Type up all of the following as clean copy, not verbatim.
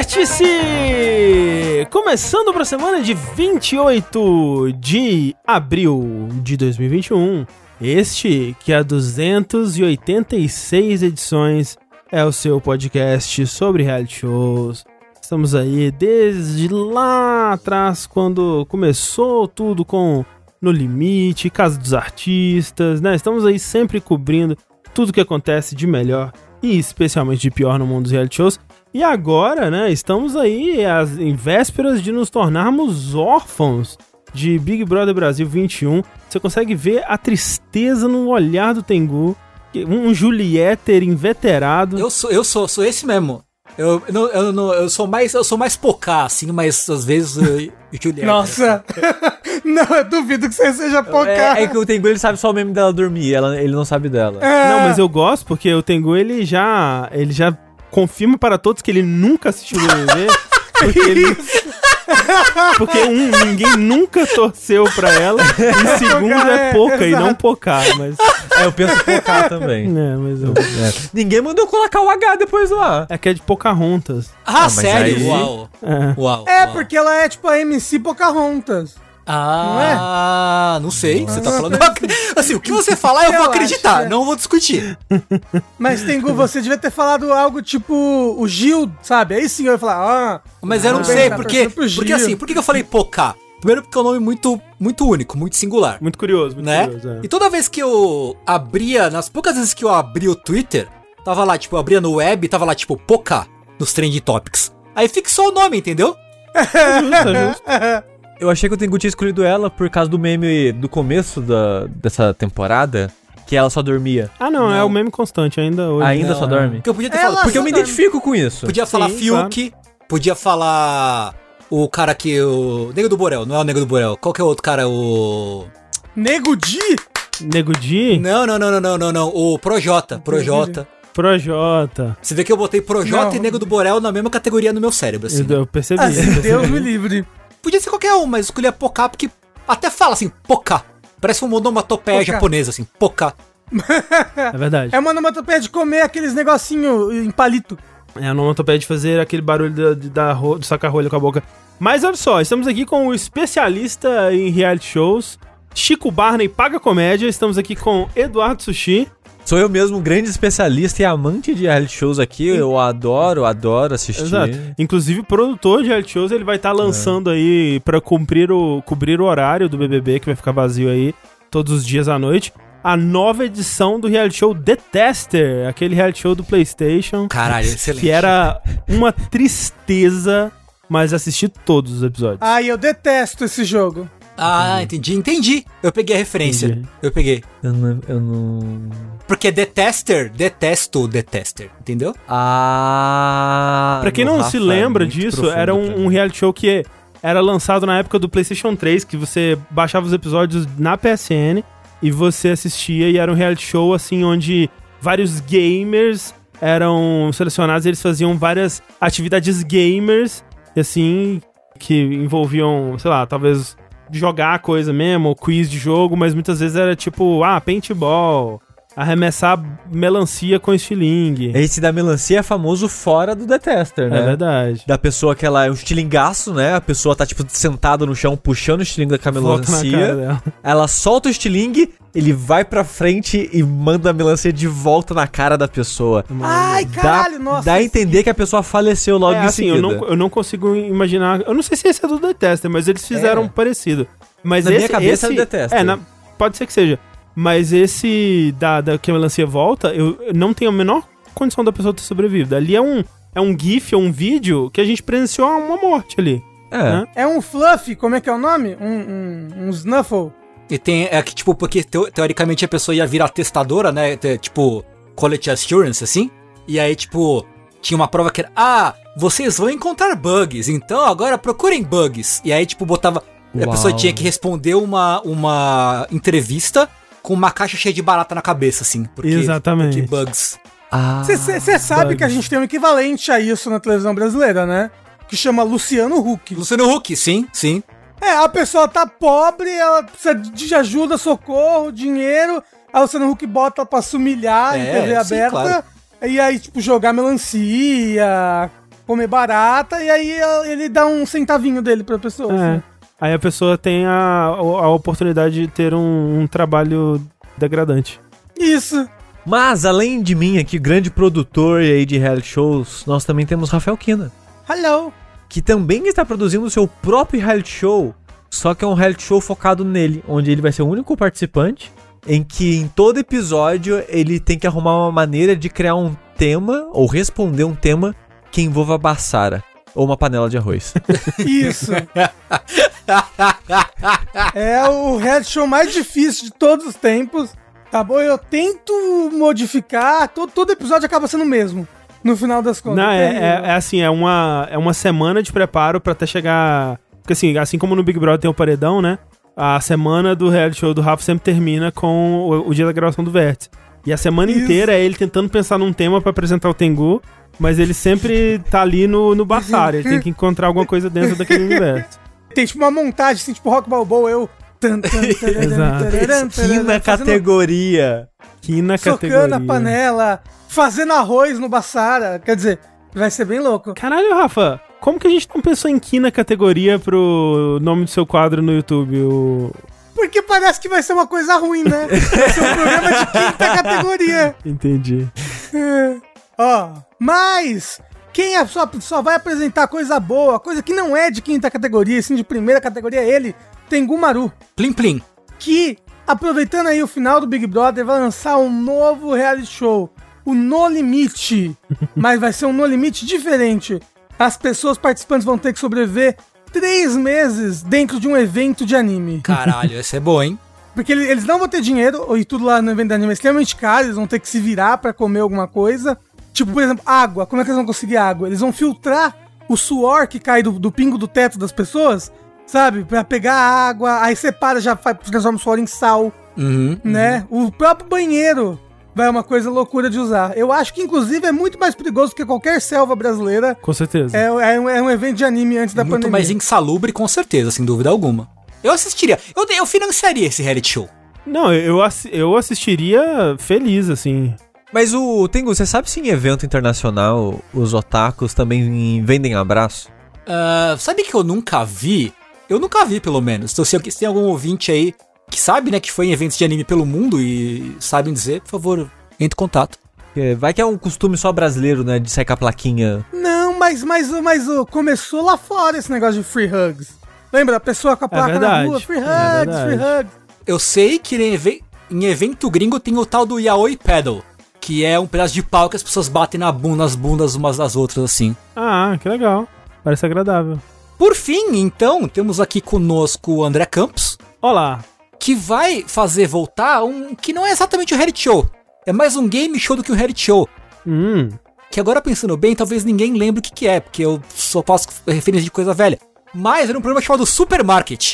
Vértice! Começando para a semana de 28 de abril de 2021. Este, que há 286 edições, é o seu podcast sobre reality shows. Estamos aí desde lá atrás, quando começou tudo com No Limite, Casa dos Artistas, né? Estamos aí sempre cobrindo tudo que acontece de melhor e especialmente de pior no mundo dos reality shows. E agora, né, estamos aí em vésperas de nos tornarmos órfãos de Big Brother Brasil 21. Você consegue ver a tristeza no olhar do Tengu, um Julieter inveterado. Eu sou esse mesmo. Eu sou mais Pocá, assim, mas às vezes Julieter. Nossa! Não, eu duvido que você seja Pocá. É que o Tengu, ele sabe só o meme dela dormir, ele não sabe dela. Não, mas eu gosto porque o Tengu, ele já confirma para todos que ele nunca assistiu o BBB. Porque ninguém nunca torceu pra ela. E segundo, é Poca e não Pocá. Mas... eu penso Pocá também. Ninguém mandou colocar o H depois do A. É que é de Pocahontas. Sério? Aí... Uau. Porque ela é tipo a MC Pocahontas. Não sei. Você tá falando. Assim, o que você falar, eu vou acreditar. Não vou discutir. Mas, Tengu, você devia ter falado algo tipo o Gil, sabe? Aí sim eu ia falar, Mas eu não sei, porque assim, por que eu falei Pocá? Primeiro porque é um nome muito, muito único, muito singular. Muito curioso, né? E toda vez que eu abria, nas poucas vezes que eu abri o Twitter, tava lá, tipo, eu abria no web, tava lá, tipo, Pocá, nos Trending Topics. Aí fixou o nome, entendeu? Justo. Eu achei que o Tengu tinha escolhido ela por causa do meme do começo dessa temporada, que ela só dormia. Não, é o meme constante ainda hoje. Ainda só dorme? Porque eu podia ter falado. Porque eu me identifico com isso. Podia falar Fiuk, claro. Podia falar o cara que... O Nego do Borel, não é o Nego do Borel. Qual que é o outro cara? O... Nego Di? Nego Di? Não. O Projota. Você vê que eu botei Projota e Nego do Borel na mesma categoria no meu cérebro, assim. Eu percebi. Deus me livre. Podia ser qualquer um, mas escolhi a Pocá porque até fala assim, Pocá. Parece uma onomatopeia japonesa, assim, Pocá. É verdade. É uma onomatopeia de comer aqueles negocinho em palito. É a onomatopeia de fazer aquele barulho do saca-rolho com a boca. Mas olha só, estamos aqui com o especialista em reality shows, Chico Barney Paga Comédia. Estamos aqui com Eduardo Sushi. Sou eu mesmo, um grande especialista e amante de reality shows aqui. Eu adoro assistir. Exato. Inclusive, produtor de reality shows, ele vai estar lançando aí pra cobrir o horário do BBB, que vai ficar vazio aí todos os dias à noite, a nova edição do reality show The Tester, aquele reality show do PlayStation. Caralho, excelente. Que era uma tristeza, mas assisti todos os episódios. Eu detesto esse jogo. Entendi. Eu peguei a referência. Eu peguei. Eu não... Porque detesto The Tester, entendeu? Pra quem não se lembra disso, era um reality show que era lançado na época do PlayStation 3, que você baixava os episódios na PSN e você assistia, e era um reality show assim, onde vários gamers eram selecionados, eles faziam várias atividades gamers, assim, que envolviam, sei lá, talvez... jogar coisa mesmo, ou quiz de jogo, mas muitas vezes era tipo, paintball, arremessar melancia com estilingue. Esse da melancia é famoso fora do The Tester, né? É verdade. Da pessoa que ela é um estilingaço, né? A pessoa tá, tipo, sentada no chão, puxando o estilingue da melancia. Ela solta o estilingue, ele vai pra frente e manda a melancia de volta na cara da pessoa. Ai, caralho, nossa. Dá a entender que a pessoa faleceu logo em assim, seguida. Eu não consigo imaginar... Eu não sei se esse é do The Tester, mas eles fizeram parecido. Mas na minha cabeça é do The Tester. Pode ser que seja. Mas esse da que a melancia volta, eu não tenho a menor condição da pessoa ter sobrevivido. Ali é um gif, ou um vídeo que a gente presenciou uma morte ali. Né? É um fluff, como é que é o nome? Um snuffle. E tem, que tipo, porque teoricamente a pessoa ia virar testadora, né? Tipo, quality assurance, assim. E aí, tipo, tinha uma prova que era, vocês vão encontrar bugs, então agora procurem bugs. E aí, tipo, botava... Uau. A pessoa tinha que responder uma entrevista com uma caixa cheia de barata na cabeça, assim. Exatamente. Porque bugs. Você sabe que a gente tem um equivalente a isso na televisão brasileira, né? Que chama Luciano Huck. Luciano Huck, sim. A pessoa tá pobre, ela precisa de ajuda, socorro, dinheiro. Aí o Luciano Huck bota pra se humilhar em TV aberta. Claro. E aí, tipo, jogar melancia, comer barata, e aí ele dá um centavinho dele pra pessoa. Assim. Aí a pessoa tem a oportunidade de ter um trabalho degradante. Isso. Mas, além de mim aqui, grande produtor aí de reality shows, nós também temos Rafael Kina. Hello. Que também está produzindo o seu próprio reality show, só que é um reality show focado nele, onde ele vai ser o único participante, em que em todo episódio ele tem que arrumar uma maneira de criar um tema, ou responder um tema, que envolva a Bassara, ou uma panela de arroz. Isso. É o reality show mais difícil de todos os tempos. Tá bom? Eu tento modificar, todo episódio acaba sendo o mesmo, no final das contas. Não, é assim, é uma semana de preparo pra até chegar... Porque assim como no Big Brother tem o paredão, né? A semana do reality show do Rafa sempre termina com o dia da gravação do Vértice. E a semana inteira é ele tentando pensar num tema pra apresentar o Tengu, mas ele sempre tá ali no Bassara, ele tem que encontrar alguma coisa dentro daquele universo. Tem tipo uma montagem, assim, tipo Rock Balboa, Quina categoria. Quina categoria. Socando a panela, fazendo arroz no Bassara. Quer dizer, vai ser bem louco. Caralho, Rafa, como que a gente não pensou em Quina categoria pro nome do seu quadro no YouTube? Porque parece que vai ser uma coisa ruim, né? Vai ser um programa de quinta categoria. Entendi. Mas... quem só vai apresentar coisa boa, coisa que não é de quinta categoria, sim de primeira categoria, é ele, Tengu Maru. Plim Plim. Que, aproveitando aí o final do Big Brother, vai lançar um novo reality show, o No Limite. Mas vai ser um No Limite diferente. As pessoas participantes vão ter que sobreviver 3 meses dentro de um evento de anime. Caralho, esse é bom, hein? Porque eles não vão ter dinheiro, e tudo lá no evento de anime é extremamente caro, eles vão ter que se virar pra comer alguma coisa. Tipo, por exemplo, água. Como é que eles vão conseguir água? Eles vão filtrar o suor que cai do pingo do teto das pessoas, sabe? Pra pegar a água, aí separa, já transforma o suor em sal, né? O próprio banheiro vai uma coisa loucura de usar. Eu acho que, inclusive, é muito mais perigoso que qualquer selva brasileira. Com certeza. É um evento de anime antes da pandemia. Muito mais insalubre, com certeza, sem dúvida alguma. Eu assistiria. Eu financiaria esse reality show. Não, eu assistiria feliz, assim. Mas Tengu, você sabe se em evento internacional os otakus também vendem abraço? Sabe que eu nunca vi? Eu nunca vi, pelo menos. Então, se tem algum ouvinte aí que sabe, né, que foi em eventos de anime pelo mundo e sabem dizer, por favor, entre em contato. Vai que é um costume só brasileiro, né, de sair com a plaquinha. Não, mas começou lá fora esse negócio de free hugs. Lembra? A pessoa com a placa na rua, free hugs, free hugs. Eu sei que em evento gringo tem o tal do Yaoi Paddle, que é um pedaço de pau que as pessoas batem nas bundas umas das outras, assim. Ah, que legal. Parece agradável. Por fim, então, temos aqui conosco o André Campos. Olá. Que vai fazer voltar que não é exatamente um reality show. É mais um game show do que um reality show. Que agora, pensando bem, talvez ninguém lembre o que é, porque eu só faço referência de coisa velha. Mas era um programa chamado Supermarket.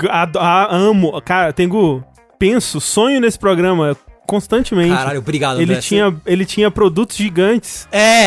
Amo. Cara, Tengu, sonho nesse programa constantemente. Caralho, obrigado, André. Ele tinha produtos gigantes.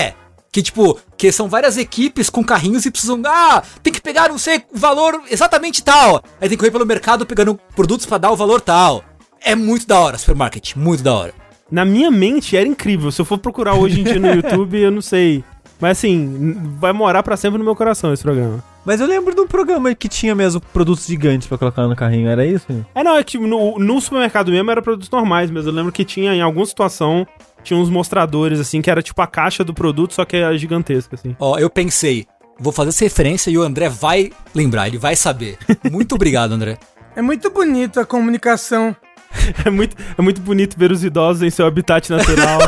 Que são várias equipes com carrinhos e precisam... tem que pegar, não sei, o valor exatamente tal. Aí tem que correr pelo mercado pegando produtos pra dar o valor tal. É muito da hora, Supermarket, muito da hora. Na minha mente era incrível. Se eu for procurar hoje em dia no YouTube, eu não sei. Mas assim, vai morar pra sempre no meu coração esse programa. Mas eu lembro de um programa que tinha mesmo produtos gigantes pra colocar no carrinho, era isso? Não, é que no supermercado mesmo era produtos normais, mas eu lembro que tinha, em alguma situação, tinha uns mostradores, assim, que era tipo a caixa do produto, só que era gigantesca, assim. Eu pensei, vou fazer essa referência e o André vai lembrar, ele vai saber. Muito obrigado, André. É muito bonito a comunicação. É muito bonito ver os idosos em seu habitat natural.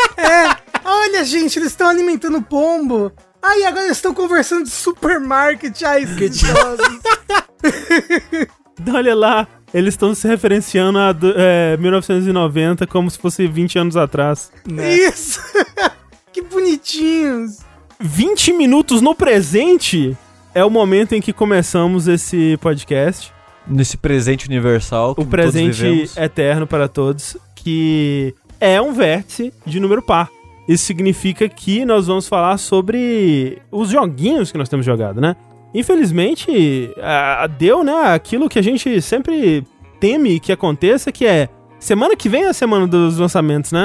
Olha, gente, eles estão alimentando pombo. E agora eles estão conversando de supermarket. Que idiota. Olha lá, eles estão se referenciando a 1990 como se fosse 20 anos atrás. Né? Isso! Que bonitinhos. 20 minutos no presente é o momento em que começamos esse podcast. Nesse presente universal. O presente eterno para todos, que é um vértice de número par. Isso significa que nós vamos falar sobre os joguinhos que nós temos jogado, né? Infelizmente, deu, né, aquilo que a gente sempre teme que aconteça, que é semana que vem é a semana dos lançamentos, né?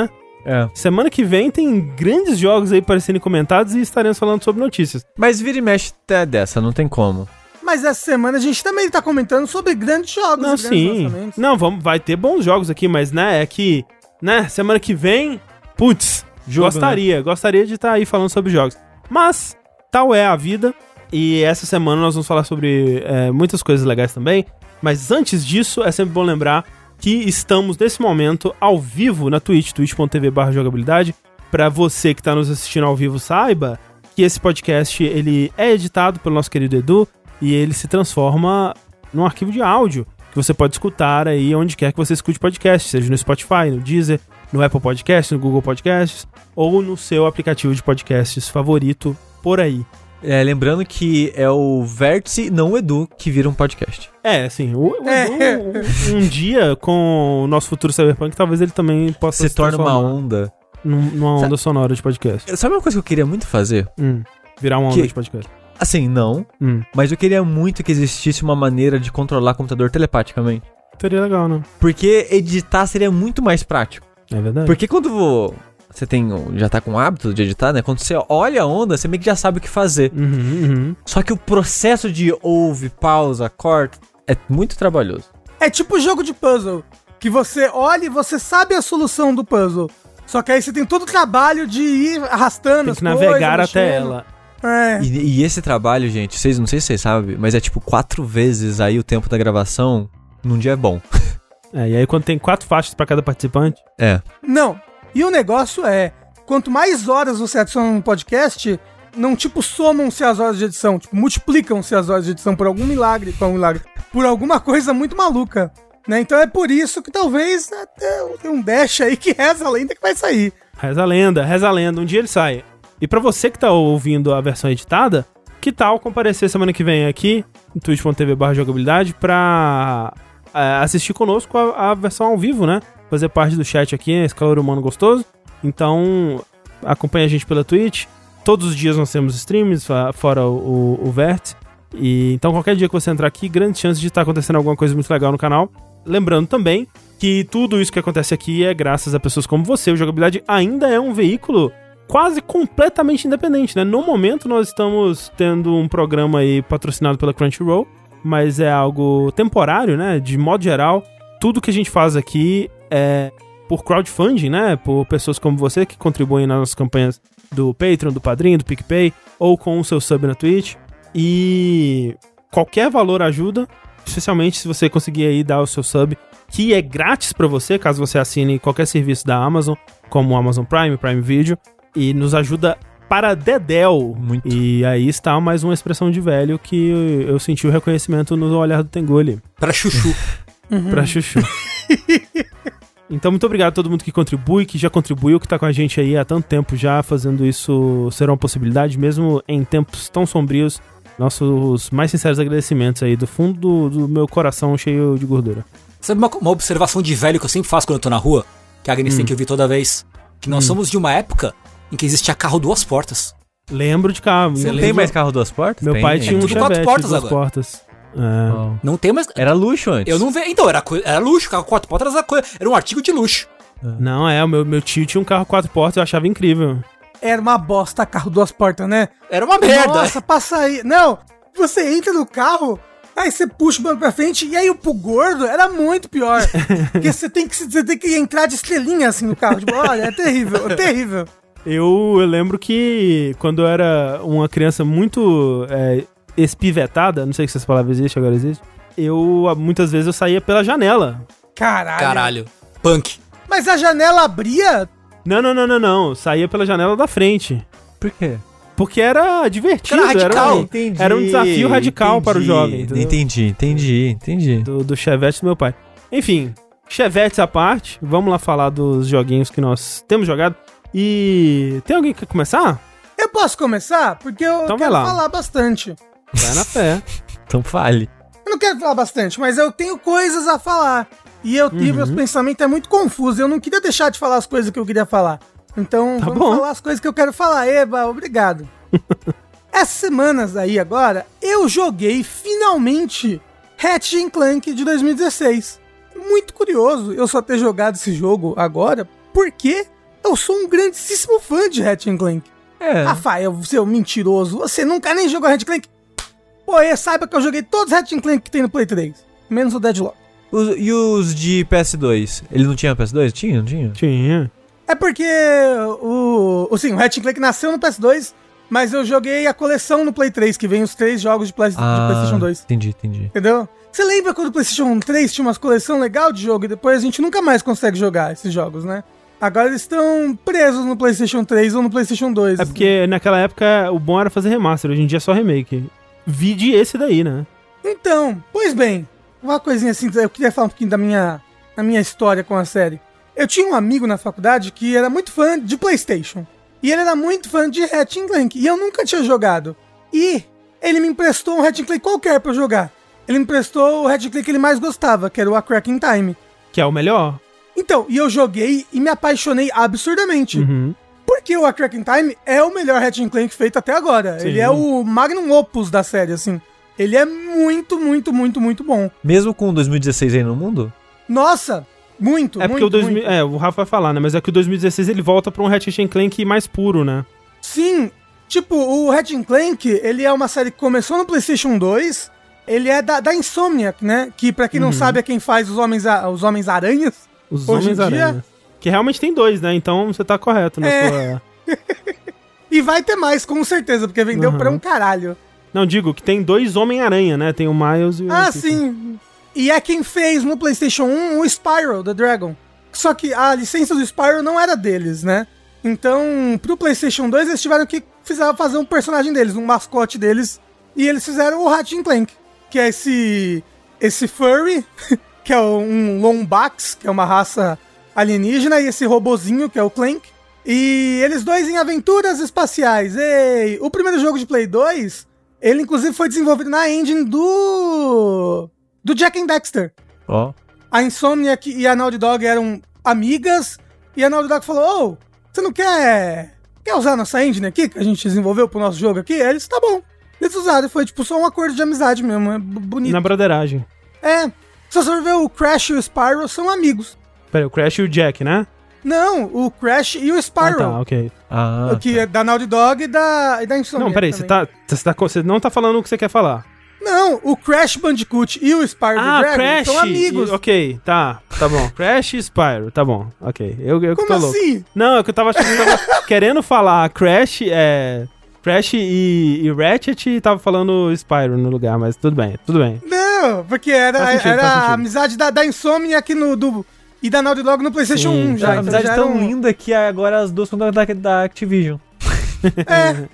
Semana que vem tem grandes jogos aí para serem comentados e estaremos falando sobre notícias. Mas vira e mexe até dessa, não tem como. Mas essa semana a gente também tá comentando sobre grandes jogos. Não, sim. Não, vai ter bons jogos aqui, mas, né, é que, né, semana que vem, putz, gostaria de estar aí falando sobre jogos. Mas, tal é a vida, e essa semana nós vamos falar sobre muitas coisas legais também, mas antes disso, é sempre bom lembrar que estamos, nesse momento, ao vivo na Twitch, twitch.tv/jogabilidade. Pra você que tá nos assistindo ao vivo, saiba que esse podcast, ele é editado pelo nosso querido Edu, e ele se transforma num arquivo de áudio que você pode escutar aí onde quer que você escute podcast, seja no Spotify, no Deezer, no Apple Podcasts, no Google Podcasts ou no seu aplicativo de podcasts favorito por aí. Lembrando que é o Vértice, não o Edu, que vira um podcast. Assim, o Edu, um dia com o nosso futuro Cyberpunk, talvez ele também possa se torna uma onda. Numa onda sonora de podcast. Sabe uma coisa que eu queria muito fazer? Virar uma onda de podcast. Assim, não. Mas eu queria muito que existisse uma maneira de controlar o computador telepaticamente. Seria legal, né? Porque editar seria muito mais prático. É verdade. Porque quando você já tá com o hábito de editar, né? Quando você olha a onda, você meio que já sabe o que fazer. Só que o processo de ouve, pausa, corta, é muito trabalhoso. É tipo jogo de puzzle, que você olha e você sabe a solução do puzzle. Só que aí você tem todo o trabalho de ir arrastando as coisas. Tem que navegar até ela. E esse trabalho, gente, não sei se vocês sabem, mas é tipo 4 vezes aí o tempo da gravação num dia é bom. E aí quando tem 4 faixas pra cada participante... Não, e o negócio quanto mais horas você adiciona no podcast, não tipo somam-se as horas de edição, tipo multiplicam-se as horas de edição por algum milagre, por alguma coisa muito maluca, né? Então é por isso que talvez tem um dash aí que reza a lenda que vai sair. Reza a lenda, um dia ele sai. E pra você que tá ouvindo a versão editada, que tal comparecer semana que vem aqui no twitch.tv/jogabilidade pra assistir conosco a versão ao vivo, né? Fazer parte do chat aqui, esse calor humano gostoso. Então, acompanha a gente pela Twitch. Todos os dias nós temos streams, fora o Vértice. E então, qualquer dia que você entrar aqui, grande chance de estar acontecendo alguma coisa muito legal no canal. Lembrando também que tudo isso que acontece aqui é graças a pessoas como você. O Jogabilidade ainda é um veículo quase completamente independente, né? No momento nós estamos tendo um programa aí patrocinado pela Crunchyroll, mas é algo temporário, né? De modo geral, tudo que a gente faz aqui é por crowdfunding, né? Por pessoas como você que contribuem nas nossas campanhas do Patreon, do Padrinho, do PicPay, ou com o seu sub na Twitch. E qualquer valor ajuda, especialmente se você conseguir aí dar o seu sub, que é grátis pra você, caso você assine qualquer serviço da Amazon, como o Amazon Prime, Prime Video, e nos ajuda para dedéu. Muito. E aí está mais uma expressão de velho que eu senti o reconhecimento no olhar do Tengu ali. Pra chuchu. Pra chuchu. Então, muito obrigado a todo mundo que contribui, que já contribuiu, que tá com a gente aí há tanto tempo já, fazendo isso ser uma possibilidade, mesmo em tempos tão sombrios. Nossos mais sinceros agradecimentos aí, do fundo do meu coração cheio de gordura. Sabe uma observação de velho que eu sempre faço quando eu tô na rua? Que a Agnes tem que ouvir toda vez? Que nós somos de uma época em que existia carro 2 portas. Lembro de carro. Você não tem mais carro 2 portas? Meu pai tinha um tudo 4 Chevette portas 2 agora. portas. Não tem mais... Era luxo antes. Eu não vejo. Então, era luxo. Carro 4 portas era um artigo de luxo. Não, o meu tio tinha um carro 4 portas, eu achava incrível. Era uma bosta carro 2 portas, né? Era uma merda. Nossa, passa aí. Não, você entra no carro, aí você puxa o banco pra frente, e aí pro gordo era muito pior. Porque você tem que entrar de estrelinha assim no carro. Tipo, olha, é terrível, é terrível. Eu lembro que quando eu era uma criança muito espivetada, não sei se essa palavra existe, agora existe, muitas vezes eu saía pela janela. Caralho. Punk. Mas a janela abria? Não. Saía pela janela da frente. Por quê? Porque era divertido. Era radical. Era um desafio radical para o jovem. Entendi. Do Chevette do meu pai. Enfim, Chevettes à parte, vamos lá falar dos joguinhos que nós temos jogado. E tem alguém que quer começar? Eu posso começar? Porque eu então quero falar bastante. Vai na fé. Então fale. Eu não quero falar bastante, mas eu tenho coisas a falar. E meus pensamentos é muito confuso. Eu não queria deixar de falar as coisas que eu queria falar. Então, vamos falar as coisas que eu quero falar. Eba, obrigado. Essas semanas aí agora, eu joguei finalmente Ratchet & Clank de 2016. Muito curioso eu só ter jogado esse jogo agora, porque Eu sou um grandíssimo fã de Ratchet & Clank. Rafael, seu mentiroso, você nunca nem jogou Ratchet & Clank? Pô, saiba que eu joguei todos os Ratchet & Clank que tem no Play 3, menos o Deadlock. E os de PS2? Ele não tinha PS2? Tinha, não tinha? Tinha. É porque o Ratchet & Clank nasceu no PS2, mas eu joguei a coleção no Play 3, que vem os 3 jogos de PlayStation 2. Entendi. Entendeu? Você lembra quando o PlayStation 3 tinha umas coleção legal de jogo e depois a gente nunca mais consegue jogar esses jogos, né? Agora eles estão presos no PlayStation 3 ou no PlayStation 2. É porque naquela época o bom era fazer remaster, hoje em dia é só remake. Vide esse daí, né? Então, pois bem, uma coisinha assim, eu queria falar um pouquinho da minha história com a série. Eu tinha um amigo na faculdade que era muito fã de PlayStation. E ele era muito fã de Ratchet & Clank. E eu nunca tinha jogado. E ele me emprestou um Ratchet & Clank qualquer pra eu jogar. Ele me emprestou o Ratchet & Clank que ele mais gostava, que era o A Crack in Time. Que é o melhor? Então, e eu joguei e me apaixonei absurdamente. Uhum. Porque o A Crack in Time é o melhor Ratchet & Clank feito até agora. Sim. Ele é o magnum opus da série, assim. Ele é muito, muito, muito, muito bom. Mesmo com 2016 aí no mundo? Nossa, muito, porque muito, muito. O Rafa vai falar, né? Mas é que o 2016 ele volta pra um Ratchet & Clank mais puro, né? Sim, tipo, o Ratchet & Clank, ele é uma série que começou no PlayStation 2, ele é da Insomniac, né? Que pra quem não sabe é quem faz os Homens-Aranhas. Os Homens-Aranha. Que realmente tem 2, né? Então você tá correto na sua... E vai ter mais, com certeza, porque vendeu pra um caralho. Não, digo que tem 2 Homem-Aranha, né? Tem o Miles e o... Sim. E é quem fez no PlayStation 1 o Spyro, The Dragon. Só que a licença do Spyro não era deles, né? Então, pro PlayStation 2, eles tiveram que fazer um personagem deles, um mascote deles. E eles fizeram o Ratchet & Clank, que é esse furry, que é um Lombax, que é uma raça alienígena, e esse robozinho, que é o Clank. E eles dois em aventuras espaciais. Ei! O primeiro jogo de Play 2, ele inclusive foi desenvolvido na engine do Jak and Daxter. Ó. A Insomniac e a Naughty Dog eram amigas, e a Naughty Dog falou, você não quer usar a nossa engine aqui, que a gente desenvolveu pro nosso jogo aqui? Aí eles, tá bom. Eles usaram, foi tipo só um acordo de amizade mesmo, é bonito. Na broderagem. É, se você ver o Crash e o Spyro são amigos. Peraí, o Crash e o Jack, né? Não, o Crash e o Spyro. Ah, tá, ok. Que é da Naughty Dog e da Insomniac. Não, peraí, você não tá falando o que você quer falar. Não, o Crash Bandicoot e o Spyro the Dragon Crash, são amigos. Ok, tá bom. Crash e Spyro, tá bom, ok. Eu Como tô assim? louco. Não, é que eu tava achando que tava querendo falar Crash e Ratchet e tava falando Spyro no lugar, mas tudo bem. Não, porque era a amizade da Insomniac e da Naughty Dog no PlayStation 1 já. É uma amizade tão linda que agora as duas são da Activision. É.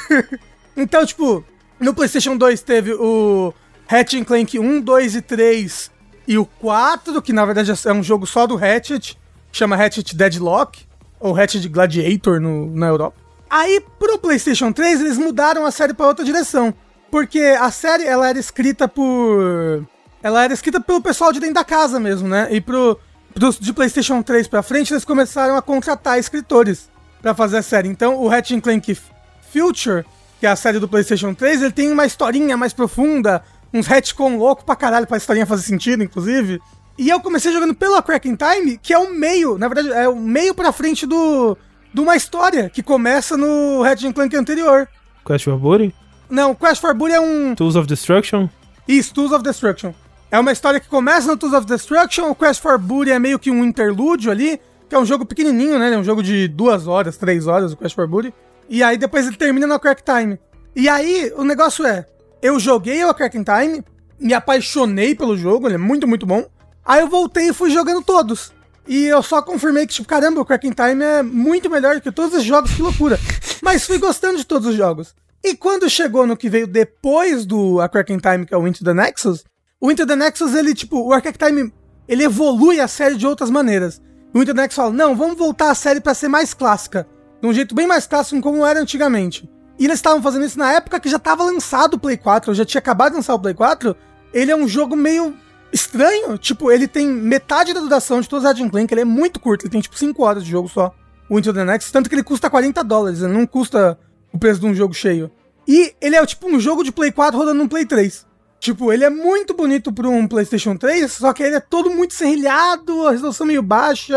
Então, tipo, no PlayStation 2 teve o Ratchet & Clank 1, 2 e 3 e o 4, que na verdade é um jogo só do Ratchet, que chama Ratchet Deadlock, ou Ratchet Gladiator na Europa. Aí, pro PlayStation 3, eles mudaram a série pra outra direção, porque a série, ela era escrita pelo pessoal de dentro da casa mesmo, né? E de PlayStation 3 pra frente, eles começaram a contratar escritores pra fazer a série. Então, o Ratchet & Clank Future, que é a série do PlayStation 3, ele tem uma historinha mais profunda, uns retcon louco pra caralho pra historinha fazer sentido, inclusive. E eu comecei jogando pelo A Crack in Time, que é o meio, na verdade, é o meio pra frente de uma história que começa no Ratchet & Clank anterior. Crash for Booty? Não, Crash for Booty é um... Tools of Destruction? Isso, Tools of Destruction. É uma história que começa no Tools of Destruction, o Crash for Booty é meio que um interlúdio ali, que é um jogo pequenininho, né? É um jogo de 2 horas, 3 horas, o Crash for Booty. E aí depois ele termina no A Crack Time. E aí, o negócio é, eu joguei o A Crack Time, me apaixonei pelo jogo, ele é muito, muito bom. Aí eu voltei e fui jogando todos. E eu só confirmei que, tipo, caramba, o Crack Time é muito melhor que todos os jogos, que loucura. Mas fui gostando de todos os jogos. E quando chegou no que veio depois do A Crack Time, que é o Into the Nexus, o Into the Nexus, ele, tipo, o A Crack Time, ele evolui a série de outras maneiras. O Into the Nexus fala, não, vamos voltar a série pra ser mais clássica. De um jeito bem mais clássico como era antigamente. E eles estavam fazendo isso na época que já estava lançado o Play 4, eu já tinha acabado de lançar o Play 4. Ele é um jogo meio estranho, tipo, ele tem metade da duração de todos os Ratchet & Clank, ele é muito curto, ele tem tipo 5 horas de jogo só, o Into the Nexus, tanto que ele custa $40, ele não custa o preço de um jogo cheio. E ele é tipo um jogo de Play 4 rodando num Play 3. Tipo, ele é muito bonito para um PlayStation 3, só que ele é todo muito serrilhado, a resolução meio baixa,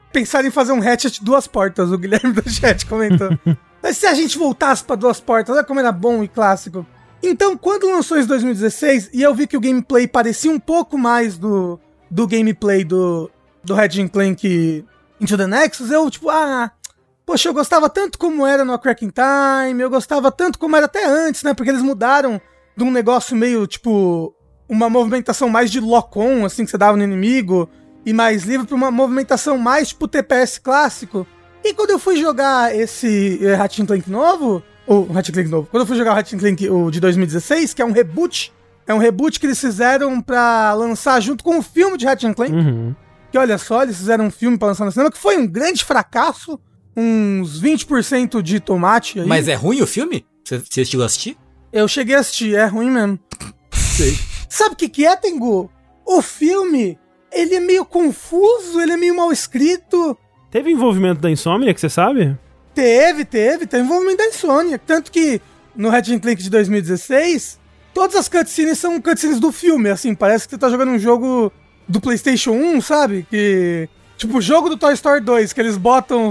pensaram em fazer um Ratchet 2 portas, o Guilherme do chat comentou. Mas se a gente voltasse pra 2 portas, olha como era bom e clássico. Então, quando lançou isso em 2016, e eu vi que o gameplay parecia um pouco mais do gameplay do Ratchet & Clank Into the Nexus, eu tipo, poxa, eu gostava tanto como era no A Crack in Time, eu gostava tanto como era até antes, né, porque eles mudaram de um negócio meio, tipo, uma movimentação mais de lock-on, assim, que você dava no inimigo, e mais livre, pra uma movimentação mais, tipo, TPS clássico. E quando eu fui jogar esse Ratchet & Clank novo, quando eu fui jogar o Ratchet & Clank o de 2016, que é um reboot que eles fizeram pra lançar junto com o filme de Ratchet & Clank, que olha só, eles fizeram um filme pra lançar no cinema, que foi um grande fracasso, uns 20% de tomate aí. Mas é ruim o filme? Você chegou a assistir? Eu cheguei a assistir, é ruim mesmo. Sei. Sabe o que é, Tengu? O filme, ele é meio confuso, ele é meio mal escrito. Teve envolvimento da Insomnia, que você sabe? Teve envolvimento da Insomnia. Tanto que no Ratchet & Clank de 2016, todas as cutscenes são cutscenes do filme, assim, parece que você tá jogando um jogo do PlayStation 1, sabe? Que, tipo, o jogo do Toy Story 2, que eles botam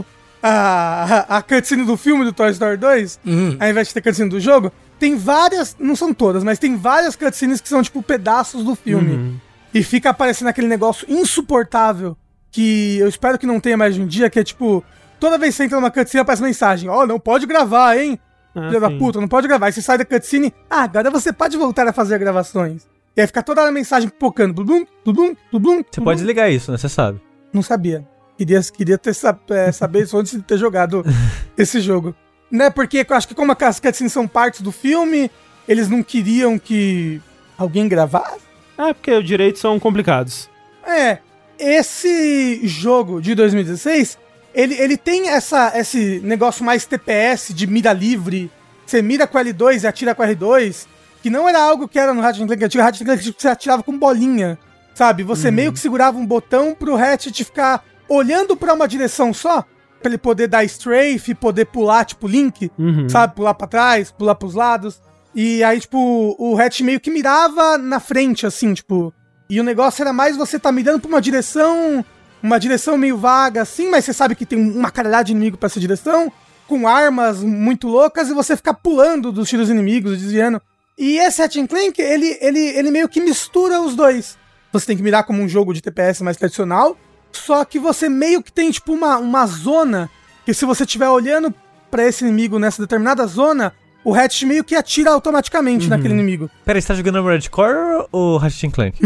a cutscene do filme do Toy Story 2, ao invés de ter cutscene do jogo, tem várias, não são todas, mas tem várias cutscenes que são, tipo, pedaços do filme. E fica aparecendo aquele negócio insuportável, que eu espero que não tenha mais hoje em dia, que é, tipo, toda vez que você entra numa cutscene, aparece mensagem, não pode gravar, hein? Filha da puta, não pode gravar. Aí você sai da cutscene, agora você pode voltar a fazer gravações. E aí fica toda a mensagem pipocando, blum. Você pode desligar isso, né? Você sabe. Não sabia. Queria ter saber isso antes de ter jogado esse jogo. Né, porque eu acho que como as cutscenes são partes do filme, eles não queriam que alguém gravasse. Porque os direitos são complicados. Esse jogo de 2016, ele tem esse negócio mais TPS de mira livre. Você mira com L2 e atira com R2, que não era algo que era no Ratchet & Clank antigo. Ratchet & Clank você atirava com bolinha, sabe? Você meio que segurava um botão pro Ratchet ficar olhando pra uma direção só, pra ele poder dar strafe, poder pular, tipo Link, sabe? Pular pra trás, pular pros lados. E aí, tipo, o Ratchet meio que mirava na frente, assim, tipo... E o negócio era mais você tá mirando pra uma direção meio vaga, assim, mas você sabe que tem uma caralhada de inimigo pra essa direção, com armas muito loucas, e você ficar pulando dos tiros inimigos, desviando. E esse Ratchet & Clank, ele meio que mistura os dois. Você tem que mirar como um jogo de TPS mais tradicional, só que você meio que tem, tipo, uma zona, que se você estiver olhando pra esse inimigo nessa determinada zona, o Ratchet meio que atira automaticamente naquele inimigo. Pera, você tá jogando Armored Core ou Ratchet & Clank?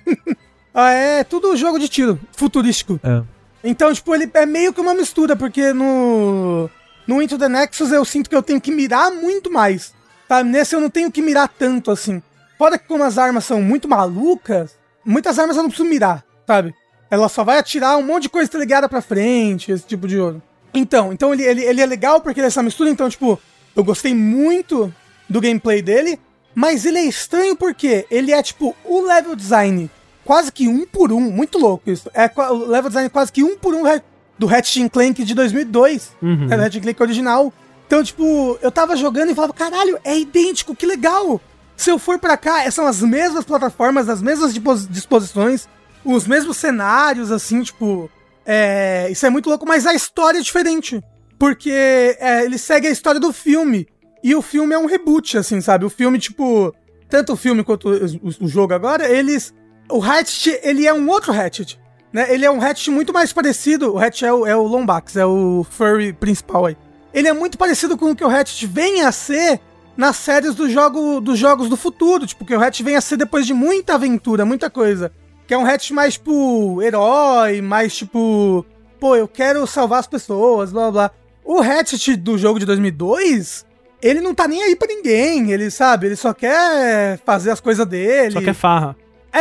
É tudo jogo de tiro, futurístico. Então, tipo, ele é meio que uma mistura, porque no Into the Nexus eu sinto que eu tenho que mirar muito mais, tá? Nesse eu não tenho que mirar tanto, assim. Fora que como as armas são muito malucas, muitas armas eu não preciso mirar, sabe? Ela só vai atirar um monte de coisa ligada pra frente, esse tipo de jogo. Então ele é legal porque ele é essa mistura, então, tipo, eu gostei muito do gameplay dele, mas ele é estranho porque ele é, tipo, o level design quase que 1 por 1, muito louco isso. É o level design quase que 1 por 1 do Ratchet & Clank de 2002, era o Ratchet & Clank original. Então, tipo, eu tava jogando e falava, caralho, é idêntico, que legal! Se eu for pra cá, são as mesmas plataformas, as mesmas disposições, os mesmos cenários, assim, tipo... isso é muito louco, mas a história é diferente. Porque ele segue a história do filme. E o filme é um reboot, assim, sabe? O filme, tipo... Tanto o filme quanto o jogo agora, o Ratchet, ele é um outro Ratchet, né? Ele é um Ratchet muito mais parecido... O Ratchet é o Lombax, é o furry principal aí. Ele é muito parecido com o que o Ratchet vem a ser nas séries dos jogos do futuro. Tipo, que o Ratchet vem a ser depois de muita aventura, muita coisa. Que é um Ratchet mais, tipo, herói, mais, tipo... Pô, eu quero salvar as pessoas, blá, blá. O Ratchet do jogo de 2002, ele não tá nem aí pra ninguém, ele, sabe? Ele só quer fazer as coisas dele. Só quer farra.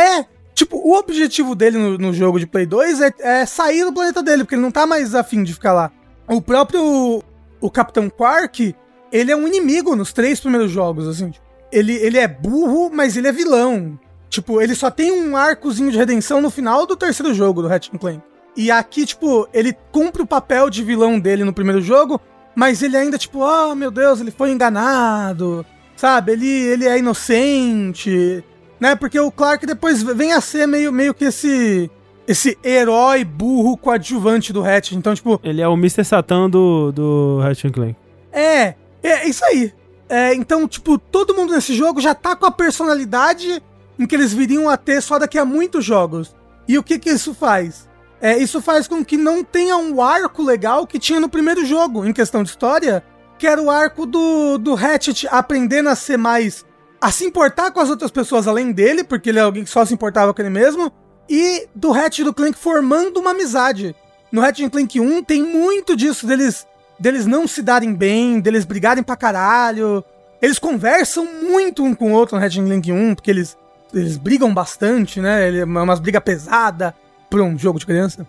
Tipo, o objetivo dele no jogo de Play 2 é sair do planeta dele, porque ele não tá mais afim de ficar lá. O próprio... O Capitão Quark, ele é um inimigo nos 3 primeiros jogos, assim. Ele é burro, mas ele é vilão. Tipo, ele só tem um arcozinho de redenção no final do 3º jogo do Ratchet & Clank. E aqui, tipo, ele cumpre o papel de vilão dele no primeiro jogo, mas ele ainda, tipo, meu Deus, ele foi enganado, sabe? Ele é inocente, né? Porque o Clark depois vem a ser meio que esse esse herói burro coadjuvante do Ratchet. Então, tipo... Ele é o Mr. Satan do Ratchet & Clank. É isso aí. Então, tipo, todo mundo nesse jogo já tá com a personalidade em que eles viriam a ter só daqui a muitos jogos. E o que isso faz? Isso faz com que não tenha um arco legal que tinha no primeiro jogo, em questão de história, que era o arco do Ratchet aprendendo a ser mais... a se importar com as outras pessoas além dele, porque ele é alguém que só se importava com ele mesmo, e do Ratchet e do Clank formando uma amizade. No Ratchet & Clank 1 tem muito disso, deles não se darem bem, deles brigarem pra caralho. Eles conversam muito um com o outro no Ratchet & Clank 1, porque eles brigam bastante, né? É umas brigas pesadas pra um jogo de criança.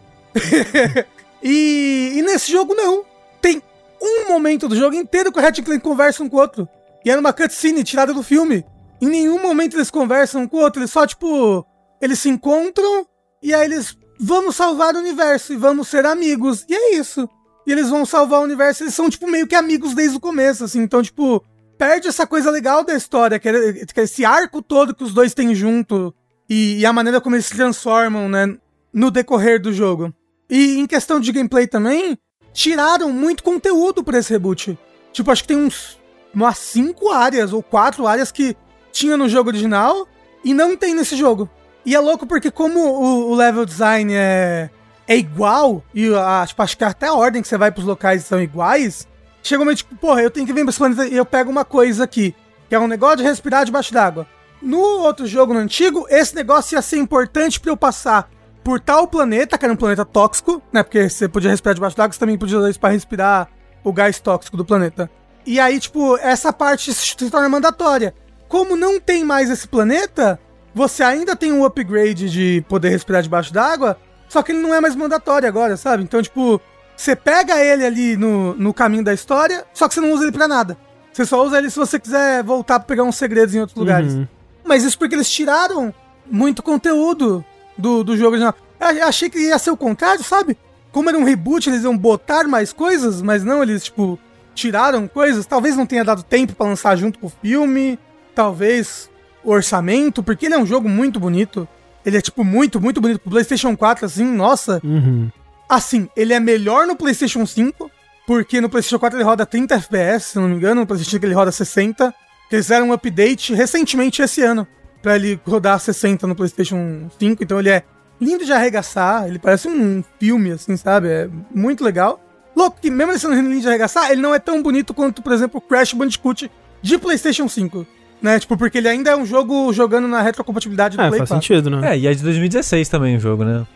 e nesse jogo não. Tem um momento do jogo inteiro que o Ratchet e Clank conversam um com o outro. E é numa cutscene tirada do filme. Em nenhum momento eles conversam um com o outro. Eles só, tipo... eles se encontram e aí eles... vamos salvar o universo e vamos ser amigos. E é isso. E eles vão salvar o universo. Eles são, tipo, meio que amigos desde o começo, assim. Então, tipo... perde essa coisa legal da história, que é esse arco todo que os dois têm junto. E a maneira como eles se transformam, né? No decorrer do jogo. E em questão de gameplay também... tiraram muito conteúdo pra esse reboot. Tipo, acho que tem umas 5 áreas ou 4 áreas que tinha no jogo original e não tem nesse jogo. E é louco porque como o level design é igual, e tipo, acho que até a ordem que você vai pros locais são iguais, chega um momento tipo, porra, eu tenho que vir pra esse planeta e eu pego uma coisa aqui, que é um negócio de respirar debaixo d'água. No outro jogo, no antigo, esse negócio ia ser importante pra eu passar por tal planeta, que era um planeta tóxico, né? Porque você podia respirar debaixo d'água, você também podia usar isso pra respirar o gás tóxico do planeta. E aí, tipo, essa parte se torna mandatória. Como não tem mais esse planeta, você ainda tem um upgrade de poder respirar debaixo d'água, só que ele não é mais mandatório agora, sabe? Então, tipo, você pega ele ali no caminho da história, só que você não usa ele pra nada. Você só usa ele se você quiser voltar pra pegar uns segredos em outros lugares. Mas isso porque eles tiraram muito conteúdo do jogo original. Eu achei que ia ser o contrário, sabe? Como era um reboot, eles iam botar mais coisas, mas não, eles, tipo, tiraram coisas. Talvez não tenha dado tempo pra lançar junto com o filme, talvez o orçamento, porque ele é um jogo muito bonito. Ele é, tipo, muito, muito bonito. Pro PlayStation 4, assim, nossa. Assim, ele é melhor no PlayStation 5, porque no PlayStation 4 ele roda 30 FPS, se não me engano. No PlayStation 5 ele roda 60. Eles fizeram um update recentemente esse ano pra ele rodar 60 no PlayStation 5, então ele é lindo de arregaçar, ele parece um filme, assim, sabe? É muito legal. Louco, que mesmo ele sendo lindo de arregaçar, ele não é tão bonito quanto, por exemplo, o Crash Bandicoot de PlayStation 5, né? Tipo, porque ele ainda é um jogo jogando na retrocompatibilidade do Play 4. Faz sentido, né? E é de 2016 também o jogo, né?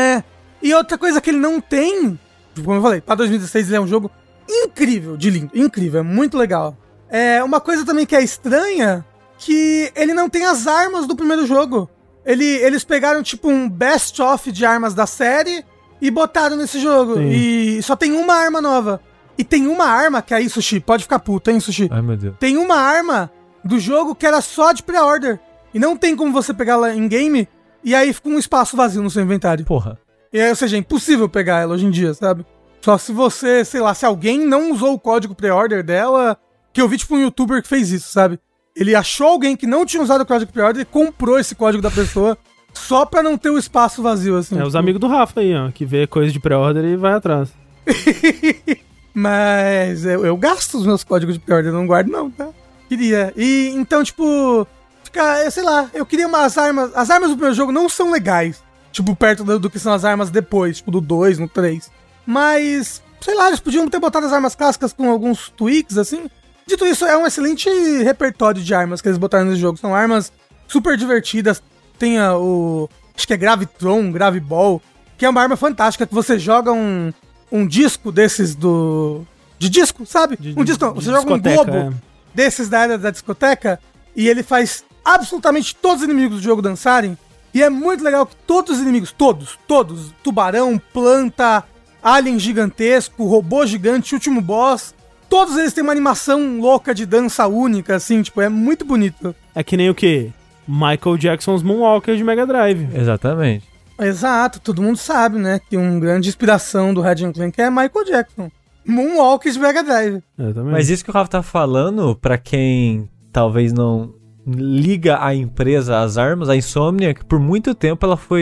E outra coisa que ele não tem, como eu falei, pra 2016 ele é um jogo incrível, de lindo, incrível, é muito legal. Uma coisa também que é estranha, que ele não tem as armas do primeiro jogo. Eles pegaram, tipo, um best-of de armas da série e botaram nesse jogo. Sim. E só tem uma arma nova. E tem uma arma, que aí, Sushi, pode ficar puto, hein, Sushi? Ai, meu Deus. Tem uma arma do jogo que era só de pré-order. E não tem como você pegar ela em game e aí fica um espaço vazio no seu inventário. Porra. E aí, ou seja, é impossível pegar ela hoje em dia, sabe? Só se você, sei lá, se alguém não usou o código pré-order dela... Que eu vi, tipo, um youtuber que fez isso, sabe? Ele achou alguém que não tinha usado o código pré-order e comprou esse código da pessoa só pra não ter o espaço vazio, assim. Os amigos do Rafa aí, ó, que vê coisa de pré-order e vai atrás. Mas eu gasto os meus códigos de pré-order, não guardo não, tá? Queria. E, então, tipo, sei lá, eu queria umas armas... As armas do primeiro jogo não são legais, tipo, perto do que são as armas depois, tipo, do 2, no 3. Mas, sei lá, eles podiam ter botado as armas clássicas com alguns tweaks, assim... Dito isso, é um excelente repertório de armas que eles botaram nesse jogo. São armas super divertidas. Tem acho que é Gravitron, Graviball, que é uma arma fantástica, que você joga um disco desses de disco, sabe? Um disco não, você joga um globo desses da área da discoteca e ele faz absolutamente todos os inimigos do jogo dançarem. E é muito legal que todos os inimigos, todos, tubarão, planta, alien gigantesco, robô gigante, último boss... Todos eles têm uma animação louca de dança única, assim, tipo, é muito bonito. É que nem o quê? Michael Jackson's Moonwalker de Mega Drive. Exatamente. Exato, todo mundo sabe, né, que uma grande inspiração do Ratchet & Clank é Michael Jackson. Moonwalker de Mega Drive. Exatamente. Mas isso que o Rafa tá falando, pra quem talvez não liga a empresa às armas, a Insomniac, por muito tempo ela foi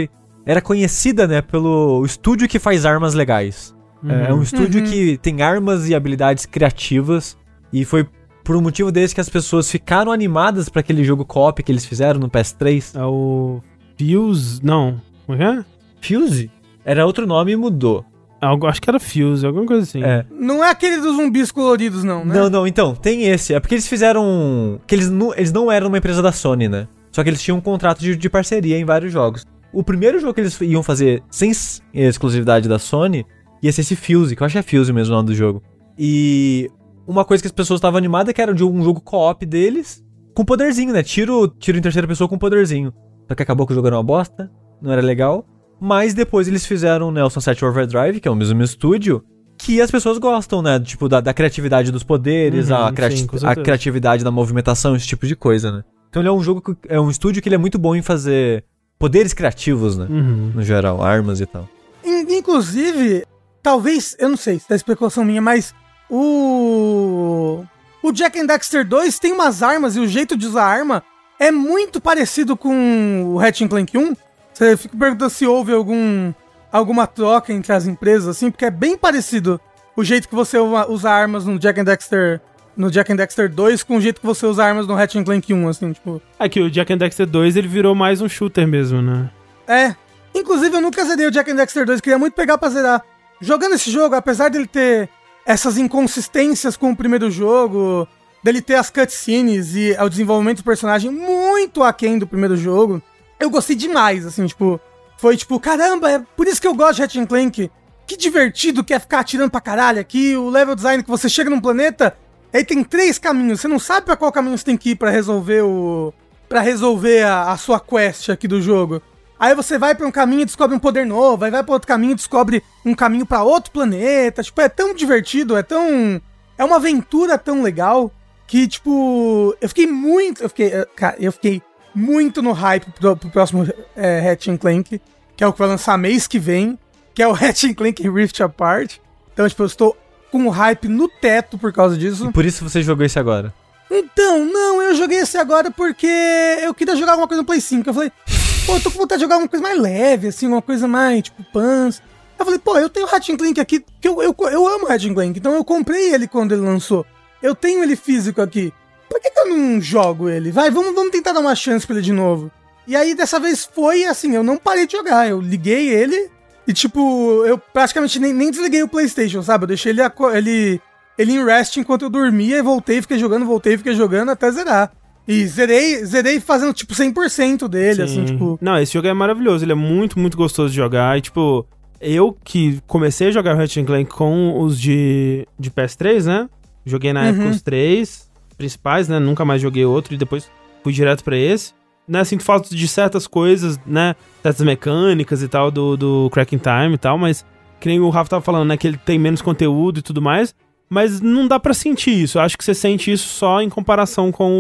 era conhecida, né, pelo estúdio que faz armas legais. É um estúdio que tem armas e habilidades criativas, e foi por um motivo desse que as pessoas ficaram animadas pra aquele jogo co-op que eles fizeram no PS3. É o Fuse... Não. Como é? Fuse? Era outro nome e mudou. Acho que era Fuse, alguma coisa assim. É. Não é aquele dos zumbis coloridos, não, né? Não, então, tem esse. É porque eles fizeram... que eles não eram uma empresa da Sony, né? Só que eles tinham um contrato de parceria em vários jogos. O primeiro jogo que eles iam fazer sem exclusividade da Sony ia ser esse Fuse, que eu acho que é Fuse mesmo o nome do jogo. E uma coisa que as pessoas estavam animadas é que era um jogo co-op deles com poderzinho, né? Tiro em terceira pessoa com poderzinho. Só que acabou que o jogo era uma bosta, não era legal. Mas depois eles fizeram, né, o Sunset Overdrive, que é o mesmo estúdio, que as pessoas gostam, né? Tipo, da criatividade dos poderes, a criatividade da movimentação, esse tipo de coisa, né? Então ele é um jogo é um estúdio que ele é muito bom em fazer poderes criativos, né? No geral, armas e tal. Inclusive, talvez, eu não sei se é especulação minha, mas o Jak and Daxter 2 tem umas armas e o jeito de usar a arma é muito parecido com o Ratchet & Clank 1. Você fica perguntando se houve alguma troca entre as empresas, assim, porque é bem parecido o jeito que você usa armas no Jak and Daxter 2 com o jeito que você usa armas no Ratchet & Clank 1, assim, tipo... É que o Jak and Daxter 2, ele virou mais um shooter mesmo, né? É. Inclusive, eu nunca zerei o Jak and Daxter 2, queria muito pegar pra zerar. Jogando esse jogo, apesar dele ter essas inconsistências com o primeiro jogo, dele ter as cutscenes e o desenvolvimento do personagem muito aquém do primeiro jogo, eu gostei demais, assim, tipo... Foi tipo, caramba, é por isso que eu gosto de Ratchet & Clank. Que divertido que é ficar atirando pra caralho aqui. O level design que você chega num planeta, aí tem 3 caminhos. Você não sabe pra qual caminho você tem que ir pra resolver a sua quest aqui do jogo. Aí você vai pra um caminho e descobre um poder novo. Aí vai pra outro caminho e descobre um caminho pra outro planeta. Tipo, é tão divertido, é uma aventura tão legal que, tipo, eu fiquei muito no hype pro próximo Ratchet & Clank, que é o que vai lançar mês que vem, que é o Ratchet & Clank Rift Apart. Então, tipo, eu estou com o hype no teto por causa disso. E por isso você jogou esse agora? Então, não, eu joguei esse agora porque eu queria jogar alguma coisa no Play 5. Eu falei, pô, eu tô com vontade de jogar alguma coisa mais leve, assim, uma coisa mais, tipo, pans. Eu falei, pô, eu tenho o Ratchet & Clank aqui, que eu amo o Ratchet & Clank, então eu comprei ele quando ele lançou. Eu tenho ele físico aqui. Por que eu não jogo ele? Vai, vamos tentar dar uma chance pra ele de novo. E aí, dessa vez foi assim, eu não parei de jogar. Eu liguei ele e, tipo, eu praticamente nem desliguei o PlayStation, sabe? Eu deixei ele em rest enquanto eu dormia e voltei, fiquei jogando até zerar. E zerei fazendo, tipo, 100% dele, assim, tipo... Não, esse jogo é maravilhoso, ele é muito, muito gostoso de jogar. E, tipo, eu que comecei a jogar Ratchet & Clank com os de PS3, né? Joguei na época os 3... principais, né? Nunca mais joguei outro e depois fui direto pra esse. Né? Sinto falta de certas coisas, né? Certas mecânicas e tal do Cracking Time e tal, mas que nem o Rafa tava falando, né? Que ele tem menos conteúdo e tudo mais, mas não dá pra sentir isso. Eu acho que você sente isso só em comparação com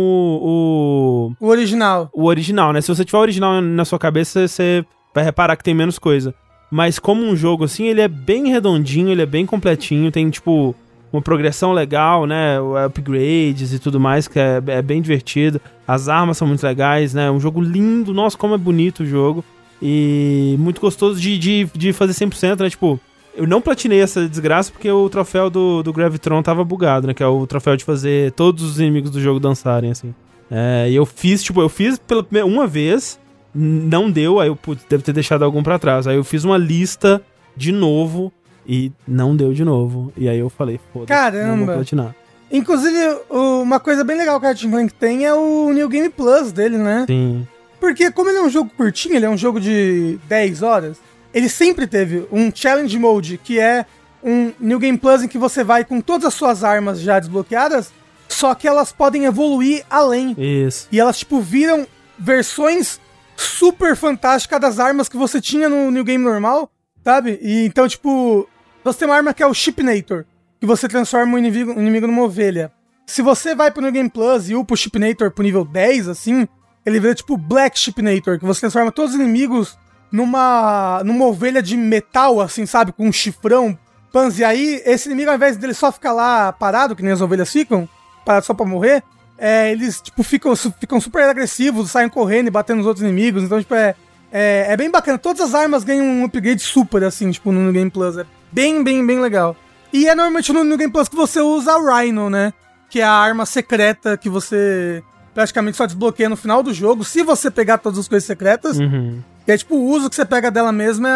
o original. O original, né? Se você tiver o original na sua cabeça, você vai reparar que tem menos coisa. Mas como um jogo, assim, ele é bem redondinho, ele é bem completinho, tem, tipo... uma progressão legal, né, upgrades e tudo mais, que é bem divertido. As armas são muito legais, né, um jogo lindo, nossa, como é bonito o jogo. E muito gostoso de fazer 100%, né, tipo, eu não platinei essa desgraça porque o troféu do Gravitron tava bugado, né, que é o troféu de fazer todos os inimigos do jogo dançarem, assim. E eu fiz pela uma vez, não deu, aí eu, putz, deve ter deixado algum pra trás. Aí eu fiz uma lista de novo, e não deu de novo. E aí eu falei, foda-se, caramba, não vou platinar. Inclusive, uma coisa bem legal que o Ratchet & Clank tem é o New Game Plus dele, né? Sim. Porque como ele é um jogo curtinho, ele é um jogo de 10 horas, ele sempre teve um Challenge Mode, que é um New Game Plus em que você vai com todas as suas armas já desbloqueadas, só que elas podem evoluir além. Isso. E elas, tipo, viram versões super fantásticas das armas que você tinha no New Game normal, sabe? E então, tipo... você tem uma arma que é o Shipnator, que você transforma o inimigo numa ovelha. Se você vai pro New Game Plus e upa o Shipnator pro nível 10, assim, ele vira tipo Black Shipnator, que você transforma todos os inimigos numa ovelha de metal, assim, sabe? Com um chifrão, pans. E aí, esse inimigo, ao invés dele só ficar lá parado, que nem as ovelhas ficam, parado só pra morrer, eles, tipo, ficam super agressivos, saem correndo e batendo nos outros inimigos. Então, tipo, é É bem bacana. Todas as armas ganham um upgrade super, assim, tipo, no New Game Plus. É bem, bem, bem legal. E é normalmente no New Game Plus que você usa a Rhino, né? Que é a arma secreta que você praticamente só desbloqueia no final do jogo, se você pegar todas as coisas secretas. Uhum. E é tipo, o uso que você pega dela mesma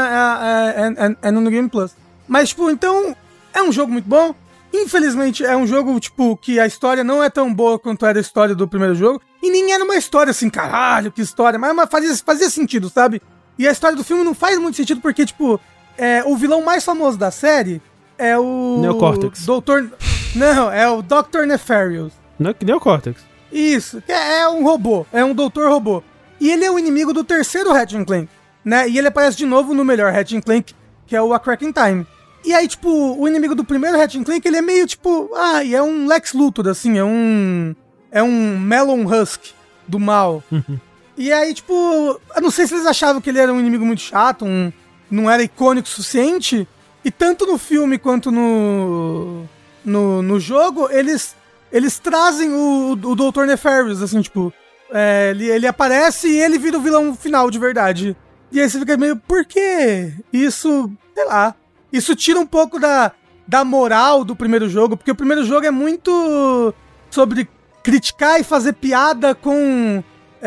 é no New Game Plus. Mas, tipo, então, é um jogo muito bom. Infelizmente, é um jogo, tipo, que a história não é tão boa quanto era a história do primeiro jogo. E nem era uma história assim, caralho, que história. Mas fazia sentido, sabe? E a história do filme não faz muito sentido porque, tipo, o vilão mais famoso da série é o... Neocortex. Não, é o Dr. Nefarious. Neocortex. Isso, que é um robô. É um doutor robô. E ele é o inimigo do terceiro Ratchet & Clank, né? E ele aparece de novo no melhor Ratchet & Clank, que é o A Crack in Time. E aí, tipo, o inimigo do primeiro Ratchet & Clank, ele é meio, tipo... e é um Lex Luthor, assim, é um Melon Husk do mal. Uhum. E aí, tipo... Eu não sei se eles achavam que ele era um inimigo muito chato, não era icônico o suficiente. E tanto no filme quanto no jogo, eles trazem o Dr. Nefarious, assim, tipo... Ele aparece e ele vira o vilão final de verdade. E aí você fica meio... Por quê? Isso... Sei lá... Isso tira um pouco da moral do primeiro jogo, porque o primeiro jogo é muito sobre criticar e fazer piada com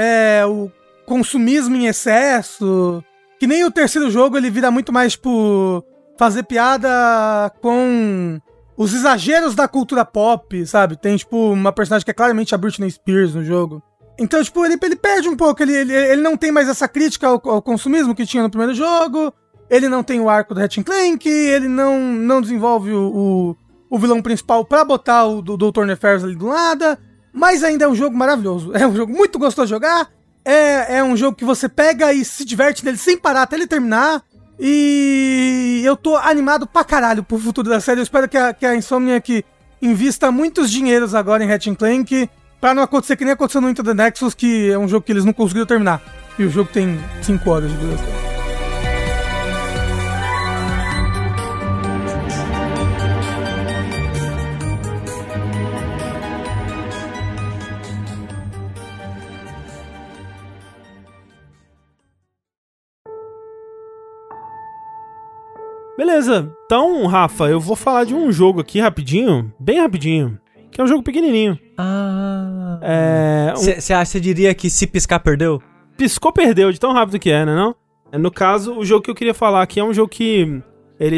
o consumismo em excesso. Que nem o terceiro jogo, ele vira muito mais, tipo, fazer piada com os exageros da cultura pop, sabe? Tem, tipo, uma personagem que é claramente a Britney Spears no jogo. Então, tipo, ele perde um pouco, ele não tem mais essa crítica ao consumismo que tinha no primeiro jogo. Ele não tem o arco do Ratchet & Clank, ele não desenvolve o vilão principal pra botar o Dr. Nefarious ali do nada, mas ainda é um jogo maravilhoso. É um jogo muito gostoso de jogar, é um jogo que você pega e se diverte nele sem parar até ele terminar, e eu tô animado pra caralho pro futuro da série. Eu espero que a Insomniac invista muitos dinheiros agora em Ratchet & Clank, pra não acontecer que nem aconteceu no Into the Nexus, que é um jogo que eles não conseguiram terminar, e o jogo tem 5 horas de duração. Beleza, então, Rafa, eu vou falar de um jogo aqui rapidinho, bem rapidinho, que é um jogo pequenininho. Você diria que se piscar, perdeu? Piscou, perdeu, de tão rápido que é, né, não? No caso, o jogo que eu queria falar aqui é um jogo que ele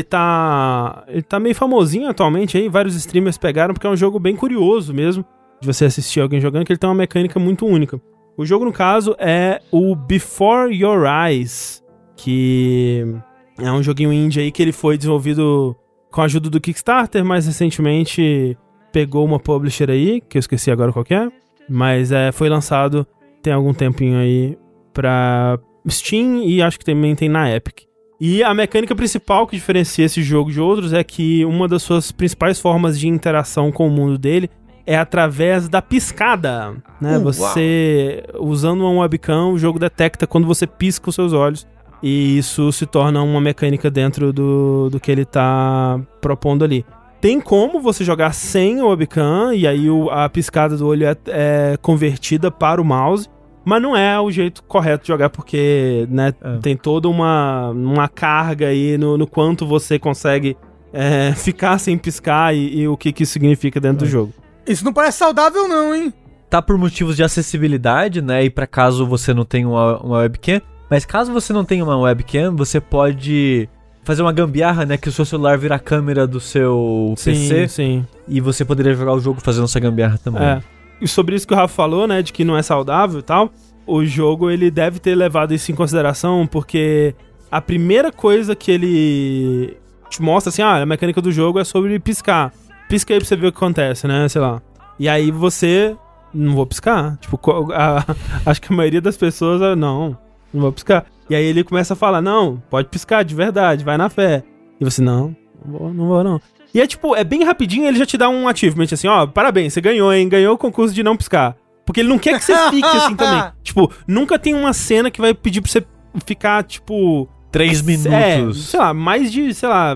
tá meio famosinho atualmente aí, vários streamers pegaram, porque é um jogo bem curioso mesmo, de você assistir alguém jogando, que ele tem uma mecânica muito única. O jogo, no caso, é o Before Your Eyes, que... é um joguinho indie aí que ele foi desenvolvido com a ajuda do Kickstarter, mas recentemente pegou uma publisher aí, que eu esqueci agora qual que é, mas foi lançado tem algum tempinho aí pra Steam e acho que também tem na Epic. E a mecânica principal que diferencia esse jogo de outros é que uma das suas principais formas de interação com o mundo dele é através da piscada, né? Você, usando uma webcam, o jogo detecta quando você pisca os seus olhos. E isso se torna uma mecânica dentro do que ele tá propondo ali. Tem como você jogar sem o webcam, e aí a piscada do olho é convertida para o mouse, mas não é o jeito correto de jogar, porque, né, tem toda uma carga aí no quanto você consegue ficar sem piscar e o que isso significa dentro do jogo. Isso não parece saudável não, hein? Tá por motivos de acessibilidade, né, e pra caso você não tenha uma webcam. Mas caso você não tenha uma webcam, você pode fazer uma gambiarra, né? Que o seu celular vira a câmera do seu PC. Sim. E você poderia jogar o jogo fazendo essa gambiarra também. E sobre isso que o Rafa falou, né? De que não é saudável e tal. O jogo, ele deve ter levado isso em consideração, porque a primeira coisa que ele te mostra, assim, a mecânica do jogo é sobre piscar. Pisca aí pra você ver o que acontece, né? Sei lá. E aí você... Não vou piscar. Tipo, acho que a maioria das pessoas... Não vou piscar. E aí ele começa a falar, não, pode piscar de verdade, vai na fé. E você, não vou. E é bem rapidinho, ele já te dá um achievement, assim, ó, parabéns, você ganhou, hein, ganhou o concurso de não piscar. Porque ele não quer que você fique assim também. Tipo, nunca tem uma cena que vai pedir pra você ficar, tipo... 3 minutos. Sei lá, mais de,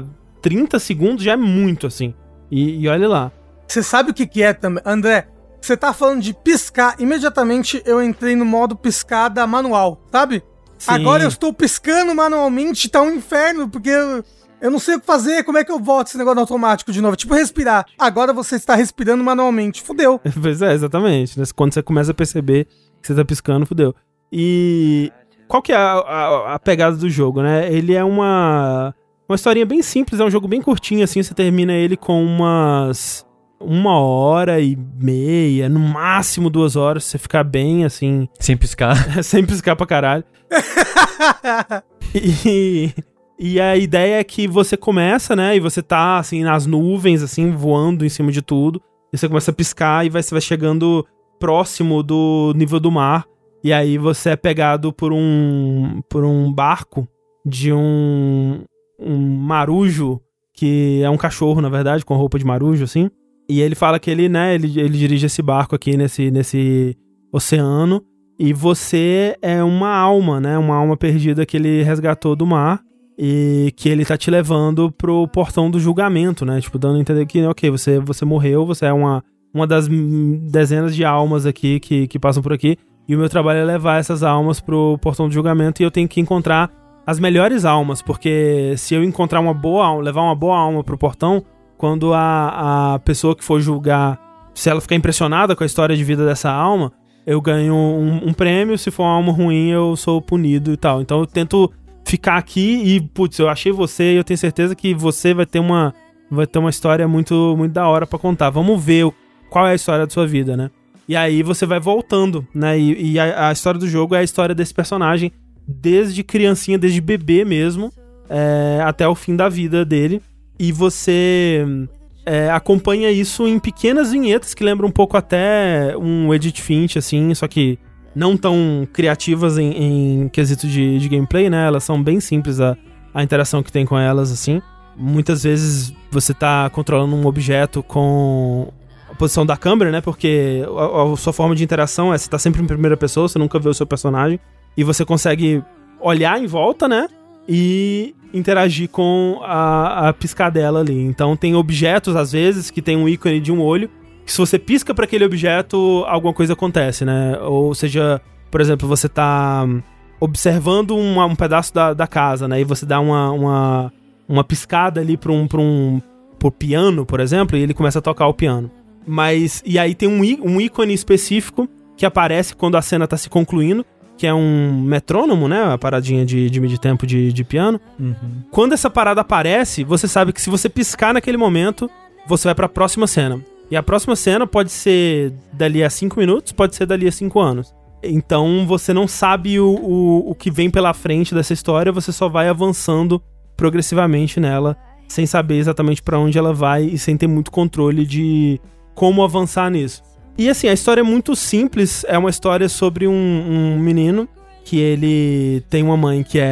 30 segundos já é muito, assim. E olha lá. Você sabe o que é também, André? Você tá falando de piscar, imediatamente eu entrei no modo piscada manual, sabe? Sim. Agora eu estou piscando manualmente, tá um inferno, porque eu não sei o que fazer, como é que eu volto esse negócio automático de novo? Tipo respirar. Agora você está respirando manualmente, fudeu. Pois é, exatamente. Quando você começa a perceber que você tá piscando, fudeu. E qual que é a pegada do jogo, né? Ele é uma historinha bem simples, é um jogo bem curtinho, assim, você termina ele com umas 1h30, no máximo 2 horas, você ficar bem, assim... Sem piscar. Sem piscar pra caralho. E a ideia é que você começa, né, e você tá, assim, nas nuvens, assim, voando em cima de tudo, e você começa a piscar e você vai chegando próximo do nível do mar, e aí você é pegado por um barco de um marujo, que é um cachorro, na verdade, com roupa de marujo, assim. E ele fala que ele dirige esse barco aqui nesse oceano, e você é uma alma, né? Uma alma perdida que ele resgatou do mar, e que ele tá te levando pro portão do julgamento, né? Tipo, dando a entender que, ok, você morreu, você é uma das dezenas de almas aqui que passam por aqui, e o meu trabalho é levar essas almas pro portão do julgamento, e eu tenho que encontrar as melhores almas, porque se eu encontrar uma boa alma, levar uma boa alma pro portão, quando a pessoa que for julgar, se ela ficar impressionada com a história de vida dessa alma, eu ganho um prêmio, se for uma alma ruim, eu sou punido e tal. Então eu tento ficar aqui e, putz, eu achei você e eu tenho certeza que você vai ter uma história muito, muito da hora pra contar. Vamos ver qual é a história da sua vida, né? E aí você vai voltando, né? E a história do jogo é a história desse personagem desde criancinha, desde bebê mesmo, até o fim da vida dele. E você acompanha isso em pequenas vinhetas que lembram um pouco até um Edith Finch, assim, só que não tão criativas em quesito de gameplay, né? Elas são bem simples a interação que tem com elas, assim. Muitas vezes você tá controlando um objeto com a posição da câmera, né? Porque a sua forma de interação você tá sempre em primeira pessoa, você nunca vê o seu personagem. E você consegue olhar em volta, né? E interagir com a piscadela ali. Então tem objetos, às vezes, que tem um ícone de um olho, que se você pisca para aquele objeto, alguma coisa acontece, né? Ou seja, por exemplo, você tá observando um pedaço da casa, né? E você dá uma piscada ali pro piano, por exemplo, e ele começa a tocar o piano. E aí tem um ícone específico que aparece quando a cena tá se concluindo, que é um metrônomo, né? A paradinha de medir tempo de piano. Uhum. Quando essa parada aparece, você sabe que se você piscar naquele momento, você vai pra próxima cena. E a próxima cena pode ser dali a 5 minutos, pode ser dali a 5 anos. Então você não sabe o que vem pela frente dessa história, você só vai avançando progressivamente nela, sem saber exatamente pra onde ela vai e sem ter muito controle de como avançar nisso. E assim, a história é muito simples, é uma história sobre um menino que ele tem uma mãe que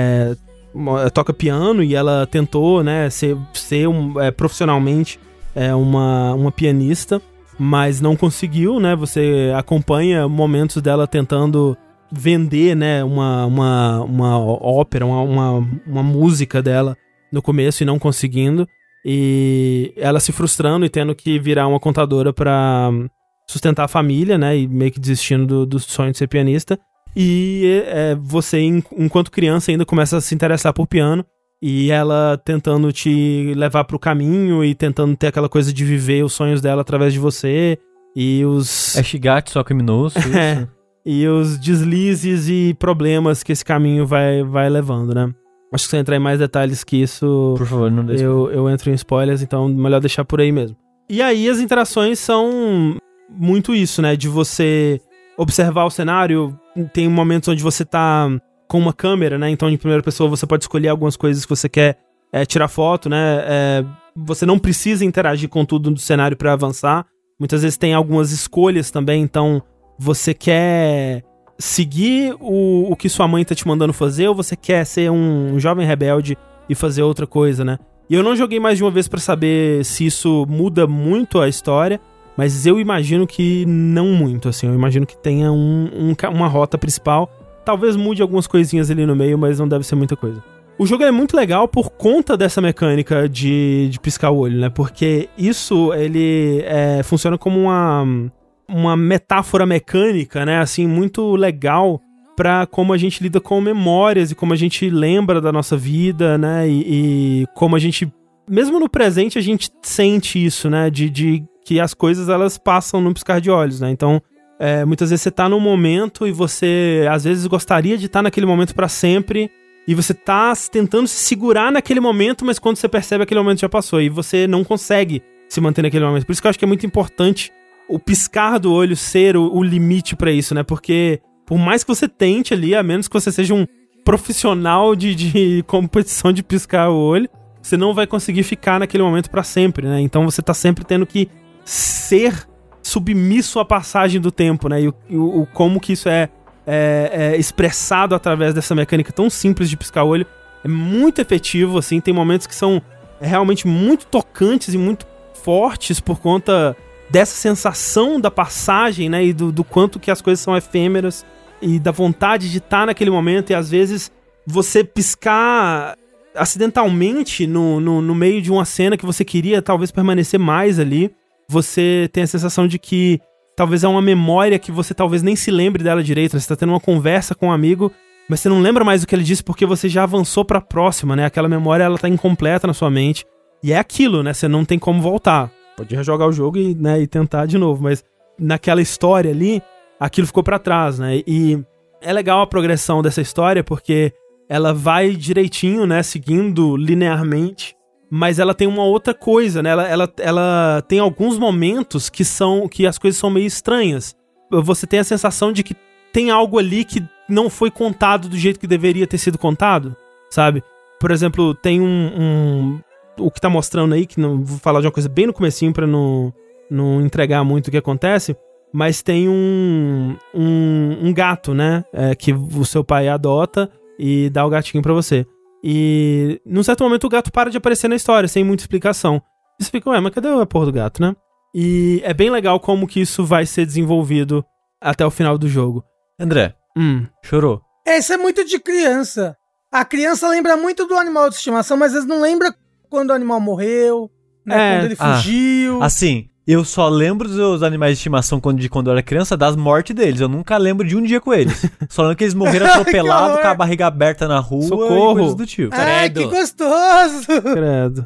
toca piano e ela tentou, né, ser profissionalmente uma pianista, mas não conseguiu, né, você acompanha momentos dela tentando vender, né, uma ópera, uma música dela no começo e não conseguindo, e ela se frustrando e tendo que virar uma contadora pra sustentar a família, né, e meio que desistindo do sonho de ser pianista. E você, enquanto criança, ainda começa a se interessar por piano, e ela tentando te levar pro caminho e tentando ter aquela coisa de viver os sonhos dela através de você, e os... Shigatsu, só criminoso, isso. E os deslizes e problemas que esse caminho vai levando, né. Acho que se eu entrar em mais detalhes que isso... Por favor, não deixe. Eu entro em spoilers, então melhor deixar por aí mesmo. E aí as interações são muito isso, né? De você observar o cenário. Tem momentos onde você tá com uma câmera, né? Então, em primeira pessoa, você pode escolher algumas coisas que você quer tirar foto, né? Você não precisa interagir com tudo do cenário para avançar. Muitas vezes tem algumas escolhas também, então você quer seguir o que sua mãe tá te mandando fazer, ou você quer ser um jovem rebelde e fazer outra coisa, né? E eu não joguei mais de uma vez pra saber se isso muda muito a história, mas eu imagino que não muito, assim. Eu imagino que tenha uma rota principal. Talvez mude algumas coisinhas ali no meio, mas não deve ser muita coisa. O jogo é muito legal por conta dessa mecânica de piscar o olho, né? Porque isso, ele funciona como uma metáfora mecânica, né? Assim, muito legal pra como a gente lida com memórias e como a gente lembra da nossa vida, né? E como a gente, mesmo no presente, a gente sente isso, né? De que as coisas, elas passam num piscar de olhos, né? Então, muitas vezes você tá num momento e você, às vezes, gostaria de estar naquele momento pra sempre, e você tá tentando se segurar naquele momento, mas quando você percebe, aquele momento já passou, e você não consegue se manter naquele momento. Por isso que eu acho que é muito importante o piscar do olho ser o limite pra isso, né? Porque por mais que você tente ali, a menos que você seja um profissional de competição de piscar o olho, você não vai conseguir ficar naquele momento pra sempre, né? Então você tá sempre tendo que ser submisso à passagem do tempo, né? E como que isso é expressado através dessa mecânica tão simples de piscar o olho. É muito efetivo, assim. Tem momentos que são realmente muito tocantes e muito fortes por conta dessa sensação da passagem, né? E do quanto que as coisas são efêmeras e da vontade de estar naquele momento. E às vezes você piscar acidentalmente no meio de uma cena que você queria talvez permanecer mais ali. Você tem a sensação de que talvez é uma memória que você talvez nem se lembre dela direito, né? Você tá tendo uma conversa com um amigo, mas você não lembra mais o que ele disse porque você já avançou pra próxima, né? Aquela memória, ela tá incompleta na sua mente. E é aquilo, né? Você não tem como voltar. Pode rejogar o jogo e tentar de novo, mas naquela história ali, aquilo ficou pra trás, né? E é legal a progressão dessa história porque ela vai direitinho, né? Seguindo linearmente. Mas ela tem uma outra coisa, né? Ela tem alguns momentos que as coisas são meio estranhas. Você tem a sensação de que tem algo ali que não foi contado do jeito que deveria ter sido contado, sabe? Por exemplo, tem o que tá mostrando aí, que não vou falar de uma coisa bem no comecinho pra não entregar muito o que acontece, mas tem um gato, né? Que o seu pai adota e dá o gatinho pra você. E num certo momento o gato para de aparecer na história, sem muita explicação. E você fica, mas cadê a porra do gato, né? E é bem legal como que isso vai ser desenvolvido até o final do jogo. André, chorou? Isso é muito de criança. A criança lembra muito do animal de estimação, mas às vezes não lembra quando o animal morreu, né? Quando ele fugiu. Assim, eu só lembro dos animais de estimação quando eu era criança, das mortes deles. Eu nunca lembro de um dia com eles. Só lembro que eles morreram atropelados, com a barriga aberta na rua. Socorro. E coisas do tipo. Ai, que gostoso! Credo.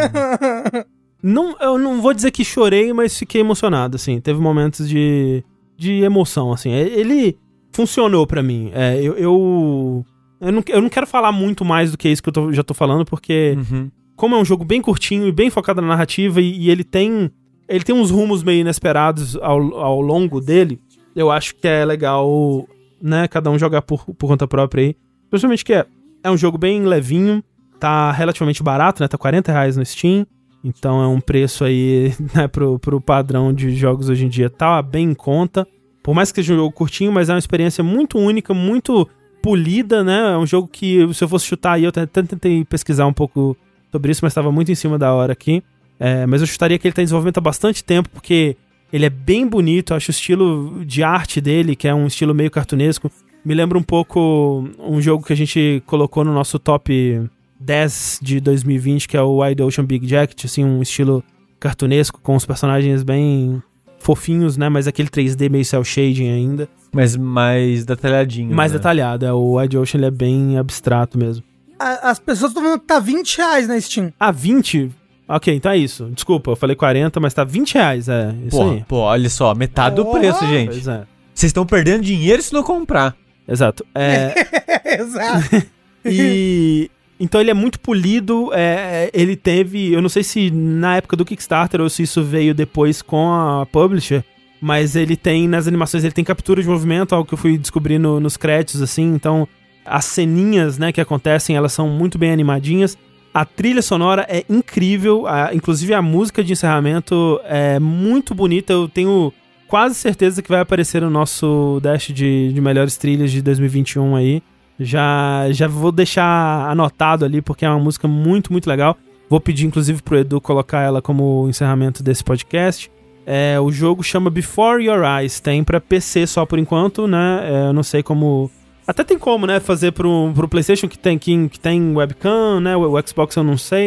Eu não vou dizer que chorei, mas fiquei emocionado, assim. Teve momentos de emoção, assim. Ele funcionou pra mim. Eu não quero falar muito mais do que isso que eu já tô falando, porque como é um jogo bem curtinho e bem focado na narrativa, e ele tem uns rumos meio inesperados ao longo dele, eu acho que é legal, né, cada um jogar por conta própria aí. Principalmente que é um jogo bem levinho, tá relativamente barato, né, tá R$40 no Steam, então é um preço aí, né, pro padrão de jogos hoje em dia, tá bem em conta. Por mais que seja um jogo curtinho, mas é uma experiência muito única, muito polida, né, é um jogo que, se eu fosse chutar aí, eu até tentei pesquisar um pouco sobre isso, mas estava muito em cima da hora aqui. Mas eu chutaria que ele tá em desenvolvimento há bastante tempo, porque ele é bem bonito, eu acho o estilo de arte dele, que é um estilo meio cartunesco, me lembra um pouco um jogo que a gente colocou no nosso top 10 de 2020, que é o Wide Ocean Big Jacket, assim, um estilo cartunesco, com os personagens bem fofinhos, né, mas aquele 3D meio cel shading ainda. Mas mais detalhadinho. Mais né? detalhado, o Wide Ocean ele é bem abstrato mesmo. As pessoas estão falando que tá R$20 na Steam. 20? Ok, então é isso. Desculpa, eu falei 40, mas tá R$20, isso aí. Pô, olha só, metade do preço, gente. Pois é. Vocês estão perdendo dinheiro se não comprar. Exato. Exato. E então ele é muito polido, ele teve, eu não sei se na época do Kickstarter ou se isso veio depois com a publisher, mas ele tem, nas animações, ele tem captura de movimento, algo que eu fui descobrindo nos créditos, assim, então as ceninhas, né, que acontecem, elas são muito bem animadinhas. A trilha sonora é incrível, inclusive a música de encerramento é muito bonita, eu tenho quase certeza que vai aparecer no nosso Dash de melhores trilhas de 2021 aí. Já vou deixar anotado ali, porque é uma música muito, muito legal. Vou pedir, inclusive, pro Edu colocar ela como encerramento desse podcast. O jogo chama Before Your Eyes, tem pra PC só por enquanto, né? Eu não sei como... Até tem como, né, fazer pro PlayStation que tem webcam, né? O Xbox eu não sei.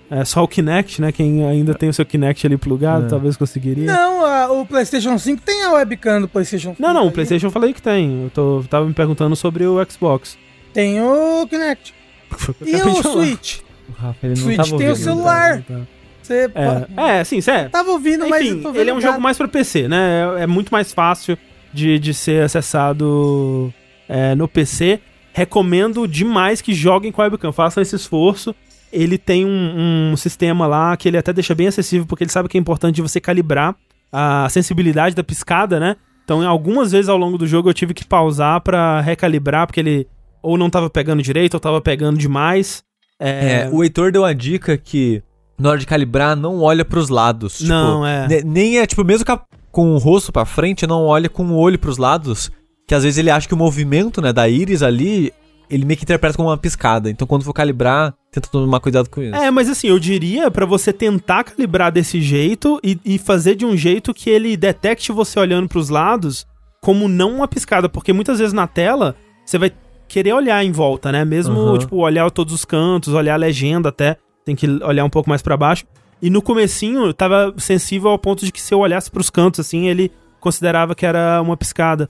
É só o Kinect, né? Quem ainda tem o seu Kinect ali plugado, talvez conseguiria. Não, o PlayStation 5 tem a webcam do PlayStation 5. Não, o PlayStation eu falei que tem. Tava me perguntando sobre o Xbox. Tem o Kinect. E o Switch? O Rafa, ele não Switch tava tem o ouvindo. celular. Você sim, certo. tava ouvindo, mas eu tô vendo ele é um jogo mais pra PC, né? É muito mais fácil de ser acessado no PC. Recomendo demais que joguem com a webcam. Façam esse esforço. Ele tem um sistema lá que ele até deixa bem acessível, porque ele sabe que é importante você calibrar a sensibilidade da piscada, né? Então, algumas vezes ao longo do jogo eu tive que pausar pra recalibrar, porque ele ou não tava pegando direito, ou tava pegando demais. O Heitor deu a dica que na hora de calibrar não olha pros lados. Não, Nem é, tipo, mesmo com o rosto pra frente, não olha com o olho pros lados, que às vezes ele acha que o movimento, né, da íris ali, ele meio que interpreta como uma piscada. Então, quando for calibrar, tenta tomar cuidado com isso. Mas assim, eu diria pra você tentar calibrar desse jeito e fazer de um jeito que ele detecte você olhando pros lados como não uma piscada, porque muitas vezes na tela você vai querer olhar em volta, né? Mesmo, tipo, olhar todos os cantos, olhar a legenda até, tem que olhar um pouco mais pra baixo. E no comecinho, tava sensível ao ponto de que se eu olhasse pros cantos, assim, ele considerava que era uma piscada.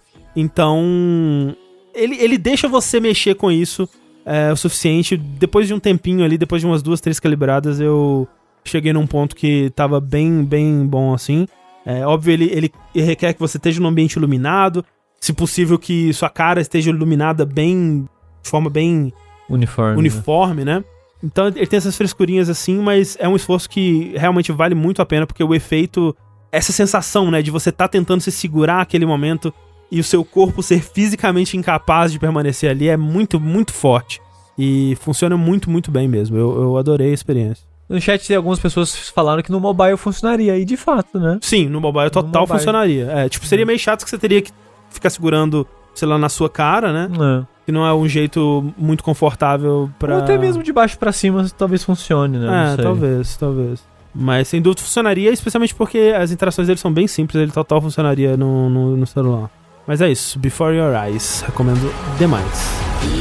Então, ele deixa você mexer com isso o suficiente. Depois de um tempinho ali, depois de umas 2, 3 calibradas, eu cheguei num ponto que tava bem, bem bom, assim. Óbvio, ele requer que você esteja num ambiente iluminado, se possível que sua cara esteja iluminada bem, de forma bem uniforme, né? Então ele tem essas frescurinhas assim, mas é um esforço que realmente vale muito a pena, porque o efeito, essa sensação, né, de você tá tentando se segurar aquele momento e o seu corpo ser fisicamente incapaz de permanecer ali é muito, muito forte. E funciona muito, muito bem mesmo. Eu adorei a experiência. No chat algumas pessoas falaram que no mobile funcionaria, e de fato, né? Sim, no mobile total funcionaria. Seria meio chato que você teria que ficar segurando, sei lá, na sua cara, né? Que não é um jeito muito confortável pra... Ou até mesmo de baixo pra cima talvez funcione, né? Talvez. Mas sem dúvida funcionaria, especialmente porque as interações dele são bem simples, ele total funcionaria no celular. Mas é isso, Before Your Eyes, recomendo demais.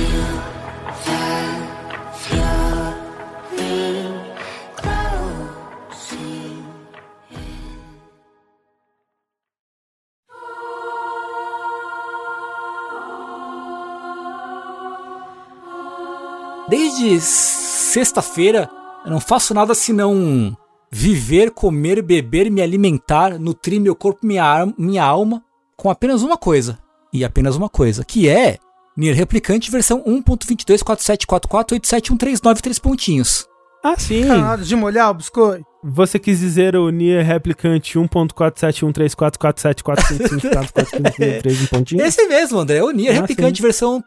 Desde sexta-feira, eu não faço nada senão viver, comer, beber, me alimentar, nutrir meu corpo e minha alma com apenas uma coisa. E apenas uma coisa, que é Nier Replicante versão 1.22.4744.87139 3 pontinhos. Ah, sim. Nada de molhar o biscoito. Você quis dizer o Nier Replicante 1.4713444555455 pontinhos? Esse mesmo, André, o Nier Replicante versão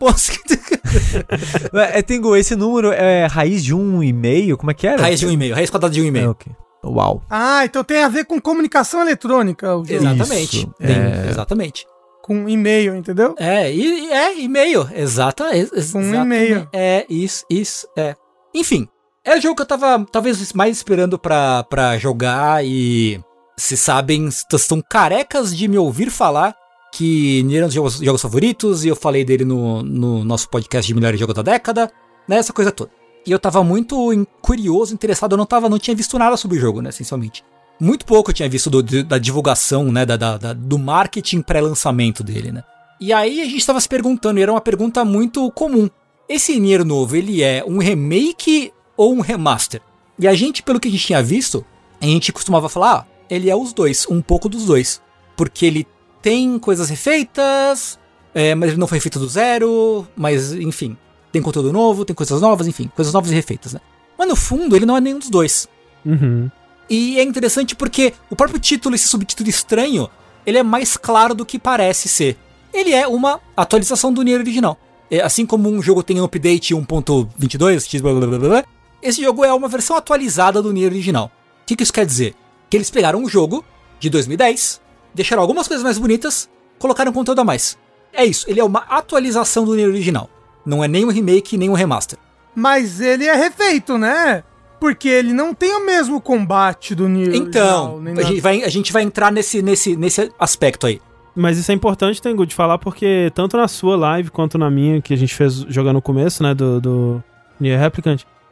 1. Tengo, esse número é raiz de 1,5? Como é que era? Raiz de 1,5, raiz quadrada de 1,5. Ok. Uau. Ah, então tem a ver com comunicação eletrônica o jogo. Exatamente. Exatamente. Com e-mail, entendeu? E-mail. Exatamente. Com e-mail. Isso. Enfim, é o jogo que eu tava talvez mais esperando pra jogar e... Se sabem, estão carecas de me ouvir falar que Nier é um dos jogos favoritos, e eu falei dele no nosso podcast de melhores jogos da década, né, essa coisa toda. E eu tava muito curioso, interessado, eu não tinha visto nada sobre o jogo, né, essencialmente. Muito pouco eu tinha visto da divulgação, né, do marketing pré-lançamento dele, né. E aí a gente tava se perguntando, e era uma pergunta muito comum. Esse Nier novo, ele é um remake ou um remaster? E a gente, pelo que a gente tinha visto, a gente costumava falar, ele é os dois, um pouco dos dois. Porque ele tem coisas refeitas, mas ele não foi refeito do zero, mas enfim, tem conteúdo novo, tem coisas novas, enfim, coisas novas e refeitas, né? Mas no fundo, ele não é nenhum dos dois. Uhum. E é interessante porque o próprio título, esse subtítulo estranho, ele é mais claro do que parece ser. Ele é uma atualização do Nier original. Assim como um jogo tem um update 1.22, blá blá blá blá, esse jogo é uma versão atualizada do Nier original. O que isso quer dizer? Que eles pegaram um jogo de 2010, deixaram algumas coisas mais bonitas, colocaram conteúdo a mais. É isso, ele é uma atualização do Nier original. Não é nem um remake, nem um remaster. Mas ele é refeito, né? Porque ele não tem o mesmo combate do Nier então, original. a gente vai entrar nesse aspecto aí. Mas isso é importante, Tengu, de falar, porque tanto na sua live quanto na minha, que a gente fez jogar no começo, né, do Nier Replicant,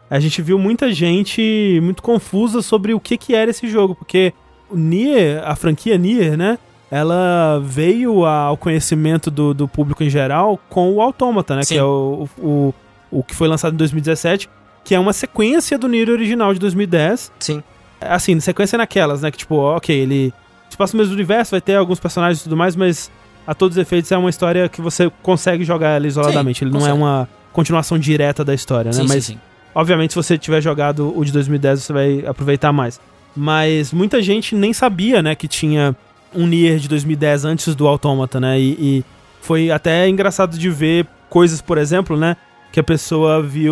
a gente viu muita gente muito confusa sobre o que era esse jogo, porque o Nier, a franquia Nier, né, ela veio ao conhecimento do público em geral com o Automata, né, Sim. que é o que foi lançado em 2017, que é uma sequência do Nier original de 2010. Sim. Assim, sequência naquelas, né, que tipo, ok, ele se passa no mesmo universo, vai ter alguns personagens e tudo mais, mas a todos os efeitos é uma história que você consegue jogar ela isoladamente. Sim, ele não é uma continuação direta da história, né? Sim, mas, sim. obviamente, se você tiver jogado o de 2010, você vai aproveitar mais. Mas muita gente nem sabia, né, que tinha um Nier de 2010 antes do Automata, né? E foi até engraçado de ver coisas, por exemplo, né, que a pessoa viu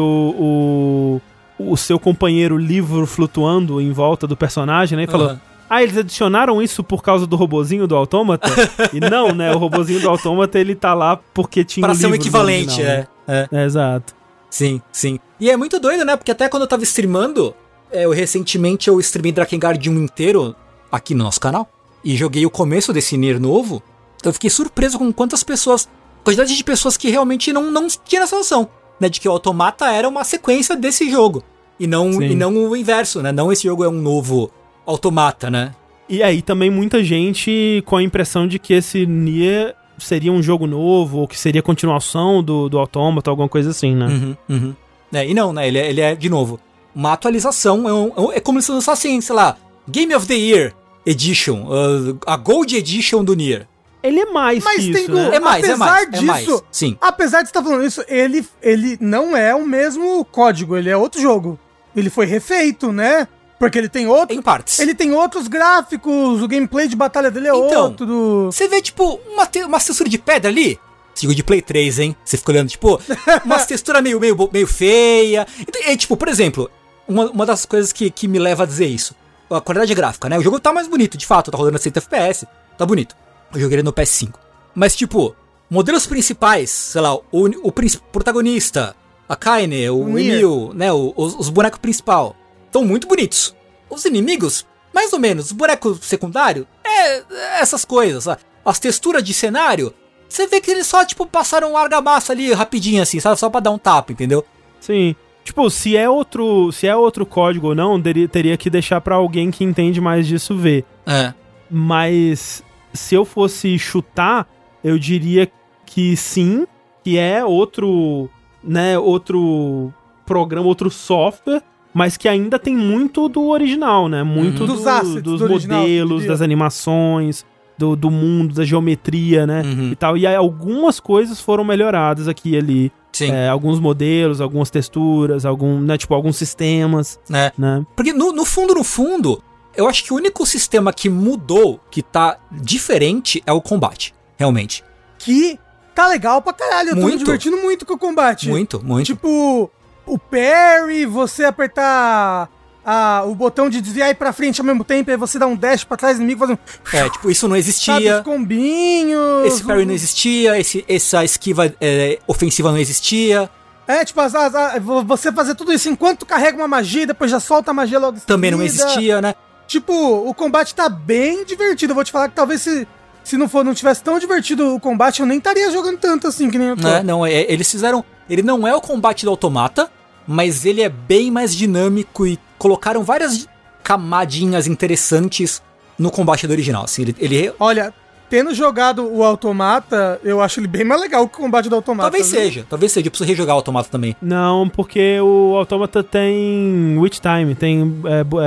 o seu companheiro livro flutuando em volta do personagem, né? E falou... eles adicionaram isso por causa do robozinho do Automata? E não, né? O robozinho do Automata, ele tá lá porque tinha pra um livro ser um equivalente, original, né? Exato. Sim, sim. E é muito doido, né? Porque até quando eu tava streamando, recentemente eu streamei Drakengard 1 inteiro aqui no nosso canal. E joguei o começo desse Nier novo. Então eu fiquei surpreso com quantas pessoas... Quantidade de pessoas que realmente não tinham essa noção, né? De que o Automata era uma sequência desse jogo. E não o inverso, né? Não esse jogo é um novo... Automata, né? E aí também muita gente com a impressão de que esse Nier seria um jogo novo, ou que seria continuação do Automata, alguma coisa assim, né? E não, né? Ele é, de novo, uma atualização, é como se lançassem, sei lá, Game of the Year Edition, a Gold Edition do Nier. Ele é mais mas que tem isso, né? Apesar disso, mais. Sim. Apesar de você estar falando isso, ele não é o mesmo código, ele é outro jogo. Ele foi refeito, né? Porque ele tem outro... Em partes. Ele tem outros gráficos, o gameplay de batalha dele é outro. Você vê, tipo, uma textura de pedra ali? Sigo de Play 3, hein? Você fica olhando, tipo, uma textura meio feia. Então, tipo, por exemplo, uma das coisas que me leva a dizer isso. A qualidade gráfica, né? O jogo tá mais bonito, de fato. Tá rodando a 60 FPS. Tá bonito. Eu joguei ele no PS5. Mas, tipo, modelos principais, sei lá, o protagonista, a Kaine, o Emil, né? Os bonecos principais. Estão muito bonitos. Os inimigos, mais ou menos. Os bonecos secundários, essas coisas, sabe? As texturas de cenário, você vê que eles só, tipo, passaram um argamassa ali rapidinho, assim, sabe? Só pra dar um tapa, entendeu? Sim. Tipo, se é outro código ou não, teria que deixar pra alguém que entende mais disso ver. Mas, se eu fosse chutar, eu diria que sim, que é outro, né, outro programa, outro software, mas que ainda tem muito do original, né? Muito dos modelos, das animações, do mundo, da geometria, né? E tal. E aí, algumas coisas foram melhoradas aqui e ali. Sim. Alguns modelos, algumas texturas, né, tipo, alguns sistemas. Né? Porque no fundo, eu acho que o único sistema que mudou, que tá diferente, é o combate. Realmente. Que tá legal pra caralho. Eu tô me divertindo muito com o combate. Muito. Tipo... O parry, você apertar o botão de desviar e ir pra frente ao mesmo tempo, aí você dá um dash pra trás do inimigo, fazer um... tipo, isso não existia. Sabe, os combinhos... Esse parry não existia, essa esquiva ofensiva não existia. Tipo, você fazer tudo isso enquanto carrega uma magia e depois já solta a magia logo em seguida. Também não existia, né? Tipo, o combate tá bem divertido. Eu vou te falar que talvez se não tivesse tão divertido o combate, eu nem estaria jogando tanto assim que nem eu tô. Eles fizeram... Ele não é o combate do Automata, mas ele é bem mais dinâmico e colocaram várias camadinhas interessantes no combate do original. Assim, ele... Olha, tendo jogado o Automata, eu acho ele bem mais legal que o combate do Automata. Talvez seja. Eu preciso rejogar o Automata também. Não, porque o Automata tem witch time, tem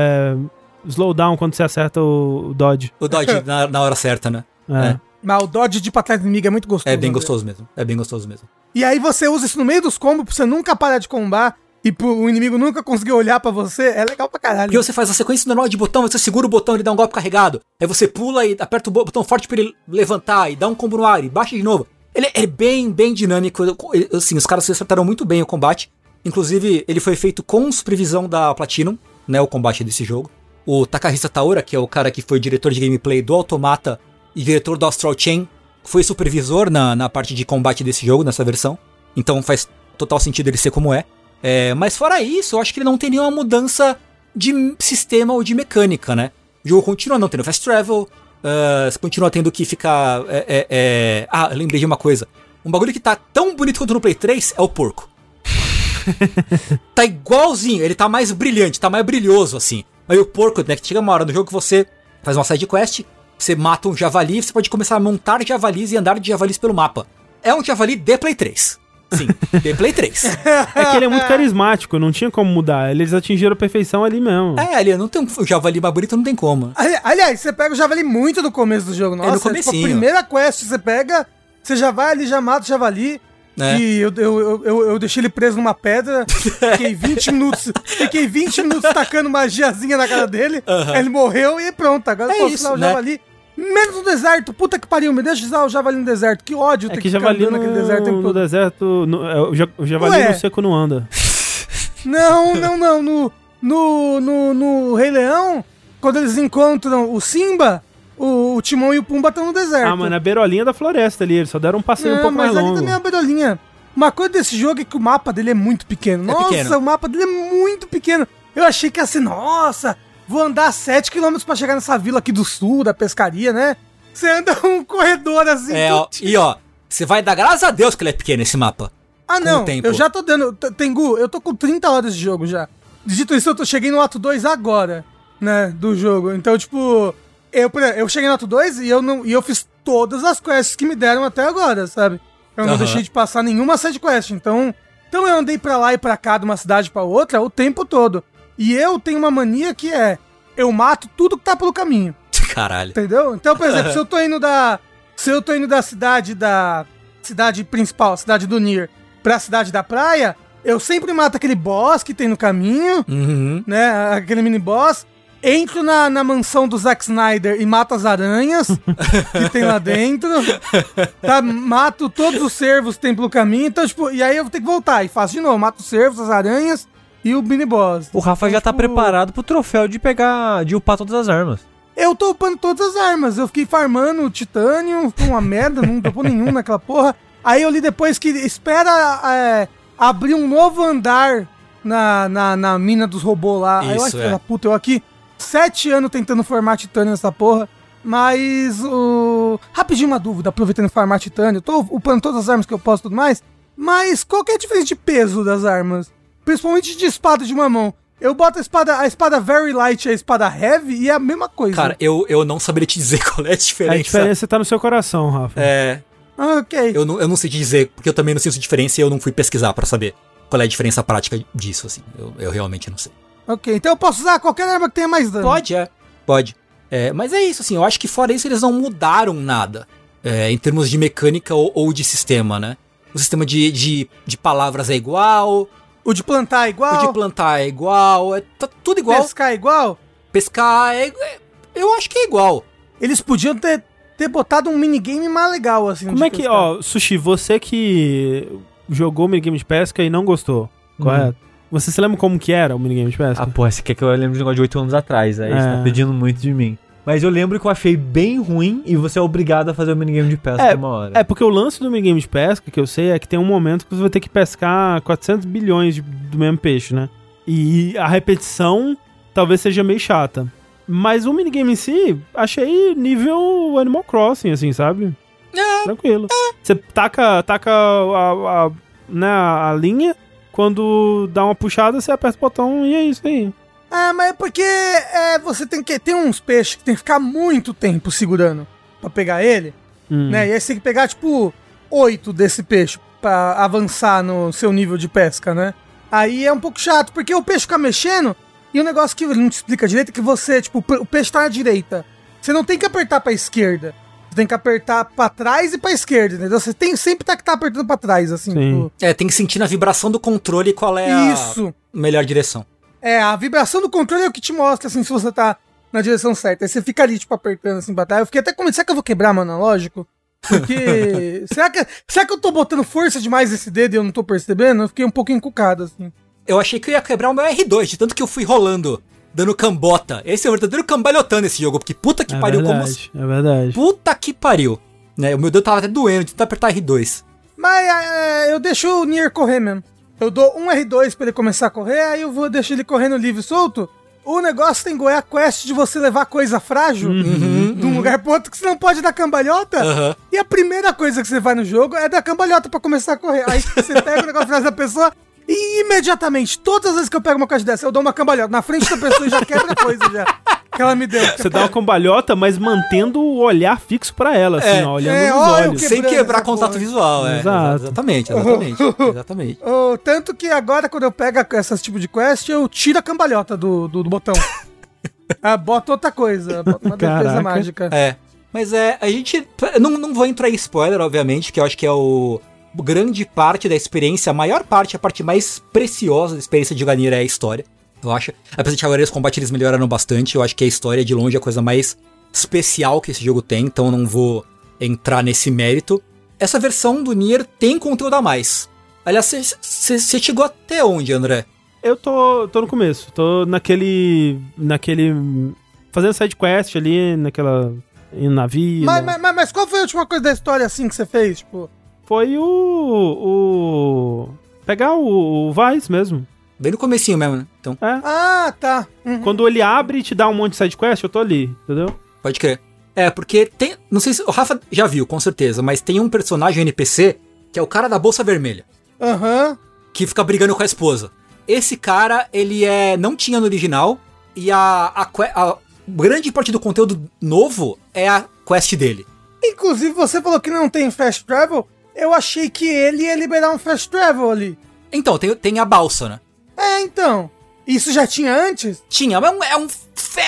slowdown quando você acerta o dodge. O dodge na hora certa, né? Mas o dodge de ir pra trás do inimigo é muito gostoso. É bem gostoso mesmo. É bem gostoso mesmo. E aí você usa isso no meio dos combos pra você nunca parar de combar e o inimigo nunca conseguir olhar pra você. É legal pra caralho. Porque você faz a sequência normal de botão, você segura o botão e ele dá um golpe carregado. Aí você pula e aperta o botão forte pra ele levantar e dá um combo no ar e baixa de novo. Ele é bem dinâmico. Assim, os caras acertaram muito bem o combate. Inclusive, ele foi feito com supervisão da Platinum, né? O combate desse jogo. O Takahisa Taura, que é o cara que foi diretor de gameplay do Automata e diretor do Astral Chain, foi supervisor na parte de combate desse jogo, nessa versão. Então faz total sentido ele ser como é. Mas fora isso, eu acho que ele não tem nenhuma mudança de sistema ou de mecânica, né? O jogo continua não tendo fast travel, você continua tendo que ficar... eu lembrei de uma coisa. Um bagulho que tá tão bonito quanto no Play 3 é o porco. Tá igualzinho, ele tá mais brilhante, tá mais brilhoso, assim. Aí o porco, né, que chega uma hora no jogo que você faz uma side quest, você mata um javali, você pode começar a montar javalis e andar de javalis pelo mapa. É um javali de Play 3. Sim, de Play 3. É que ele é muito carismático, não tinha como mudar. Eles atingiram a perfeição ali mesmo. Ali não tem um javali mais bonito, não tem como. Aliás, você pega o javali muito no começo do jogo. Nossa, no comecinho. Tipo, a primeira quest você pega, você já vai ali, já mata o javali. E eu deixei ele preso numa pedra, fiquei 20 minutos tacando magiazinha na cara dele, aí ele morreu e pronto, agora eu posso usar o javali. Menos no deserto, puta que pariu, me deixa usar o javali no deserto, que ódio ter que ficar andando naquele deserto o tempo todo. No deserto, o javali no seco não anda. Não, no Rei Leão, quando eles encontram o Simba, o Timão e o Pumba estão no deserto. Ah, mas na beirolinha da floresta ali, eles só deram um passeio um pouco mais longo. Mas ali também é uma beirolinha. Uma coisa desse jogo é que o mapa dele é muito pequeno. Nossa, o mapa dele é muito pequeno. Eu achei que ia ser, nossa, vou andar 7 km pra chegar nessa vila aqui do sul, da pescaria, né? Você anda um corredor assim. Você vai dar graças a Deus que ele é pequeno esse mapa. Ah, não, eu já tô dando... Tengu, eu tô com 30 horas de jogo já. Dito isso, cheguei no ato 2 agora, né, do jogo. Então, tipo... Eu cheguei no ato 2 e eu fiz todas as quests que me deram até agora, sabe? Eu não deixei de passar nenhuma side quest. Então eu andei pra lá e pra cá, de uma cidade pra outra, o tempo todo. E eu tenho uma mania que eu mato tudo que tá pelo caminho. Caralho. Entendeu? Então, por exemplo, se eu tô indo da cidade principal, cidade do Nier, pra cidade da praia, eu sempre mato aquele boss que tem no caminho, né? Aquele mini boss. Entro na mansão do Zack Snyder e mato as aranhas que tem lá dentro. Tá? Mato todos os cervos que tem pelo caminho. Então, tipo, e aí eu vou ter que voltar e faço de novo. Mato os cervos, as aranhas e o mini boss. O Rafa já tá preparado pro troféu de upar todas as armas. Eu tô upando todas as armas. Eu fiquei farmando titânio, foi uma merda, não dropou nenhum naquela porra. Aí eu li depois que espera abrir um novo andar na mina dos robôs lá. Aí eu acho que puta, eu aqui 7 anos tentando farmar titânio nessa porra. Mas rapidinho uma dúvida, aproveitando farmar titânio. Eu tô upando todas as armas que eu posso e tudo mais. Mas qual que é a diferença de peso das armas? Principalmente de espada de uma mão. Eu boto a espada very light e a espada heavy e é a mesma coisa. Cara, eu não saberia te dizer qual é a diferença. A diferença tá no seu coração, Rafa. Ok. Eu não sei te dizer, porque eu também não sei essa diferença e eu não fui pesquisar pra saber qual é a diferença prática disso, assim. Eu realmente não sei. Ok, então eu posso usar qualquer arma que tenha mais dano. Pode. Mas é isso, assim, eu acho que fora isso eles não mudaram nada. Em termos de mecânica ou de sistema, né? O sistema de palavras é igual. O de plantar é igual. Tá tudo igual. Pescar é igual? Pescar eu acho que é igual. Eles podiam ter botado um minigame mais legal, assim. Como é que, Sushi, você que jogou o minigame de pesca e não gostou, correto? Você se lembra como que era o minigame de pesca? Ah, pô, você quer que eu lembre de um negócio de 8 anos atrás, aí você tá pedindo muito de mim. Mas eu lembro que eu achei bem ruim e você é obrigado a fazer o minigame de pesca uma hora. Porque o lance do minigame de pesca, que eu sei, é que tem um momento que você vai ter que pescar 400 bilhões do mesmo peixe, né? E a repetição talvez seja meio chata. Mas o minigame em si, achei nível Animal Crossing, assim, sabe? Tranquilo. Você taca a linha, quando dá uma puxada, você aperta o botão e é isso aí. Mas é porque você tem que ter uns peixes que tem que ficar muito tempo segurando pra pegar ele, né? E aí você tem que pegar, tipo, 8 desse peixe pra avançar no seu nível de pesca, né? Aí é um pouco chato, porque o peixe fica mexendo e o negócio que ele não te explica direito é que você, tipo, o peixe tá na direita. Você não tem que apertar pra esquerda. Você tem que apertar pra trás e pra esquerda, entendeu? Você tem sempre que tá apertando pra trás, assim. Tipo... tem que sentir na vibração do controle qual é a melhor direção. A vibração do controle é o que te mostra, assim, se você tá na direção certa. Aí você fica ali, tipo, apertando, assim, pra trás. Eu fiquei até com medo, será que eu vou quebrar meu analógico? Porque... será que eu tô botando força demais nesse dedo e eu não tô percebendo? Eu fiquei um pouco encucado, assim. Eu achei que eu ia quebrar o meu R2, de tanto que eu fui rolando, dando cambota. Esse é o verdadeiro cambalhotando esse jogo, porque puta que pariu. É verdade. Puta que pariu. Né? O meu dedo tava até doendo de tentar apertar R2. Mas eu deixo o Nier correr mesmo. Eu dou um R2 pra ele começar a correr, aí eu vou deixar ele correndo livre e solto. O negócio tem a quest de você levar coisa frágil de um lugar pro outro, que você não pode dar cambalhota. E a primeira coisa que você vai no jogo é dar cambalhota pra começar a correr. Aí você pega o negócio atrás da pessoa, E imediatamente, todas as vezes que eu pego uma caixa dessa, eu dou uma cambalhota na frente da pessoa e já quebra a coisa já. Que ela me deu. Você dá uma cambalhota, mas mantendo o olhar fixo pra ela, assim, ó, olhando nos olhos. Sem quebrar contato visual, Exato. Exatamente. Exatamente. Tanto que agora, quando eu pego essas tipo de quest, eu tiro a cambalhota do botão. Boto outra coisa, boto uma defesa mágica. Mas a gente... Não vou entrar em spoiler, obviamente, que eu acho que é grande parte da experiência, a maior parte, a parte mais preciosa da experiência de Nier é a história. Eu acho, apesar de agora os combates eles melhoraram bastante, eu acho que a história é de longe a coisa mais especial que esse jogo tem, então eu não vou entrar nesse mérito. Essa versão do Nier tem conteúdo a mais. Aliás, você chegou até onde, André? Eu tô no começo, tô naquele fazendo side quest ali, indo na vila. Mas qual foi a última coisa da história assim que você fez, tipo? Foi pegar o Vice mesmo. Bem no comecinho mesmo, né? Então. Tá. Uhum. Quando ele abre e te dá um monte de sidequest, eu tô ali, entendeu? Pode crer. Porque tem... Não sei se... O Rafa já viu, com certeza, mas tem um personagem NPC que é o cara da bolsa vermelha. Aham. Que fica brigando com a esposa. Esse cara, ele não tinha no original, e a grande parte do conteúdo novo é a quest dele. Inclusive, você falou que não tem fast travel, eu achei que ele ia liberar um fast travel ali. Então, tem a balsa, né? Então. Isso já tinha antes? Tinha, mas é um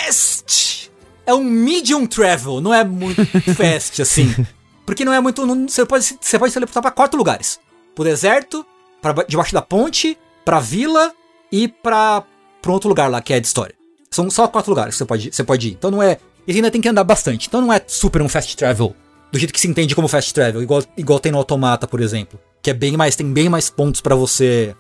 fast. É um medium travel, não é muito fast, assim. Porque não é muito... Você pode se teleportar pra 4 lugares. Pro deserto, debaixo da ponte, pra vila e pra outro lugar lá, que é de história. São só 4 lugares que você pode ir. Então não é... E ainda tem que andar bastante. Então não é super um fast travel do jeito que se entende como fast travel. Igual tem no Automata, por exemplo. Que é tem bem mais pontos pra você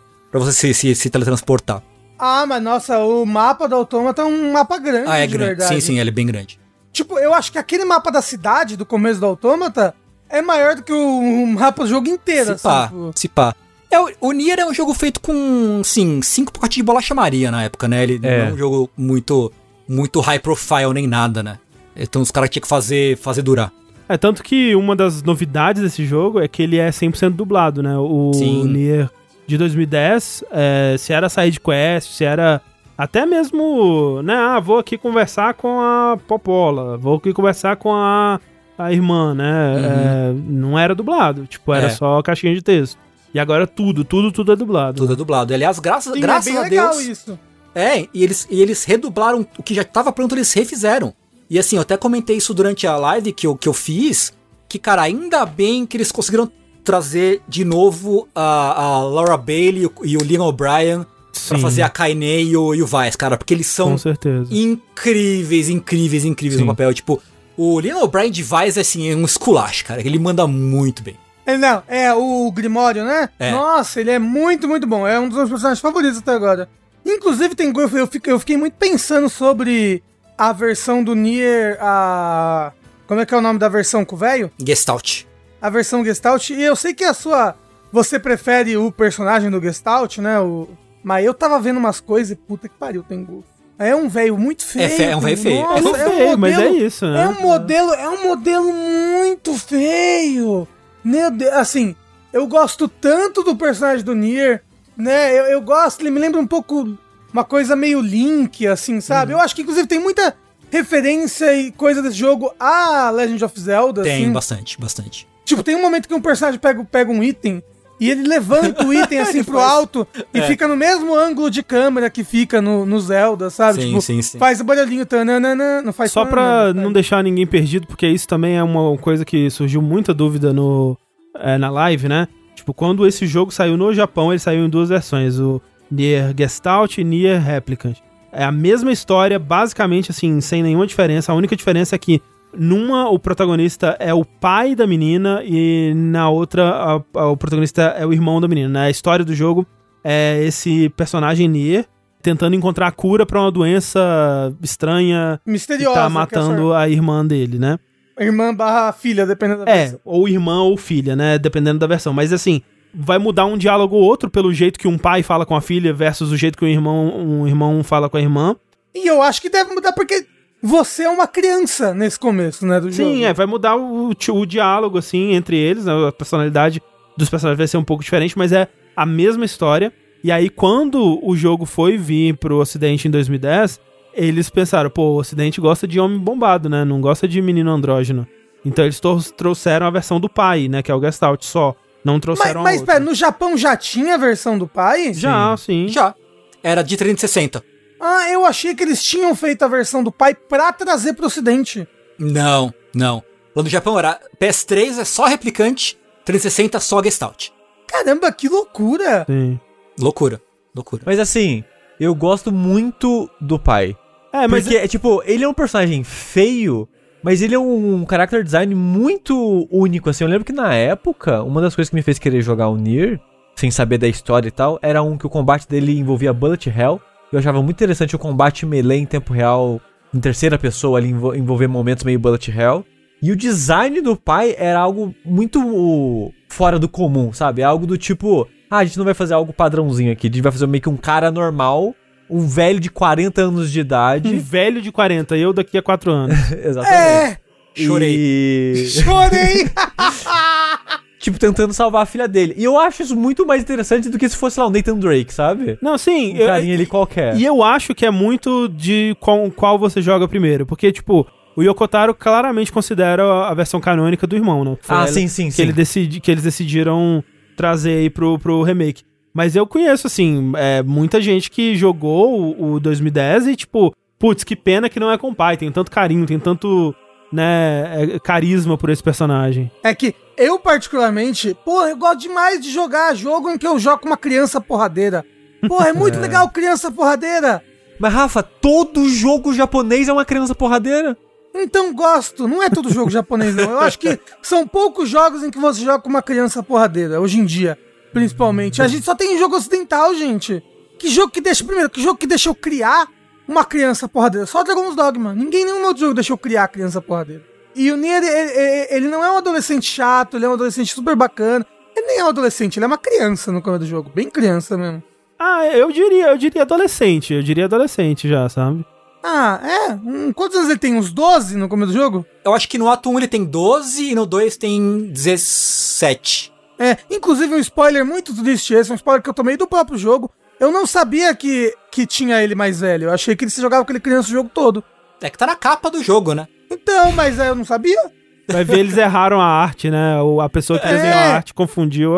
se teletransportar. Mas nossa, o mapa do Automata é um mapa grande, é grande. Verdade. Sim, ele é bem grande. Tipo, eu acho que aquele mapa da cidade, do começo do Automata, é maior do que o mapa do jogo inteiro. Se pá. O Nier é um jogo feito com, sim, 5 pacotes de bolacha Maria na época, né? Ele não é um jogo muito high profile nem nada, né? Então os caras tinham que fazer durar. Tanto que uma das novidades desse jogo é que ele é 100% dublado, né? O Nier de 2010, se era side quest, se era até mesmo, né? Vou aqui conversar com a Popola, vou aqui conversar com a irmã, né? Não era dublado, tipo, era só caixinha de texto. E agora tudo é dublado. Tudo é dublado. E, aliás, graças bem a legal Deus... isso. E eles redublaram o que já estava pronto, eles refizeram. E assim, eu até comentei isso durante a live que eu fiz, que, cara, ainda bem que eles conseguiram trazer de novo a Laura Bailey e o Liam O'Brien pra fazer a Kaine e o Vice, cara, porque eles são incríveis no papel. Tipo, o Liam O'Brien de Vice, assim, é um esculacho, cara, ele manda muito bem. O Grimório, né? Nossa, ele é muito, muito bom. É um dos meus personagens favoritos até agora. Inclusive, eu fiquei muito pensando sobre a versão do Nier, como é que é o nome da versão com o velho? Gestalt. A versão Gestalt. E eu sei que você prefere o personagem do Gestalt, né? Mas eu tava vendo umas coisas e puta que pariu, tem gosto. É um velho muito feio. É um velho feio. Nossa, feio, mas é isso, né? É um modelo muito feio. Meu Deus, assim, eu gosto tanto do personagem do Nier, né? Eu gosto, ele me lembra um pouco uma coisa meio Link, assim, sabe? Eu acho que, inclusive, tem muita referência e coisa desse jogo a Legend of Zelda, Tem, assim. bastante. Tipo, tem um momento que um personagem pega um item e ele levanta o item, assim, pro alto e fica no mesmo ângulo de câmera que fica no Zelda, sabe? Sim. Faz o barulhinho, não faz só pra não deixar ninguém perdido, porque isso também é uma coisa que surgiu muita dúvida na live, né? Tipo, quando esse jogo saiu no Japão, ele saiu em 2 versões, o Nier Gestalt e Nier Replicant. É a mesma história, basicamente, assim, sem nenhuma diferença. A única diferença é que numa, o protagonista é o pai da menina e na outra, o protagonista é o irmão da menina, né? A história do jogo é esse personagem Nier tentando encontrar a cura pra uma doença estranha, misteriosa, que tá matando a irmã dele, né? Irmã / filha, dependendo da versão. Ou irmã ou filha, né? Dependendo da versão. Mas assim, vai mudar um diálogo ou outro pelo jeito que um pai fala com a filha versus o jeito que um irmão fala com a irmã. E eu acho que deve mudar porque você é uma criança nesse começo, né, do jogo. Sim, vai mudar o diálogo, assim, entre eles, né? A personalidade dos personagens vai ser um pouco diferente, mas é a mesma história. E aí, quando o jogo foi vir pro Ocidente em 2010, eles pensaram, pô, o Ocidente gosta de homem bombado, né? Não gosta de menino andrógeno. Então eles trouxeram a versão do pai, né? Que é o Gestalt só. Não trouxeram Mas pera, no Japão já tinha a versão do pai? Já, sim. Já. Era de 360. Ah, eu achei que eles tinham feito a versão do pai pra trazer pro Ocidente. Não. Lá no Japão era PS3 é só replicante, 360 só Gestalt. Caramba, que loucura! Sim. Loucura. Mas assim, eu gosto muito do pai. Mas porque, tipo, ele é um personagem feio, mas ele é um character design muito único, assim. Eu lembro que na época, uma das coisas que me fez querer jogar o Nier, sem saber da história e tal, era que o combate dele envolvia bullet hell. Eu achava muito interessante o combate melee em tempo real, em terceira pessoa, ali envolver momentos meio bullet hell. E o design do pai era algo muito fora do comum, sabe? Algo do tipo, a gente não vai fazer algo padrãozinho aqui, a gente vai fazer meio que um cara normal, um velho de 40 anos de idade. Um velho de 40, eu daqui a 4 anos. Exatamente. Chorei. Chorei! Tipo, tentando salvar a filha dele. E eu acho isso muito mais interessante do que se fosse lá o Nathan Drake, sabe? Não, sim. Um carinha ali qualquer. E eu acho que é muito de qual você joga primeiro. Porque, tipo, o Yoko Taro claramente considera a versão canônica do irmão, né? Sim. Que eles decidiram trazer aí pro remake. Mas eu conheço, assim, muita gente que jogou o 2010 e, tipo, putz, que pena que não é com o pai. Tem tanto carinho, tem tanto, né, carisma por esse personagem. É que eu, particularmente, eu gosto demais de jogar jogo em que eu jogo com uma criança porradeira. É muito legal criança porradeira. Mas, Rafa, todo jogo japonês é uma criança porradeira? Então gosto, não é todo jogo japonês não. Eu acho que são poucos jogos em que você joga com uma criança porradeira, hoje em dia, principalmente. A gente só tem jogo ocidental, gente. Que jogo que deixa eu criar uma criança porradeira? Só Dragon's Dogma. Nenhum outro jogo deixou eu criar criança porradeira. E o Nier, ele não é um adolescente chato, ele é um adolescente super bacana. Ele nem é um adolescente, ele é uma criança no começo do jogo, bem criança mesmo. Eu diria adolescente, já, sabe? Quantos anos ele tem? Uns 12 no começo do jogo? Eu acho que no ato 1 ele tem 12 e no 2 tem 17. Inclusive um spoiler muito triste esse, um spoiler que eu tomei do próprio jogo. Eu não sabia que tinha ele mais velho, eu achei que ele se jogava com aquele criança o jogo todo. É que tá na capa do jogo, né? Então, mas eu não sabia. Vai ver, eles erraram a arte, né? A pessoa que desenhou a arte confundiu.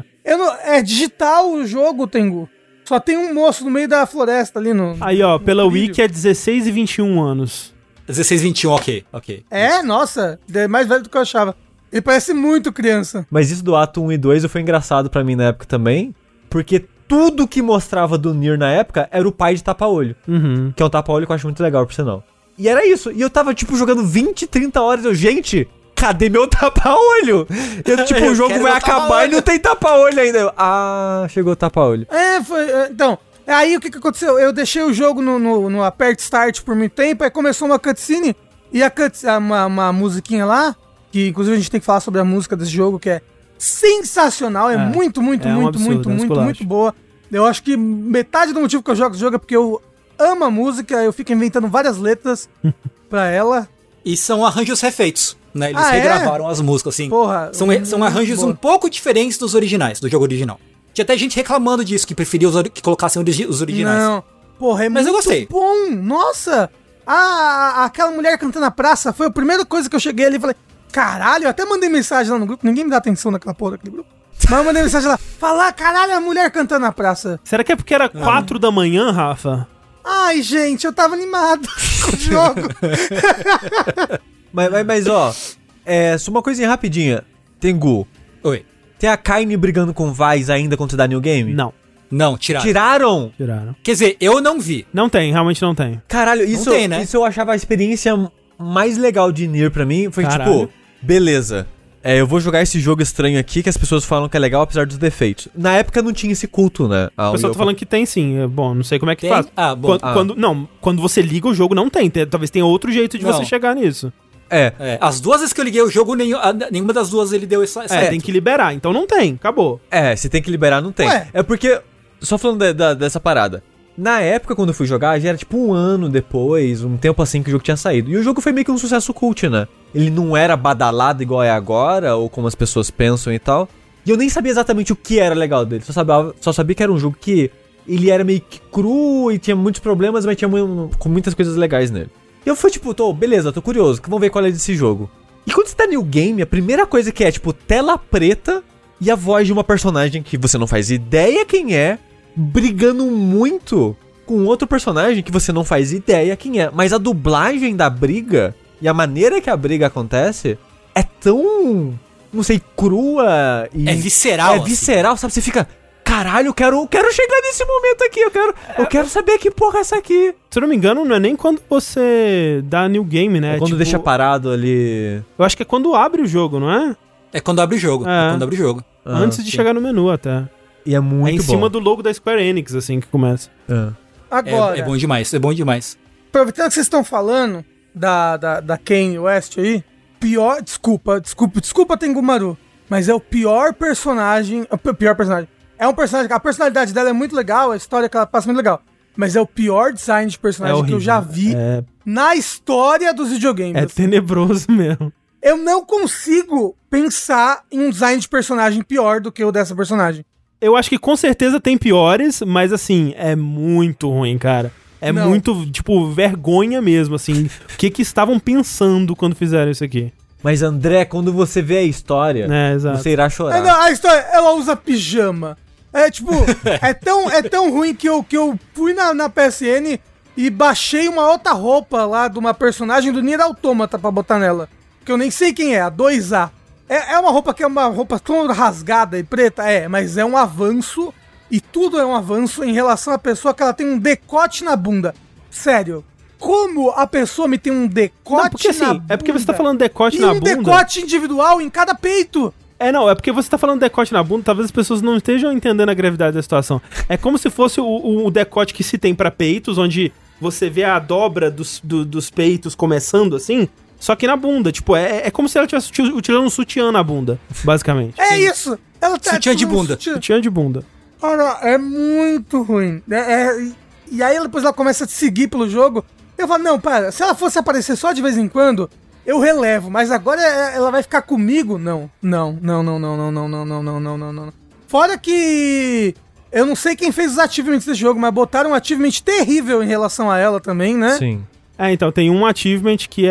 É digital o jogo, Tengu. Só tem um moço no meio da floresta ali no... Aí, ó, pela Wiki é 16 e 21 anos. 16 e 21, ok. Nossa, é mais velho do que eu achava. Ele parece muito criança. Mas isso do ato 1 e 2 foi engraçado pra mim na época também, porque tudo que mostrava do Nier na época era o pai de tapa-olho. Uhum. Que é um tapa-olho que eu acho muito legal, por sinal. E era isso. E eu tava, tipo, jogando 20, 30 horas. Gente, cadê meu tapa-olho? O jogo vai acabar e não tem tapa-olho ainda. Chegou o tapa-olho. Então, aí o que aconteceu? Eu deixei o jogo no Aperte Start por muito tempo, aí começou uma cutscene, e uma musiquinha lá, que inclusive a gente tem que falar sobre a música desse jogo, que é sensacional, muito boa. Eu acho que metade do motivo que eu jogo esse jogo é porque eu amo a música, eu fico inventando várias letras pra ela. E são arranjos refeitos, né? Eles regravaram as músicas, assim. Porra, são arranjos um pouco diferentes dos originais, do jogo original. Tinha até gente reclamando disso, que preferia que colocassem os originais. Não, Mas eu gostei. Bom, nossa! Aquela mulher cantando na praça foi a primeira coisa que eu cheguei ali e falei, caralho, eu até mandei mensagem lá no grupo, ninguém me dá atenção naquela porra daquele grupo. Mas eu mandei mensagem lá, falar, caralho, a mulher cantando na praça. Será que é porque era 4 da manhã, Rafa? Ai, gente, eu tava animado com o jogo. mas ó, só uma coisinha rapidinha. Tengu. Oi. Tem a Kaine brigando com o Vaz ainda quando você dá New Game? Não, Tiraram? Quer dizer, eu não vi. Não tem, realmente não tem. Caralho, isso eu achava a experiência mais legal de Nier pra mim. Foi tipo, beleza, eu vou jogar esse jogo estranho aqui que as pessoas falam que é legal apesar dos defeitos. Na época não tinha esse culto, né? O pessoal tá falando que tem sim. Bom, não sei como é que faz. Bom. Quando você liga o jogo não tem. Talvez tenha outro jeito de você chegar nisso. As duas vezes que eu liguei o jogo, nenhuma das duas ele deu essa tem que liberar, então não tem, acabou. Se tem que liberar, não tem. É porque, só falando dessa parada, na época quando eu fui jogar, já era tipo um ano depois, um tempo assim que o jogo tinha saído. E o jogo foi meio que um sucesso cult, né? Ele não era badalado igual é agora, ou como as pessoas pensam e tal. E eu nem sabia exatamente o que era legal dele. Só sabia que era um jogo que ele era meio que cru e tinha muitos problemas, mas tinha com muitas coisas legais nele. E eu fui tipo, beleza, tô curioso, vamos ver qual é desse jogo. E quando você tá New Game, a primeira coisa que é, tipo, tela preta e a voz de uma personagem que você não faz ideia quem é, brigando muito com outro personagem que você não faz ideia quem é. Mas a dublagem da briga e a maneira que a briga acontece é tão, não sei, crua e... É visceral. É visceral, sabe? Você fica... Caralho, eu quero chegar nesse momento aqui, eu quero saber que porra é essa aqui. Se eu não me engano, não é nem quando você dá New Game, né? É quando deixa parado ali... Eu acho que é quando abre o jogo, não é? É quando abre o jogo, Antes de chegar no menu até. E é muito bom. É em cima do logo da Square Enix, assim, que começa. Agora... É bom demais, Aproveitando que vocês estão falando da Kanye West aí, pior... Desculpa, Tengumaru, mas é o pior personagem... É um personagem... A personalidade dela é muito legal, a história que ela passa é muito legal. Mas é o pior design de personagem que eu já vi na história dos videogames. É tenebroso mesmo. Eu não consigo pensar em um design de personagem pior do que o dessa personagem. Eu acho que com certeza tem piores, mas assim, é muito ruim, cara. É muito, tipo, vergonha mesmo, assim. O que estavam pensando quando fizeram isso aqui? Mas, André, quando você vê a história, você irá chorar. A história, ela usa pijama. É, tipo, é tão ruim que eu fui na PSN e baixei uma outra roupa lá de uma personagem do Nier Automata pra botar nela. Que eu nem sei quem é, a 2A. É uma roupa que é uma roupa toda rasgada e preta, mas é um avanço, e tudo é um avanço em relação à pessoa que ela tem um decote na bunda. Sério. Como a pessoa me tem um decote na bunda? É porque você tá falando decote na bunda. E um decote individual em cada peito. É porque você tá falando decote na bunda, talvez as pessoas não estejam entendendo a gravidade da situação. É como se fosse o decote que se tem pra peitos, onde você vê a dobra dos peitos começando assim, só que na bunda. Tipo, é como se ela estivesse utilizando um sutiã na bunda, basicamente. Isso! Ela tá sutiã de bunda. Sutiã de bunda. Ora, é muito ruim. E aí depois ela começa a te seguir pelo jogo. Eu falo, não, para, se ela fosse aparecer só de vez em quando, eu relevo, mas agora ela vai ficar comigo? Não. Fora que eu não sei quem fez os achievements desse jogo, mas botaram um achievement terrível em relação a ela também, né? Sim. Então, tem um achievement que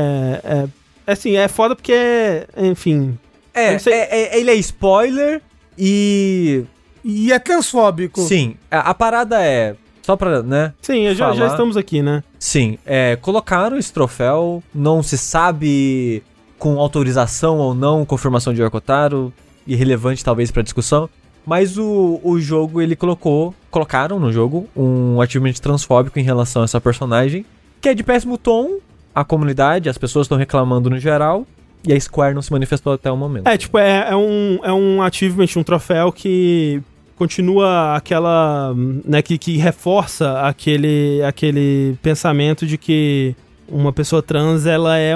assim, é foda porque enfim... ele é spoiler e é transfóbico. Sim, a parada só pra, né? Sim, já estamos aqui, né? Sim, colocaram esse troféu, não se sabe com autorização ou não, confirmação de Yokotaro, irrelevante talvez pra discussão, mas o jogo, ele colocaram no jogo um achievement transfóbico em relação a essa personagem, que é de péssimo tom, a comunidade, as pessoas estão reclamando no geral, e a Square não se manifestou até o momento. É um achievement, um troféu que continua aquela, né, que reforça aquele pensamento de que uma pessoa trans, ela é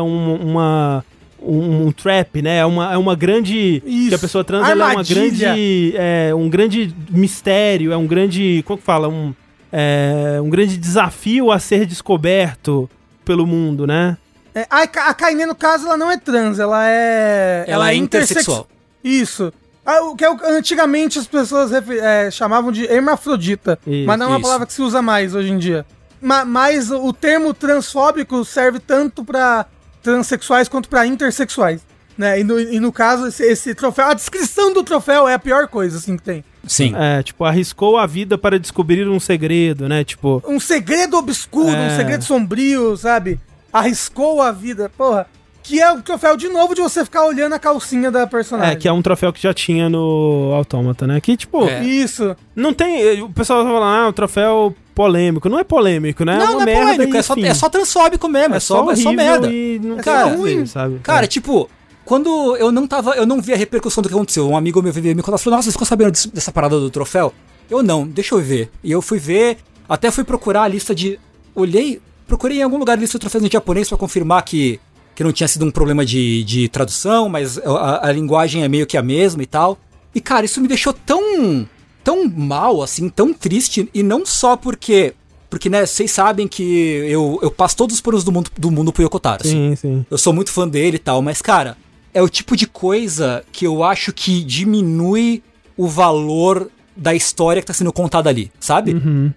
um trap, né? É uma grande... Isso. Que a pessoa trans, ela é um grande mistério, é um grande... Como que fala? Um grande desafio a ser descoberto pelo mundo, né? A Kaine, no caso, ela não é trans, ela é intersexual. Isso. O que antigamente as pessoas chamavam de hermafrodita, mas não é uma palavra que se usa mais hoje em dia. Mas o termo transfóbico serve tanto pra transexuais quanto pra intersexuais, né? E no caso, esse troféu, a descrição do troféu é a pior coisa, assim, que tem. Sim. Tipo, arriscou a vida para descobrir um segredo, né? Tipo... Um segredo obscuro, um segredo sombrio, sabe? Arriscou a vida, porra. Que é o troféu, de novo, de você ficar olhando a calcinha da personagem. Que é um troféu que já tinha no Automata, né? Que, tipo... Isso. Não tem... O pessoal vai falar, o troféu polêmico. Não é polêmico, né? Não, é uma não é merda, polêmico, é só transfóbico mesmo. É só merda. E não cara, ruim, sabe? Cara, tipo... Quando eu não vi a repercussão do que aconteceu, um amigo meu veio me contar, falou, nossa, você ficou sabendo dessa parada do troféu? Eu não, deixa eu ver. E eu fui ver, até fui procurar a lista de... Procurei em algum lugar a lista de troféus em japonês pra confirmar que não tinha sido um problema de tradução, mas a linguagem é meio que a mesma e tal. E, cara, isso me deixou tão mal, assim, tão triste, e não só porque, né, vocês sabem que eu passo todos os panos do mundo pro Yokotaro, assim. Sim. Eu sou muito fã dele e tal, mas, cara, é o tipo de coisa que eu acho que diminui o valor da história que tá sendo contada ali, sabe? Uhum.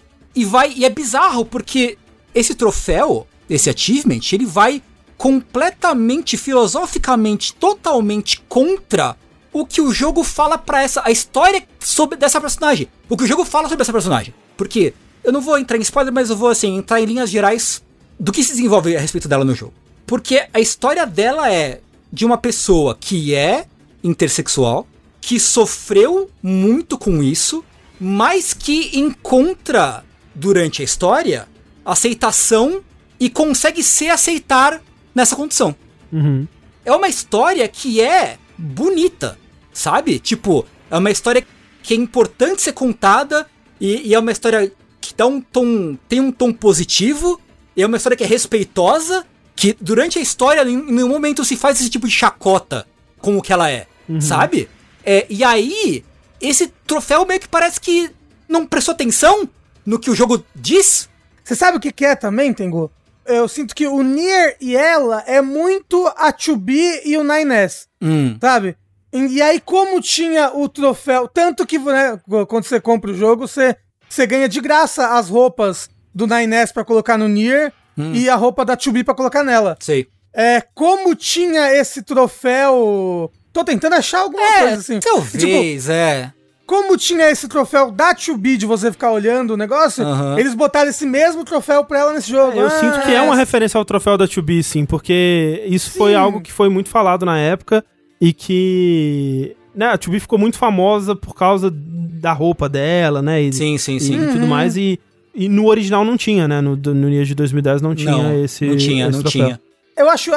E é bizarro, porque esse troféu, esse achievement, ele vai completamente, filosoficamente, totalmente contra o que o jogo fala pra a história dessa personagem. O que o jogo fala sobre essa personagem. Porque eu não vou entrar em spoiler, mas eu vou, assim, entrar em linhas gerais do que se desenvolve a respeito dela no jogo. Porque a história dela é de uma pessoa que é intersexual, que sofreu muito com isso, mas que encontra, durante a história, aceitação e consegue se aceitar nessa condição. Uhum. É uma história que é bonita, sabe? Tipo, é uma história que é importante ser contada e é uma história que dá tem um tom positivo, e é uma história que é respeitosa, que durante a história, em nenhum momento se faz esse tipo de chacota com o que ela é, sabe? E aí, esse troféu meio que parece que não prestou atenção no que o jogo diz. Você sabe o que é também, Tengu? Eu sinto que o Nier e ela é muito a 2B e o 9S, sabe? E aí, como tinha o troféu, tanto que, né, quando você compra o jogo, você ganha de graça as roupas do 9S pra colocar no Nier e a roupa da 2B pra colocar nela. Sei. Como tinha esse troféu... Tô tentando achar alguma coisa assim. Talvez, Como tinha esse troféu da 2B de você ficar olhando o negócio, eles botaram esse mesmo troféu pra ela nesse jogo. Eu sinto que é uma referência ao troféu da 2B, sim, porque isso foi algo que foi muito falado na época e que... Né, a 2B ficou muito famosa por causa da roupa dela, né? Sim. E tudo mais, e no original não tinha, né? No Nier de 2010 não tinha esse Não tinha. Eu acho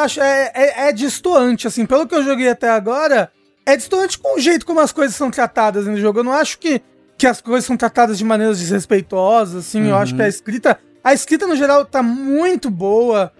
destoante, assim, pelo que eu joguei até agora, é destoante com o jeito como as coisas são tratadas no jogo. Eu não acho que as coisas são tratadas de maneiras desrespeitosas, assim, eu acho que a escrita no geral tá muito boa.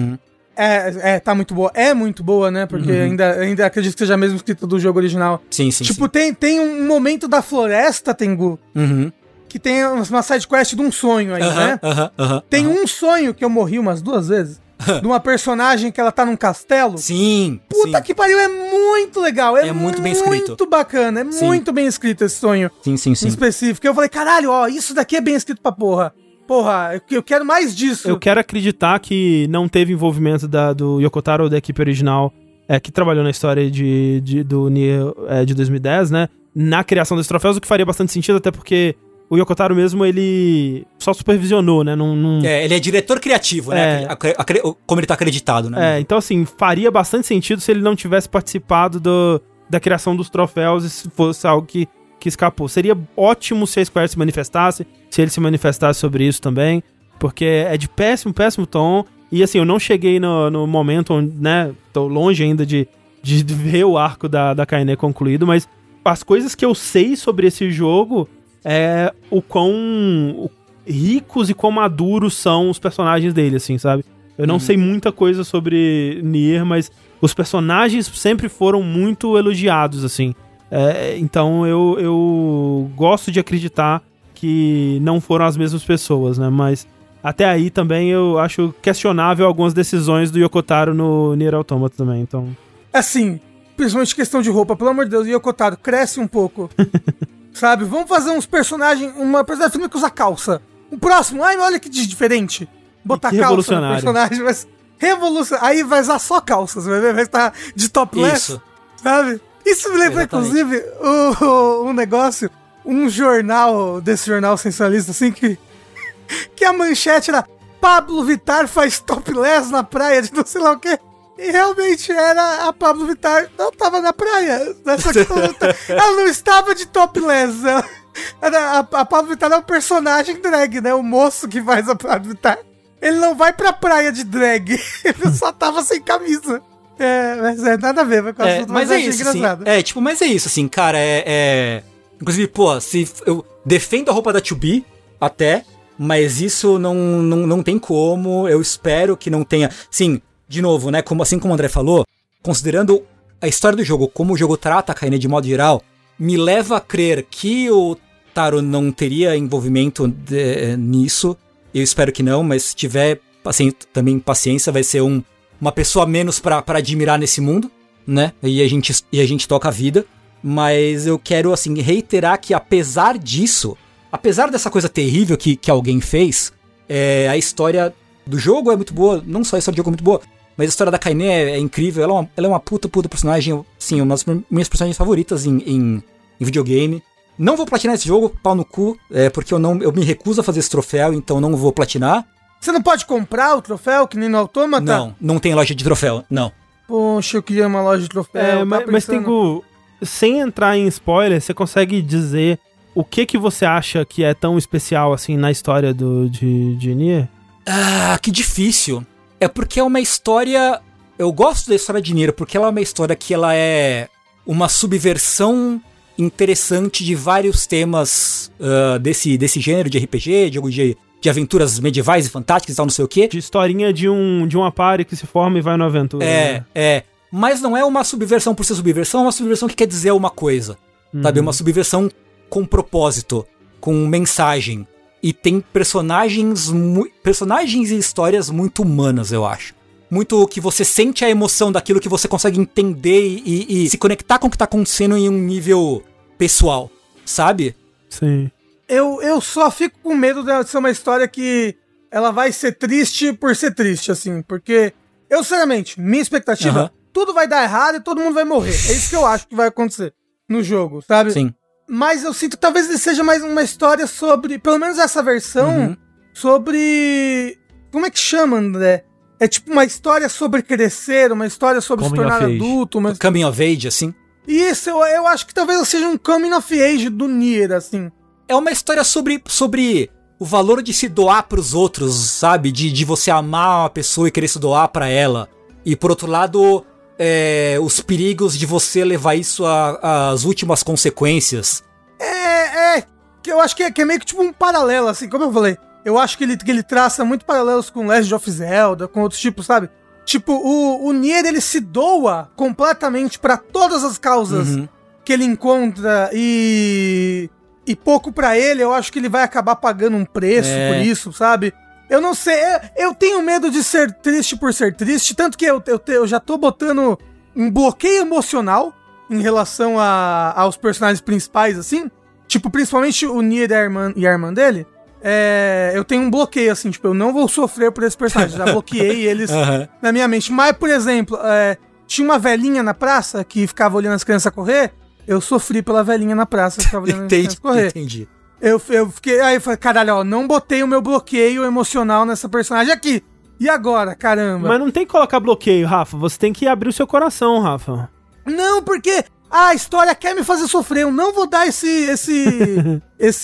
Tá muito boa, é muito boa, né, porque ainda acredito que seja a mesma escrita do jogo original. Sim. Tipo, tem um momento da floresta, Tengu, que tem uma sidequest de um sonho aí, né? Tem um sonho que eu morri umas 2 vezes. De uma personagem que ela tá num castelo. Sim. Puta que pariu, é muito legal. É muito bem escrito. Muito bacana, muito bem escrito esse sonho. Sim. Em específico. Eu falei, caralho, ó, isso daqui é bem escrito pra porra. Porra, eu quero mais disso. Eu quero acreditar que não teve envolvimento do Yoko Taro ou da equipe original que trabalhou na história do Nier de 2010, né? Na criação desses troféus, o que faria bastante sentido, até porque o Yoko Taro mesmo, ele só supervisionou, né? Ele é diretor criativo, né? Como ele tá acreditado, né? Então assim, faria bastante sentido se ele não tivesse participado da criação dos troféus e se fosse algo que escapou. Seria ótimo se a Square se manifestasse, se ele se manifestasse sobre isso também, porque é de péssimo tom. E assim, eu não cheguei no momento onde, né? Tô longe ainda de ver o arco da Kaine concluído, mas as coisas que eu sei sobre esse jogo é o quão ricos e quão maduros são os personagens dele, assim, sabe? Eu não sei muita coisa sobre Nier, mas os personagens sempre foram muito elogiados, assim. Então eu gosto de acreditar que não foram as mesmas pessoas, né? Mas até aí também eu acho questionável algumas decisões do Yoko Taro no Nier Automata também, então... Assim, principalmente questão de roupa, pelo amor de Deus, o Yoko Taro cresce um pouco. Sabe? Vamos fazer uns personagens, uma personagem que usa calça. O próximo, olha que diferente. Botar calça no personagem, mas revolucionário. Aí vai usar só calças, vai estar de topless. Isso. Sabe? Isso me lembra, inclusive, um negócio, um jornal, desse jornal sensualista, assim, que a manchete era Pablo Vittar faz topless na praia de não sei lá o quê. E realmente era a Pablo Vittar, não tava na praia. Ela não estava de topless. A Pablo Vittar é um personagem drag, né? O moço que faz a Pablo Vittar. Ele não vai pra praia de drag. Ele só tava sem camisa. Mas nada a ver com o assunto, mas é isso, engraçado. Assim, mas é isso, assim, cara, Inclusive, se eu defendo a roupa da 2B, até, mas isso não tem como, eu espero que não tenha... Sim, de novo, né, assim como o André falou, considerando a história do jogo, como o jogo trata a Kaine de modo geral, me leva a crer que o Taro não teria envolvimento nisso. Eu espero que não, mas se tiver, assim, também paciência, vai ser uma pessoa menos pra admirar nesse mundo. né? E a gente toca a vida. Mas eu quero, assim, reiterar que apesar disso, apesar dessa coisa terrível que alguém fez, a história do jogo é muito boa. Não só a história do jogo é muito boa, mas a história da Kaine é incrível. Ela é uma puta personagem, sim, uma das minhas personagens favoritas em videogame. Não vou platinar esse jogo, pau no cu, porque eu me recuso a fazer esse troféu, então não vou platinar. Você não pode comprar o troféu, que nem no Autômata? Não tem loja de troféu, não. Poxa, eu queria uma loja de troféu. Mas tem sem entrar em spoiler, você consegue dizer o que você acha que é tão especial assim na história de Nier? Ah, que difícil. É porque é uma história... Eu gosto da história de Nier porque ela é uma história que ela é uma subversão interessante de vários temas desse gênero de RPG, de jogo de aventuras medievais e fantásticas e tal, não sei o quê. De historinha de uma party que se forma e vai numa aventura. Mas não é uma subversão por ser subversão, é uma subversão que quer dizer uma coisa. Sabe? É uma subversão com propósito, com mensagem. E tem personagens e histórias muito humanas, eu acho. Muito que você sente a emoção daquilo que você consegue entender e se conectar com o que tá acontecendo em um nível pessoal, sabe? Sim. Eu só fico com medo de ser uma história que ela vai ser triste por ser triste, assim. Porque, eu, sinceramente, minha expectativa, tudo vai dar errado e todo mundo vai morrer. É isso que eu acho que vai acontecer no jogo, sabe? Sim. Mas eu sinto que talvez ele seja mais uma história sobre, pelo menos essa versão, sobre... Como é que chama, André? É tipo uma história sobre crescer, uma história sobre se tornar adulto. Uma... Coming of Age, assim. Isso, eu acho que talvez seja um Coming of Age do Nier, assim. É uma história sobre o valor de se doar pros outros, sabe? De você amar uma pessoa e querer se doar pra ela. E por outro lado, os perigos de você levar isso às últimas consequências. Que eu acho que é meio que tipo um paralelo, assim, como eu falei. Eu acho que ele traça muito paralelos com Legend of Zelda, com outros tipos, sabe? Tipo, o Nier, ele se doa completamente pra todas as causas que ele encontra e pouco pra ele, eu acho que ele vai acabar pagando um preço por isso, sabe? Eu não sei, eu tenho medo de ser triste por ser triste, tanto que eu já tô botando um bloqueio emocional em relação aos personagens principais, assim. Tipo, principalmente o Nier e a irmã dele. Eu tenho um bloqueio, assim, tipo, eu não vou sofrer por esse personagem, já bloqueei eles na minha mente. Mas, por exemplo, tinha uma velhinha na praça que ficava olhando as crianças correr, eu sofri pela velhinha na praça que ficava olhando as crianças correr. Entendi. Eu fiquei, aí eu falei, caralho, ó, não botei o meu bloqueio emocional nessa personagem aqui. E agora, caramba? Mas não tem que colocar bloqueio, Rafa, você tem que abrir o seu coração, Rafa. Não, porque a história quer me fazer sofrer, eu não vou dar esse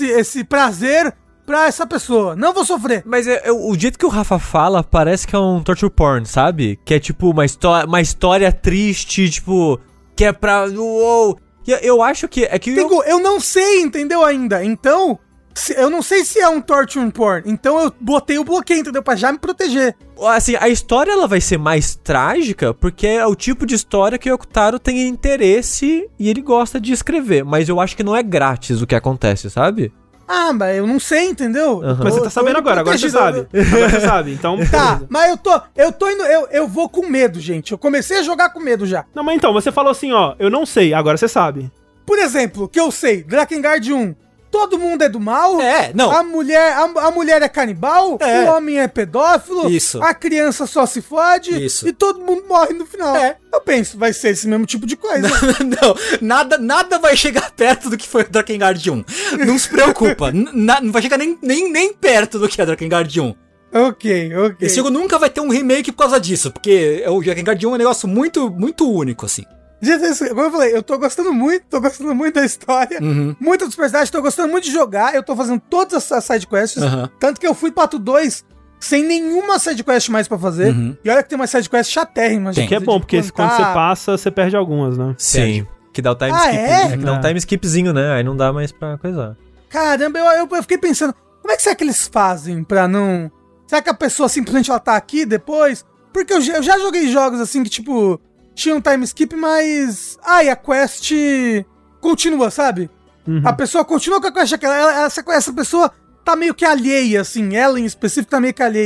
prazer pra essa pessoa. Não vou sofrer. Mas o jeito que o Rafa fala parece que é um torture porn, sabe? Que é tipo uma história triste, tipo, que é pra... Uou. Eu acho que... Eu não sei, entendeu ainda? Então, eu não sei se é um torture porn. Então eu botei o bloqueio, entendeu? Pra já me proteger. Assim, a história ela vai ser mais trágica porque é o tipo de história que o Yokotaro tem interesse e ele gosta de escrever. Mas eu acho que não é grátis o que acontece, sabe? Ah, mas eu não sei, entendeu? Mas você tá sabendo agora você sabe. Agora você sabe, então... Tá, mas eu tô indo... Eu vou com medo, gente. Eu comecei a jogar com medo já. Não, mas então, você falou assim, ó, eu não sei, agora você sabe. Por exemplo, que eu sei, Drakengard 1, todo mundo é do mal. Não. A mulher é canibal, o homem é pedófilo, Isso. A criança só se fode, Isso. E todo mundo morre no final. Eu penso, vai ser esse mesmo tipo de coisa. Não, nada vai chegar perto do que foi o Drakengard 1. Não se preocupa, não vai chegar nem perto do que é Drakengard 1. Ok. Esse jogo nunca vai ter um remake por causa disso, porque o Drakengard 1 é um negócio muito, muito único, assim. Como eu falei, eu tô gostando muito da história, muito dos personagens, tô gostando muito de jogar, eu tô fazendo todas as sidequests, tanto que eu fui Pato 2 sem nenhuma sidequest mais pra fazer, e olha que tem uma sidequest chatérrima, gente. Que é bom, porque quando você passa, você perde algumas, né? Sim, que dá o time skip, que dá um time skipzinho, né? Aí não dá mais pra coisar. Caramba, eu fiquei pensando, como é que será que eles fazem pra não... Será que a pessoa simplesmente ela tá aqui depois? Porque eu já joguei jogos assim que, tipo... Tinha um time skip, mas... e a quest continua, sabe? A pessoa continua com a quest. Essa pessoa tá meio que alheia, assim. Ela, em específico, tá meio que alheia.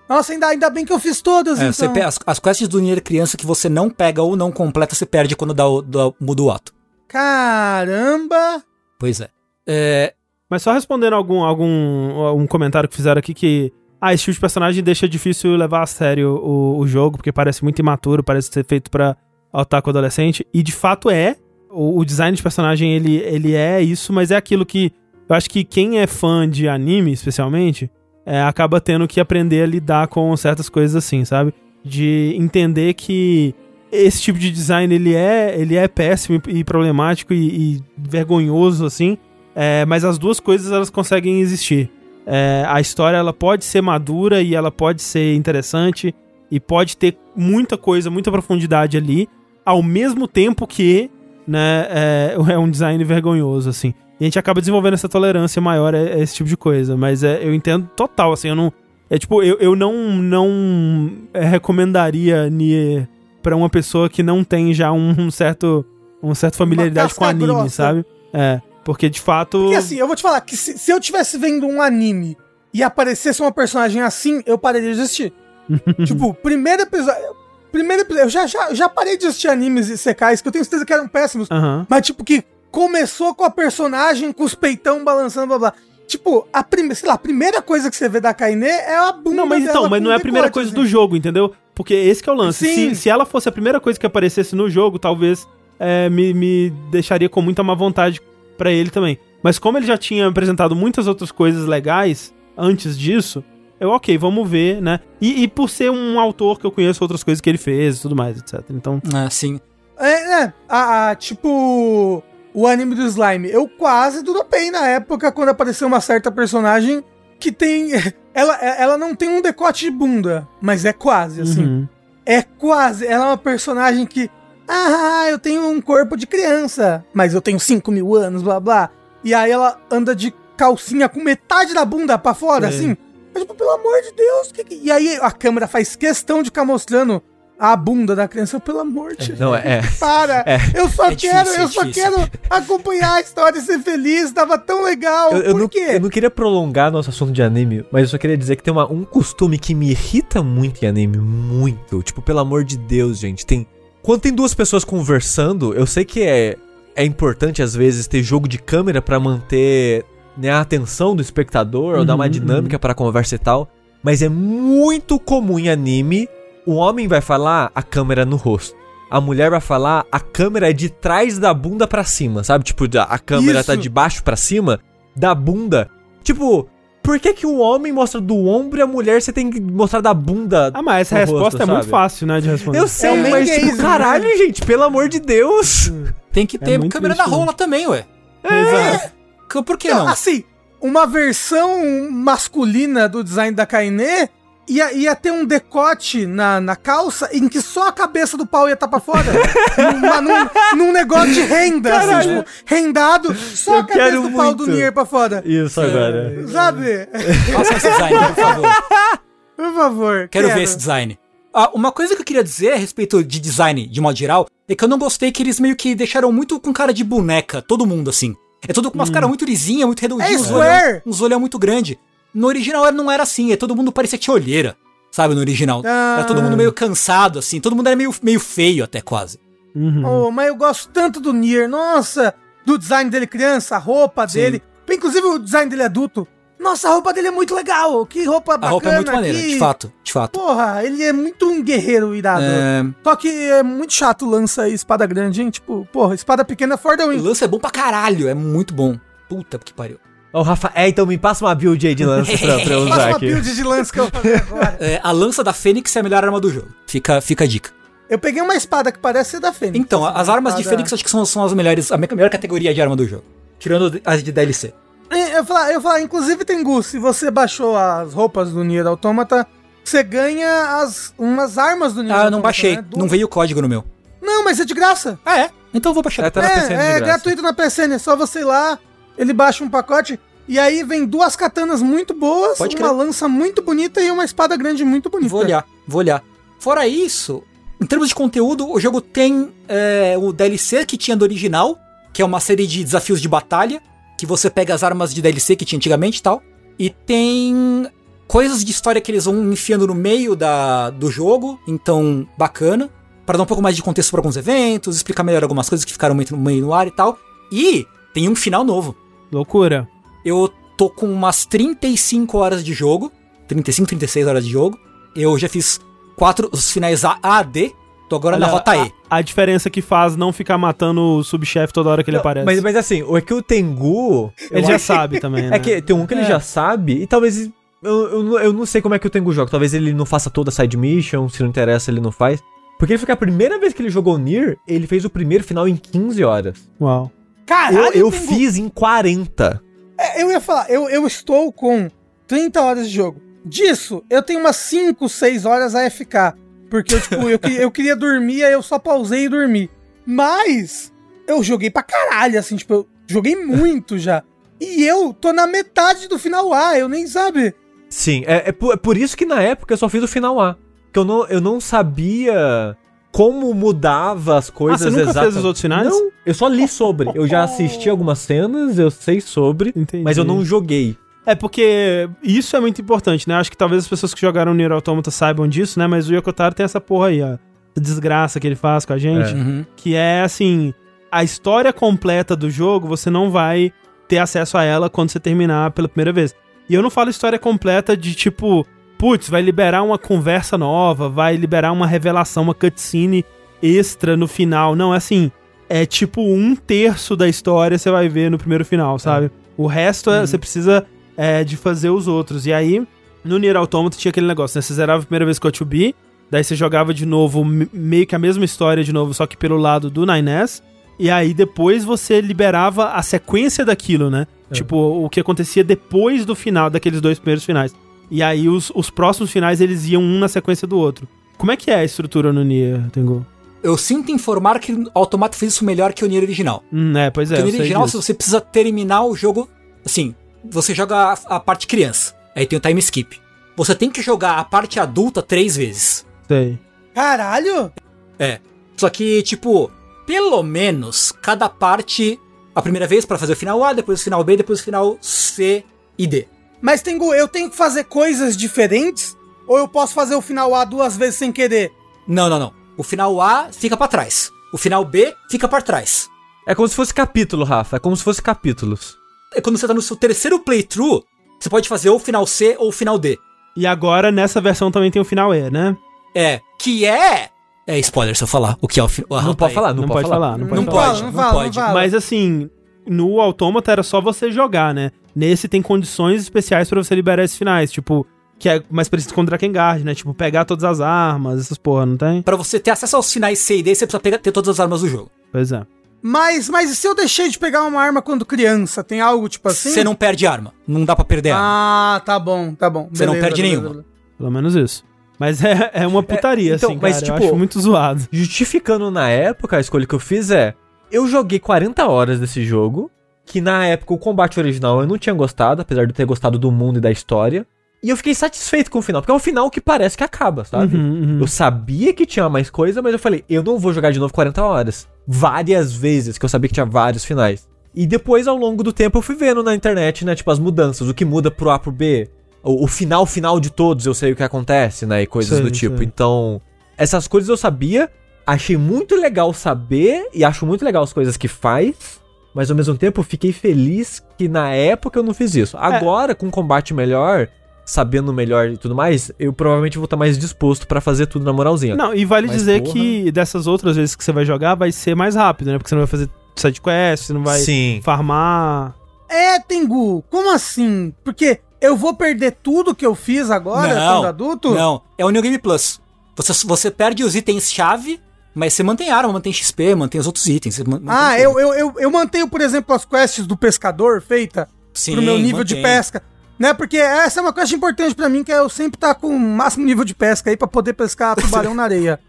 Nossa, ainda bem que eu fiz todas, então. As quests do Nier criança que você não pega ou não completa, você perde quando muda o ato. Caramba! Pois é. Mas só respondendo algum comentário que fizeram aqui que... esse tipo de personagem deixa difícil levar a sério o jogo, porque parece muito imaturo, parece ser feito pra otaku adolescente. E de fato é. O design de personagem, ele é isso, mas é aquilo que... Eu acho que quem é fã de anime, especialmente... acaba tendo que aprender a lidar com certas coisas assim, sabe? De entender que esse tipo de design, ele é péssimo e problemático e vergonhoso, assim, mas as duas coisas, elas conseguem existir. A história, ela pode ser madura e ela pode ser interessante e pode ter muita coisa, muita profundidade ali, ao mesmo tempo que, né, é um design vergonhoso, assim. E a gente acaba desenvolvendo essa tolerância maior a esse tipo de coisa. Mas eu entendo total, assim, eu não... eu não recomendaria Nier pra uma pessoa que não tem já uma certa familiaridade com anime, grossa. Sabe? Porque de fato... Porque assim, eu vou te falar que se eu tivesse vendo um anime e aparecesse uma personagem assim, eu pararia de assistir. Tipo, primeiro episódio, eu já parei de assistir animes e sekais que eu tenho certeza que eram péssimos. Mas tipo que... Começou com a personagem com os peitão balançando, blá blá. Tipo, a primeira coisa que você vê da Kaine é a bunda. Não, mas então, mas não é a primeira coisa do jogo, entendeu? Porque esse que é o lance. Se ela fosse a primeira coisa que aparecesse no jogo, talvez me deixaria com muita má vontade pra ele também. Mas como ele já tinha apresentado muitas outras coisas legais antes disso, ok, vamos ver, né? E por ser um autor que eu conheço outras coisas que ele fez e tudo mais, etc. Então... sim. Tipo... O anime do Slime, eu quase dropei na época quando apareceu uma certa personagem que tem... Ela não tem um decote de bunda, mas é quase, assim. Uhum. É quase. Ela é uma personagem que... eu tenho um corpo de criança, mas eu tenho 5.000 anos, blá blá. E aí ela anda de calcinha com metade da bunda pra fora, assim. Mas, tipo, pelo amor de Deus. E aí a câmera faz questão de ficar mostrando... a bunda da criança, pelo amor de Deus. Para! Eu só quero acompanhar a história e ser feliz, tava tão legal. Por quê? Eu não queria prolongar nosso assunto de anime, mas eu só queria dizer que tem um costume que me irrita muito em anime, muito. Tipo, pelo amor de Deus, gente. Quando tem duas pessoas conversando, eu sei que é importante, às vezes, ter jogo de câmera pra manter, né, a atenção do espectador, ou dar uma dinâmica pra conversa e tal, mas é muito comum em anime... O homem vai falar, a câmera no rosto. A mulher vai falar, a câmera é de trás da bunda pra cima, sabe? Tipo, a câmera tá de baixo pra cima, da bunda. Tipo, por que o homem mostra do ombro e a mulher você tem que mostrar da bunda? Mas essa resposta é muito fácil, né, de responder. Eu sei, mas tipo, caralho, gente, pelo amor de Deus. Tem que ter câmera na rola também, ué. Exato. Por que não? Assim, uma versão masculina do design da Kaine... Ia ter um decote na calça em que só a cabeça do pau ia estar pra fora. num negócio de renda, assim, tipo, rendado, só a cabeça do pau do Nier pra fora. Isso agora. Sabe? Faça esse design, por favor. Por favor. Quero ver esse design. Uma coisa que eu queria dizer a respeito de design, de modo geral, é que eu não gostei que eles meio que deixaram muito com cara de boneca, todo mundo, assim. É tudo com umas caras muito lisinhas, muito redondinhas, uns olhos muito grandes. No original não era assim, todo mundo parecia que tinha olheira, sabe, no original. Era todo mundo meio cansado, assim, todo mundo era meio feio até quase. Mas eu gosto tanto do Nier, nossa, do design dele criança, a roupa dele, inclusive o design dele adulto. Nossa, a roupa dele é muito legal, que roupa bacana. A roupa é muito maneira, de fato. Porra, ele é muito um guerreiro irado. Só que é muito chato lança e espada grande, hein, tipo, porra, espada pequena for the win. O lança é bom pra caralho, é muito bom. Puta que pariu. Ô, Rafa, então me passa uma build aí de lança pra eu usar aqui. Passa uma build de lança que eu vou fazer agora. A lança da Fênix é a melhor arma do jogo. Fica a dica. Eu peguei uma espada que parece ser da Fênix. Então, as armas de Fênix acho que são as melhores, a melhor categoria de arma do jogo. Tirando as de DLC. Eu falar, inclusive, Tengu, se você baixou as roupas do Nier Automata, você ganha umas armas do Nier Automata. Eu não baixei, né? Não veio o código no meu. Não, mas é de graça. É? Então eu vou baixar. Tá na PCN de graça. Gratuito na PCN, é só você ir lá, ele baixa um pacote, e aí vem 2 katanas muito boas, uma lança muito bonita e uma espada grande muito bonita. Vou olhar. Fora isso, em termos de conteúdo, o jogo tem o DLC que tinha do original, que é uma série de desafios de batalha, que você pega as armas de DLC que tinha antigamente e tal, e tem coisas de história que eles vão enfiando no meio do jogo, então bacana, para dar um pouco mais de contexto para alguns eventos, explicar melhor algumas coisas que ficaram meio no ar e tal. E tem um final novo. Loucura. Eu tô com umas 35 horas de jogo, 35, 36 horas de jogo. Eu já fiz 4 os finais A, D, tô agora na rota E. A diferença que faz não ficar matando o subchefe toda hora que ele aparece. Mas assim, é que o Tengu... Ele já sabe também, né? É que tem um que ele já sabe, e talvez... Eu não sei como é que o Tengu joga. Talvez ele não faça toda a side mission, se não interessa ele não faz. Porque ele foi que a primeira vez que ele jogou Nier, ele fez o primeiro final em 15 horas. Uau. Caralho, eu fiz em 40. Eu ia falar, eu estou com 30 horas de jogo. Disso, eu tenho umas 5, 6 horas a FK. Porque eu queria dormir, aí eu só pausei e dormi. Mas eu joguei pra caralho, assim, eu joguei muito já. E eu tô na metade do final A, eu nem sabe. Sim, é por isso que na época eu só fiz o final A. Que eu não sabia como mudava as coisas exatas. Você nunca fez os outros finais? Não, eu só li sobre. Eu já assisti algumas cenas, eu sei sobre, Entendi. Mas eu não joguei. É porque isso é muito importante, né? Acho que talvez as pessoas que jogaram Nier Automata saibam disso, né? Mas o Yoko Taro tem essa porra aí, ó. Essa desgraça que ele faz com a gente. Que é, assim, a história completa do jogo, você não vai ter acesso a ela quando você terminar pela primeira vez. E eu não falo história completa de, tipo... Putz, vai liberar uma conversa nova, vai liberar uma revelação, uma cutscene extra no final. Não, assim, é tipo 1/3 da história você vai ver no primeiro final, sabe? O resto você precisa de fazer os outros. E aí, no Nier Automata tinha aquele negócio, né? Você zerava a primeira vez com a 2B, daí você jogava de novo, meio que a mesma história de novo, só que pelo lado do 9S. E aí depois você liberava a sequência daquilo, né? Tipo, o que acontecia depois do final, daqueles 2 primeiros finais. E aí os próximos finais, eles iam um na sequência do outro. Como é que é a estrutura no Nier, Tengu? Eu sinto informar que o Automata fez isso melhor que o Nier original. Pois é. Porque o Nier original, se você precisa terminar o jogo... Assim, você joga a parte criança. Aí tem o time skip. Você tem que jogar a parte adulta 3 vezes. Sei. Caralho! Só que, tipo, pelo menos, cada parte... A primeira vez pra fazer o final A, depois o final B, depois o final C e D. Mas, Tengu, eu tenho que fazer coisas diferentes? Ou eu posso fazer o final A 2 vezes sem querer? Não. O final A fica pra trás. O final B fica pra trás. É como se fosse capítulo, Rafa. É como se fosse capítulos. É quando você tá no seu terceiro playthrough, você pode fazer ou o final C ou o final D. E agora, nessa versão também tem o final E, né? Que é... É spoiler se eu falar o que é o final. Não pode falar, não pode falar. Não pode. Mas assim, no Automata era só você jogar, né? Nesse tem condições especiais pra você liberar esses finais, tipo, que é mais parecido com o Drakengard, né? Tipo, pegar todas as armas, essas porra, não tem? Pra você ter acesso aos finais C e D, você precisa ter todas as armas do jogo. Pois é. Mas e se eu deixei de pegar uma arma quando criança? Tem algo tipo assim? Você não perde arma. Não dá pra perder arma. Ah, tá bom. Você não perde nenhuma. Pelo menos isso. Mas é uma putaria, então, assim, cara. Mas, tipo, eu acho muito zoado. Justificando na época, a escolha que eu fiz eu joguei 40 horas desse jogo, que na época o combate original eu não tinha gostado, apesar de eu ter gostado do mundo e da história. E eu fiquei satisfeito com o final, porque é um final que parece que acaba, sabe? Eu sabia que tinha mais coisa, mas eu falei, eu não vou jogar de novo 40 horas. Várias vezes, que eu sabia que tinha vários finais. E depois, ao longo do tempo, eu fui vendo na internet, né, tipo, as mudanças, o que muda pro A pro B. O final de todos, eu sei o que acontece, né, e coisas do tipo. Então, essas coisas eu sabia, achei muito legal saber, e acho muito legal as coisas que faz, mas ao mesmo tempo eu fiquei feliz que na época eu não fiz isso. Agora, com combate melhor, sabendo melhor e tudo mais, eu provavelmente vou estar mais disposto pra fazer tudo na moralzinha. Não, e vale dizer que dessas outras vezes que você vai jogar, vai ser mais rápido, né? Porque você não vai fazer sidequest, você não vai farmar. Tengu, como assim? Porque eu vou perder tudo que eu fiz agora, sendo adulto? Não, é o New Game Plus. Você perde os itens-chave, mas você mantém arma, mantém XP, mantém os outros itens. Eu mantenho, por exemplo, as quests do pescador feita pro meu nível de pesca. Né, porque essa é uma quest importante pra mim, que é eu sempre tá com o máximo nível de pesca aí pra poder pescar tubarão na areia.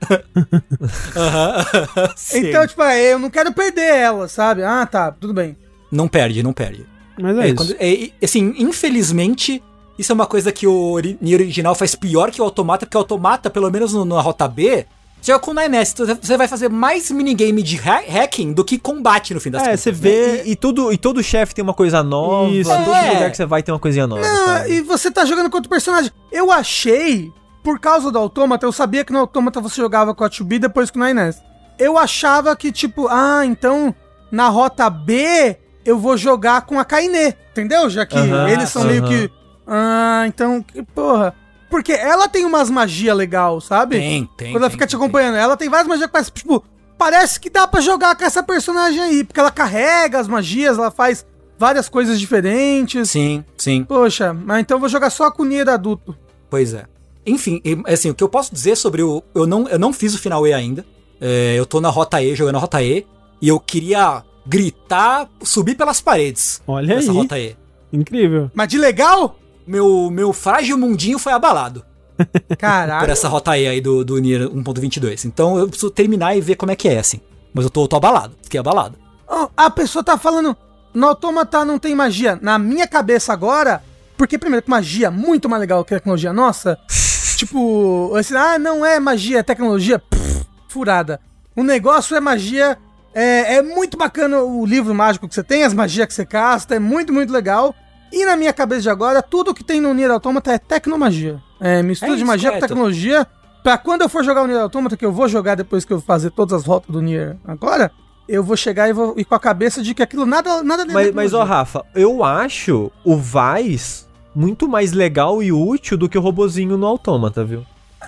Então, tipo, eu não quero perder ela, sabe? Ah, tá, tudo bem. Não perde. Mas é isso. Assim, infelizmente, isso é uma coisa que o Nier original faz pior que o Automata, porque o Automata, pelo menos na rota B, Você joga com o 9S, então você vai fazer mais minigame de hacking do que combate no fim das contas. Você vê... E todo chefe tem uma coisa nova, Isso. todo lugar que você vai tem uma coisinha nova. Não, e você tá jogando com outro personagem. Eu achei, por causa do Autômata, eu sabia que no Autômata você jogava com a 2B depois com o 9S. Eu achava que, tipo, então na rota B eu vou jogar com a Kainé, entendeu? Já que eles são meio que... então, porra... Porque ela tem umas magias legal, sabe? Tem. Quando ela fica te acompanhando. Ela tem várias magias que parece, tipo, parece que dá pra jogar com essa personagem aí. Porque ela carrega as magias, ela faz várias coisas diferentes. Sim. Poxa, mas então eu vou jogar só com o Nier adulto. Pois é. Enfim, assim, o que eu posso dizer sobre o... Eu não fiz o final E ainda. Eu tô na rota E, jogando a rota E. E eu queria gritar, subir pelas paredes. Olha aí. Nessa rota E. Incrível. Mas de legal? Meu frágil mundinho foi abalado. Caralho. Por essa rota E aí do Nier 1.22. Então eu preciso terminar e ver como é que é, assim. Mas eu tô abalado. Fiquei abalado. A pessoa tá falando, no Autômata não tem magia. Na minha cabeça agora, porque primeiro que magia é muito mais legal que tecnologia nossa. Tipo, assim, não é magia, é tecnologia. Furada. O negócio é magia. É muito bacana o livro mágico que você tem, as magias que você casta, é muito, muito legal. E na minha cabeça de agora, tudo que tem no Nier Automata é tecnomagia. Mistura de magia com tecnologia. Pra quando eu for jogar o Nier Automata, que eu vou jogar depois que eu fazer todas as rotas do Nier agora, eu vou chegar e vou ir com a cabeça de que aquilo nada Mas Rafa, eu acho o Vice muito mais legal e útil do que o robozinho no Automata, viu?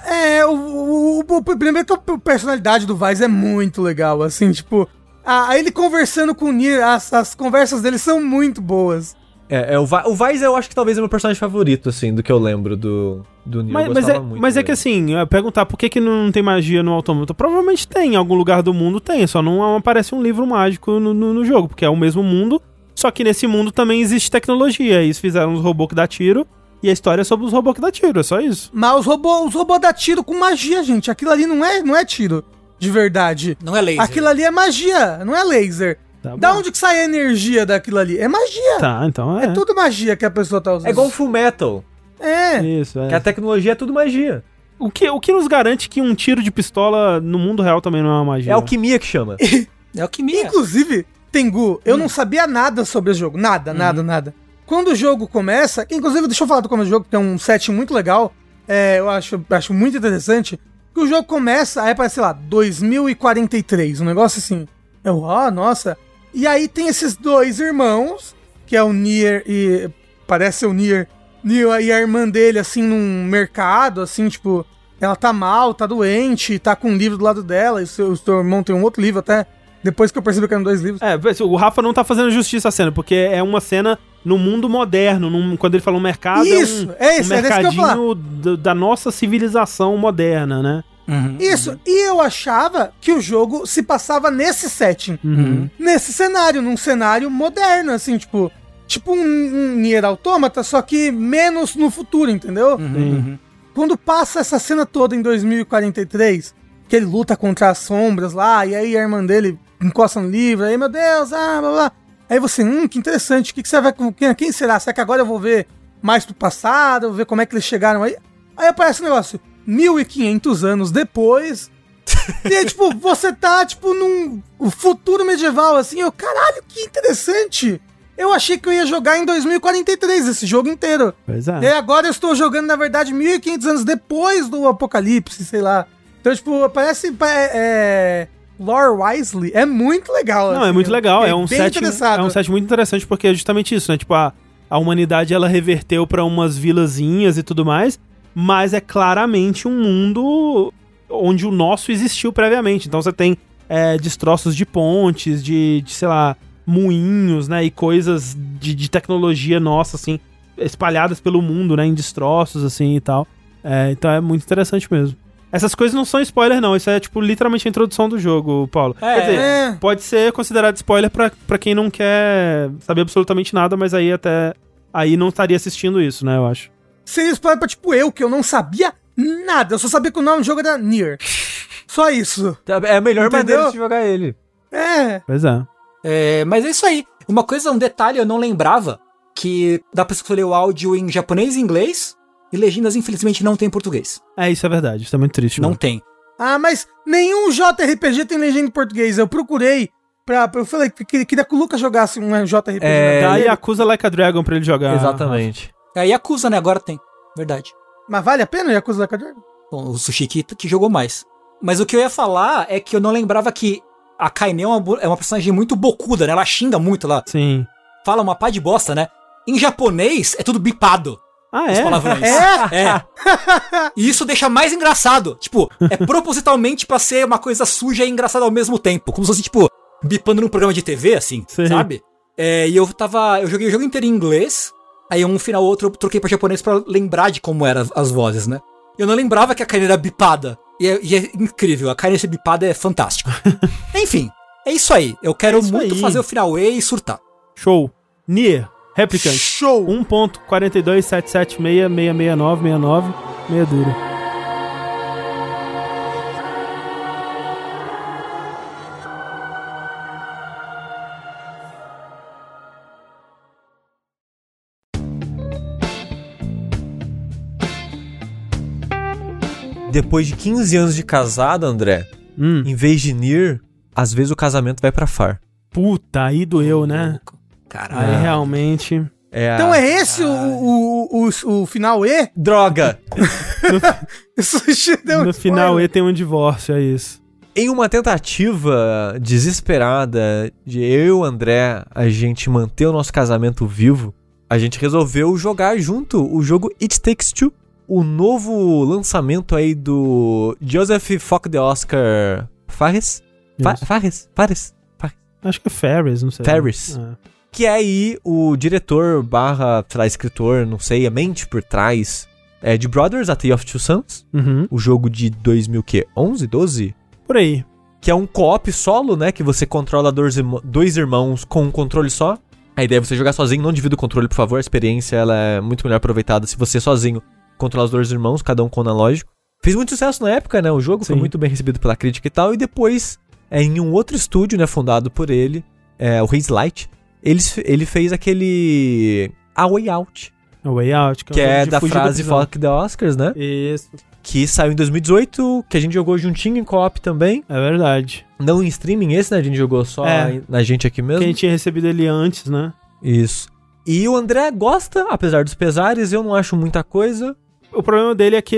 Primeiro que a personalidade do Vice é muito legal, assim, tipo... ele conversando com o Nier, as conversas dele são muito boas. O Vice eu acho que talvez é o meu personagem favorito, assim, do que eu lembro do Nier. Mas é que assim, perguntar por que não tem magia no Automata, provavelmente tem, em algum lugar do mundo tem, só não aparece um livro mágico no jogo, porque é o mesmo mundo, só que nesse mundo também existe tecnologia, eles fizeram os robôs que dá tiro, e a história é sobre os robôs que dá tiro, é só isso. Mas os robôs dá tiro com magia, gente, aquilo ali não é tiro, de verdade. Não é laser. Aquilo ali é magia, não é laser. Tá da onde que sai a energia daquilo ali? É magia. Tá, então é tudo magia que a pessoa tá usando. É igual o Fullmetal. Isso, que a tecnologia é tudo magia. O que nos garante que um tiro de pistola no mundo real também não é uma magia? É alquimia que chama. É alquimia. Inclusive, Tengu, eu não sabia nada sobre o jogo. Nada. Quando o jogo começa... Inclusive, deixa eu falar do começo do jogo, que é um setting muito legal. Eu acho muito interessante. Que o jogo começa, aí aparece, sei lá, 2043. Um negócio assim. Nossa... E aí tem esses dois irmãos, que é o Nier e... Parece o Nier e a irmã dele, assim, num mercado, assim, tipo... Ela tá mal, tá doente, tá com um livro do lado dela, e o seu irmão tem um outro livro até... Depois que eu percebi que eram dois livros. O Rafa não tá fazendo justiça à cena, porque é uma cena no mundo moderno, quando ele fala um mercado, um mercadinho da nossa civilização moderna, né? Isso, e eu achava que o jogo se passava nesse setting, nesse cenário, num cenário moderno, assim, tipo um Nier Automata, só que menos no futuro, entendeu? Quando passa essa cena toda em 2043, que ele luta contra as sombras lá, e aí a irmã dele encosta no livro, aí, meu Deus, blá, blá. Aí você, que interessante, o que você vai com quem será? Será que agora eu vou ver mais pro passado, eu vou ver como é que eles chegaram aí? Aí aparece um negócio... 1500 anos depois. E aí, tipo, você tá, tipo, num futuro medieval, assim. Caralho, que interessante. Eu achei que eu ia jogar em 2043 esse jogo inteiro. Pois é. E aí agora eu estou jogando, na verdade, 1500 anos depois do apocalipse, sei lá. Então, tipo, parece... Lore Wisely é muito legal. Não, assim, é muito legal. É um set muito interessante porque é justamente isso, né? Tipo, a humanidade, ela reverteu pra umas vilazinhas e tudo mais... Mas é claramente um mundo onde o nosso existiu previamente. Então você tem destroços de pontes, de, sei lá, moinhos, né? E coisas de tecnologia nossa, assim, espalhadas pelo mundo, né? Em destroços, assim, e tal. Então é muito interessante mesmo. Essas coisas não são spoiler, não. Isso é, tipo, literalmente a introdução do jogo, Paulo. Quer dizer, pode ser considerado spoiler pra quem não quer saber absolutamente nada, mas aí não estaria assistindo isso, né? Eu acho. Seria spoiler pra, tipo, que eu não sabia nada. Eu só sabia que o nome do jogo era Nier. Só isso. É a melhor maneira de jogar ele. Pois é. Mas é isso aí. Um detalhe, eu não lembrava que dá pra escolher o áudio em japonês e inglês, e legendas, infelizmente, não tem em português. Isso é verdade. Isso é muito triste. Não tem. Ah, mas nenhum JRPG tem legenda em português. Eu procurei eu falei que queria que o Lucas jogasse um JRPG. Dá Yakuza Like a Dragon pra ele jogar. Exatamente. Yakuza, né? Agora tem. Verdade. Mas vale a pena Yakuza Like a Dragon? Bom, o Sushiki que jogou mais. Mas o que eu ia falar é que eu não lembrava que a Kaine é uma personagem muito bocuda, né? Ela xinga muito lá. Sim. Fala uma pá de bosta, né? Em japonês é tudo bipado. Ah, os é? palavrões. É. E isso deixa mais engraçado. Tipo, é propositalmente pra ser uma coisa suja e engraçada ao mesmo tempo. Como se fosse, tipo, bipando num programa de TV, assim, sim, sabe? E eu joguei o jogo inteiro em inglês. Aí um final ou outro eu troquei pra japonês pra lembrar de como eram as vozes, né? Eu não lembrava que a Kaine era bipada. E é incrível, a Kaine ser bipada é fantástico. Enfim, é isso aí. Eu quero muito fazer o final E e surtar. Show. Nier Replicant. Show. 1.42776666969. Meia dura. Depois de 15 anos de casado, André, em vez de Nier, às vezes o casamento vai pra Far. Puta, aí doeu, né? Caralho. Aí realmente... Então é esse o final E? Droga! No final E tem um divórcio, é isso. Em uma tentativa desesperada de eu e o André a gente manter o nosso casamento vivo, a gente resolveu jogar junto o jogo It Takes Two. O novo lançamento aí do Joseph Fock the Oscar Fares? Fares? Acho que é Ferris, não sei. Ferris. Que é aí o diretor / escritor, não sei, a mente por trás de Brothers, A Tale of Two Sons. O jogo de 2011, 12? Por aí. Que é um co-op solo, né? Que você controla dois irmãos com um controle só. A ideia é você jogar sozinho, não divida o controle, por favor. A experiência ela é muito melhor aproveitada se você sozinho controlar os dois irmãos, cada um com o analógico. Fez muito sucesso na época, né? O jogo foi muito bem recebido pela crítica e tal. E depois, em um outro estúdio, né? Fundado por ele, o Haze Light, ele fez aquele... A Way Out. A Way Out. Que é da frase Fuck the Oscars, né? Isso. Que saiu em 2018, que a gente jogou juntinho em co-op também. É verdade. Não em streaming esse, né? A gente jogou só na gente aqui mesmo. Que a gente tinha recebido ele antes, né? Isso. E o André gosta, apesar dos pesares, eu não acho muita coisa. O problema dele é que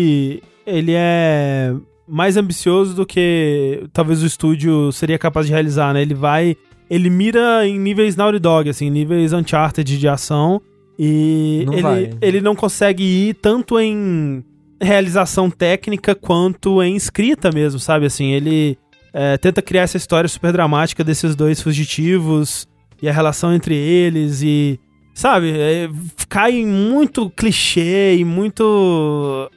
ele é mais ambicioso do que talvez o estúdio seria capaz de realizar, né? Ele mira em níveis Naughty Dog, assim, níveis Uncharted de ação, e ele não consegue ir tanto em realização técnica quanto em escrita mesmo, sabe? Assim, ele tenta criar essa história super dramática desses dois fugitivos e a relação entre eles e... Sabe, cai em muito clichê e muito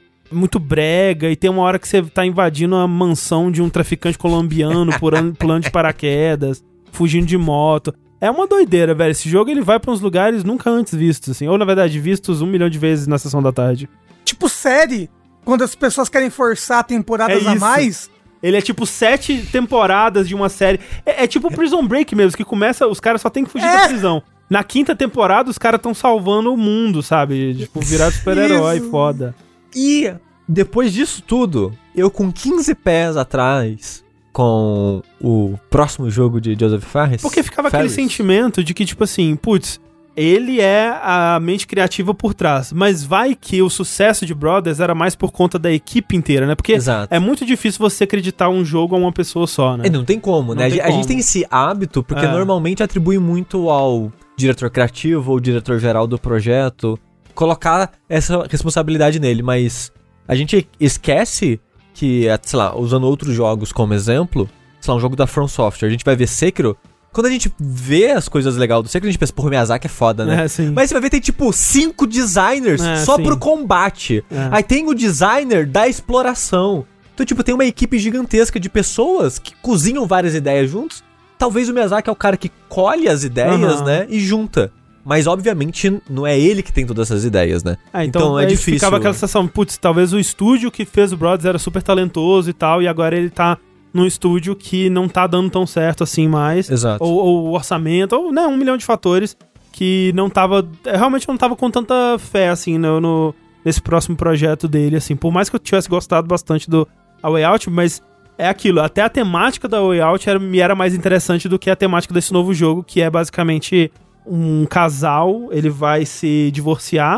brega, e tem uma hora que você tá invadindo a mansão de um traficante colombiano, pulando de paraquedas, fugindo de moto. É uma doideira, velho. Esse jogo ele vai pra uns lugares nunca antes vistos, assim. Ou, na verdade, vistos 1 milhão de vezes na sessão da tarde. Tipo série, quando as pessoas querem forçar temporadas a mais... Ele é tipo 7 temporadas de uma série. É tipo Prison Break mesmo, que começa, os caras só tem que fugir da prisão. Na 5ª temporada, os caras estão salvando o mundo, sabe? Tipo, virar super-herói, foda. E depois disso tudo, eu com 15 pés atrás com o próximo jogo de Joseph Fares. Porque ficava aquele sentimento de que, tipo assim, putz, ele é a mente criativa por trás, mas vai que o sucesso de Brothers era mais por conta da equipe inteira, né? Porque é muito difícil você acreditar um jogo a uma pessoa só, né? Não tem como, né? A gente tem esse hábito, porque normalmente atribui muito ao diretor criativo ou diretor geral do projeto, colocar essa responsabilidade nele, mas a gente esquece que, sei lá, usando outros jogos como exemplo, sei lá, um jogo da From Software, a gente vai ver Sekiro. Quando a gente vê as coisas legais do Sekiro, a gente pensa, porra, o Miyazaki é foda, né? Sim. Mas você vai ver, tem tipo 5 designers só pro combate. Aí tem o designer da exploração. Então, tipo, tem uma equipe gigantesca de pessoas que cozinham várias ideias juntos. Talvez o Miyazaki é o cara que colhe as ideias, né? E junta. Mas, obviamente, não é ele que tem todas essas ideias, né? Então é difícil. Ficava aquela sensação, putz, talvez o estúdio que fez o Brothers era super talentoso e tal, e agora ele tá num estúdio que não tá dando tão certo assim mais. Exato. Ou o orçamento, ou, né, 1 milhão de fatores que não tava... Realmente não tava com tanta fé, assim, nesse próximo projeto dele, assim. Por mais que eu tivesse gostado bastante do a Way Out, mas é aquilo, até a temática da Way Out me era mais interessante do que a temática desse novo jogo, que é basicamente um casal, ele vai se divorciar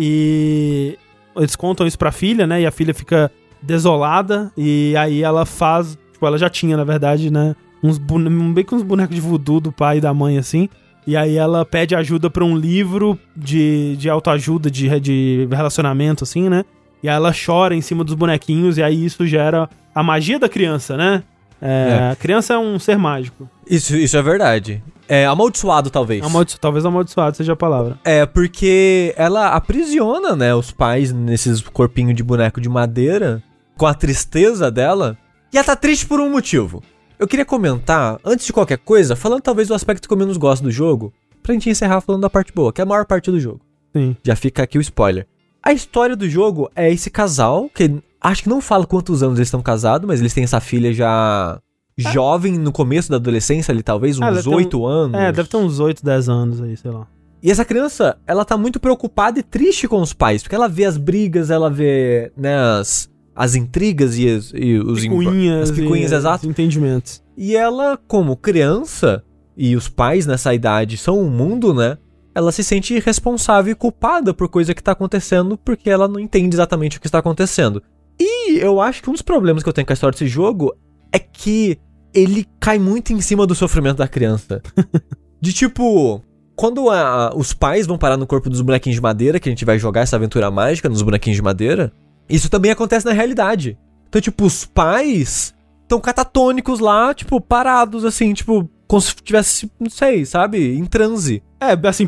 e eles contam isso pra filha, né, e a filha fica desolada, e aí ela faz, tipo, ela já tinha, na verdade, né, bem com uns bonecos de voodoo do pai e da mãe, assim, e aí ela pede ajuda pra um livro de autoajuda, de relacionamento, assim, né, e aí ela chora em cima dos bonequinhos, e aí isso gera a magia da criança, né? A criança é um ser mágico. Isso é verdade. É amaldiçoado, talvez. Talvez amaldiçoado seja a palavra. É, porque ela aprisiona, né, os pais nesses corpinhos de boneco de madeira, com a tristeza dela, e ela tá triste por um motivo. Eu queria comentar, antes de qualquer coisa, falando talvez do aspecto que eu menos gosto do jogo, pra gente encerrar falando da parte boa, que é a maior parte do jogo. Sim. Já fica aqui o spoiler. A história do jogo é esse casal, que acho que não fala quantos anos eles estão casados, mas eles têm essa filha já jovem, no começo da adolescência ali, talvez uns 8 anos. Deve ter uns 8, 10 anos aí, sei lá. E essa criança, ela tá muito preocupada e triste com os pais, porque ela vê as brigas, ela vê, né, as intrigas e os picuinhas, exato. Os entendimentos. E ela, como criança, e os pais nessa idade são um mundo, né? Ela se sente responsável e culpada por coisa que tá acontecendo, porque ela não entende exatamente o que está acontecendo. E eu acho que um dos problemas que eu tenho com a história desse jogo é que ele cai muito em cima do sofrimento da criança. De tipo, quando os pais vão parar no corpo dos bonequinhos de madeira, que a gente vai jogar essa aventura mágica nos bonequinhos de madeira, isso também acontece na realidade. Então, tipo, os pais estão catatônicos lá, tipo, parados, assim, tipo, como se tivesse, não sei, sabe, em transe. Assim,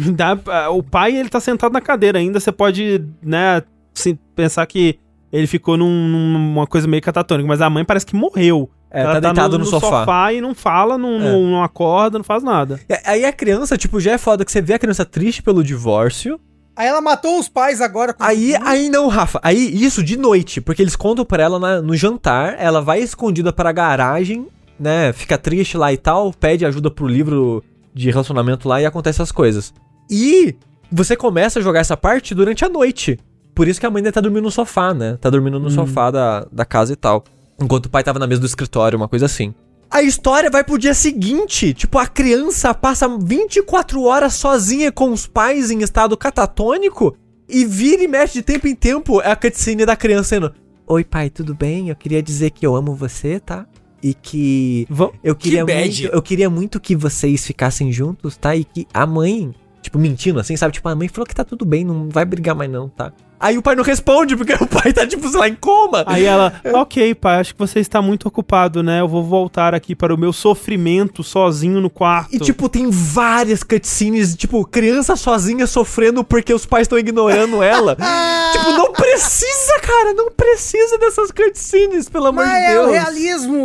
o pai, ele tá sentado na cadeira ainda, você pode, né, assim, pensar que ele ficou numa coisa meio catatônica, mas a mãe parece que morreu. Ela tá deitada no sofá e não fala, não acorda, não faz nada. Aí a criança, tipo, já é foda que você vê a criança triste pelo divórcio. Aí ela matou os pais agora. Aí não, Rafa. Aí isso de noite, porque eles contam pra ela no jantar, ela vai escondida pra garagem, né, fica triste lá e tal, pede ajuda pro livro de relacionamento lá e acontece as coisas. E você começa a jogar essa parte durante a noite. Por isso que a mãe ainda tá dormindo no sofá, né? Tá dormindo no sofá da casa e tal. Enquanto o pai tava na mesa do escritório, uma coisa assim. A história vai pro dia seguinte. Tipo, a criança passa 24 horas sozinha com os pais em estado catatônico e vira e mexe de tempo em tempo a cutscene da criança sendo: Oi, pai, tudo bem? Eu queria dizer que eu amo você, tá? E que eu queria muito que vocês ficassem juntos, tá? E que a mãe, tipo, mentindo assim, sabe? Tipo, a mãe falou que tá tudo bem, não vai brigar mais não, tá? Aí o pai não responde, porque o pai tá, tipo, sei lá, em coma. Aí ela, ok, pai, acho que você está muito ocupado, né? Eu vou voltar aqui para o meu sofrimento sozinho no quarto. E, tipo, tem várias cutscenes, tipo, criança sozinha sofrendo porque os pais estão ignorando ela. Tipo, não precisa, cara, não precisa dessas cutscenes, pelo amor de Deus. É o realismo,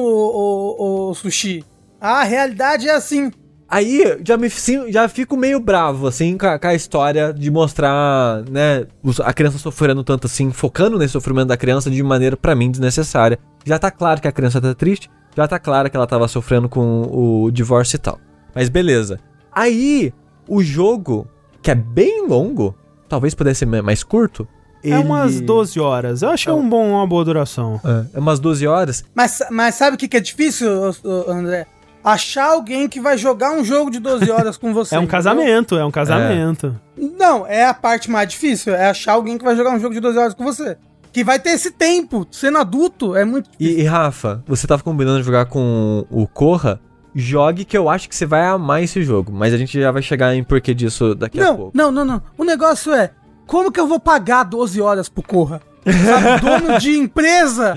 o Sushi. A realidade é assim. Aí já fico meio bravo, assim, com a história de mostrar, né, a criança sofrendo tanto assim, focando nesse sofrimento da criança de maneira, pra mim, desnecessária. Já tá claro que a criança tá triste, já tá claro que ela tava sofrendo com o divórcio e tal. Mas beleza. Aí, o jogo, que é bem longo, talvez pudesse ser mais curto, É umas 12 horas. Eu achei uma boa duração. É umas 12 horas. Mas sabe o que é difícil, André? Achar alguém que vai jogar um jogo de 12 horas com você. É um casamento. Não, é a parte mais difícil. É achar alguém que vai jogar um jogo de 12 horas com você. Que vai ter esse tempo. Sendo adulto, é muito difícil. E Rafa, você tava combinando de jogar com o Corra? Jogue, que eu acho que você vai amar esse jogo. Mas a gente já vai chegar em porquê disso daqui a pouco. Não. O negócio é, como que eu vou pagar 12 horas pro Corra? Sabe, dono de empresa.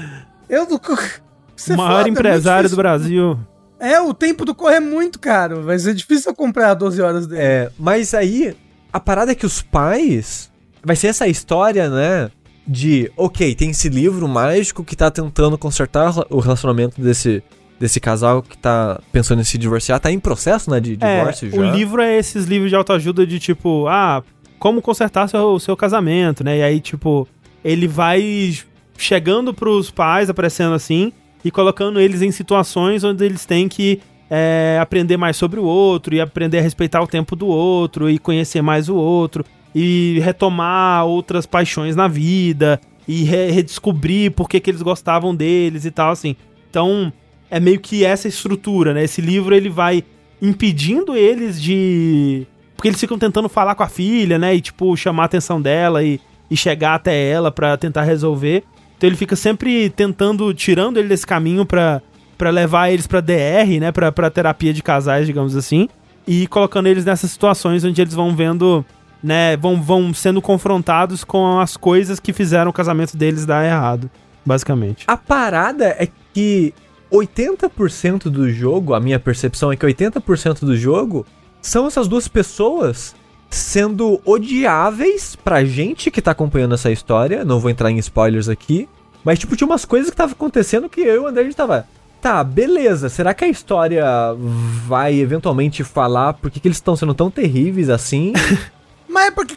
O maior empresário do Brasil. O tempo do Corra é muito caro. Vai ser difícil eu comprar 12 horas dele. Mas aí, a parada é que os pais... Vai ser essa história, né? De, ok, tem esse livro mágico que tá tentando consertar o relacionamento desse casal que tá pensando em se divorciar. Tá em processo, né, de divórcio já. O livro é esses livros de autoajuda de tipo, como consertar seu casamento, né? E aí, tipo, ele vai chegando pros pais, aparecendo assim, e colocando eles em situações onde eles têm que aprender mais sobre o outro, e aprender a respeitar o tempo do outro, e conhecer mais o outro, e retomar outras paixões na vida, e redescobrir por que eles gostavam deles e tal, assim. Então, é meio que essa estrutura, né? Esse livro, ele vai impedindo eles de... Porque eles ficam tentando falar com a filha, né? E, tipo, chamar a atenção dela e chegar até ela pra tentar resolver. Então ele fica sempre tentando, tirando ele desse caminho pra levar eles pra DR, né? Pra terapia de casais, digamos assim. E colocando eles nessas situações onde eles vão vendo, né? Vão sendo confrontados com as coisas que fizeram o casamento deles dar errado, basicamente. A parada é que 80% do jogo, a minha percepção é que 80% do jogo são essas duas pessoas sendo odiáveis pra gente que tá acompanhando essa história. Não vou entrar em spoilers aqui, mas tipo, tinha umas coisas que estavam acontecendo que eu e o André, a gente tava... Tá, beleza, será que a história vai eventualmente falar por que eles estão sendo tão terríveis assim? Mas é porque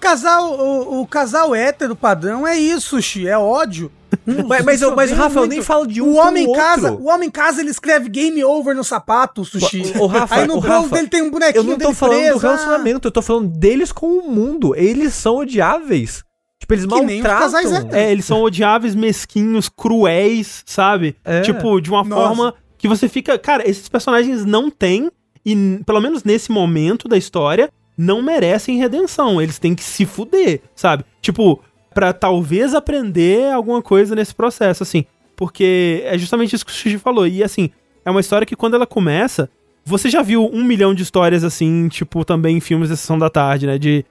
o casal hétero padrão é isso, Xi, é ódio. Mas Rafa, eu nem falo de um o homem com o outro. O homem em casa, ele escreve game over no sapato, Sushi. O Rafa, aí no bolo dele tem um bonequinho dele. Eu não tô falando do relacionamento, eu tô falando deles com o mundo. Eles são odiáveis. Tipo, eles maltratam. Eles são odiáveis, mesquinhos, cruéis, sabe? Tipo, de uma forma que você fica... Cara, esses personagens não têm, e pelo menos nesse momento da história, não merecem redenção. Eles têm que se fuder, sabe? Tipo... pra talvez aprender alguma coisa nesse processo, assim. Porque é justamente isso que o Sushi falou. E, assim, é uma história que quando ela começa... Você já viu 1 milhão de histórias, assim, tipo, também em filmes da Sessão da Tarde, né? De,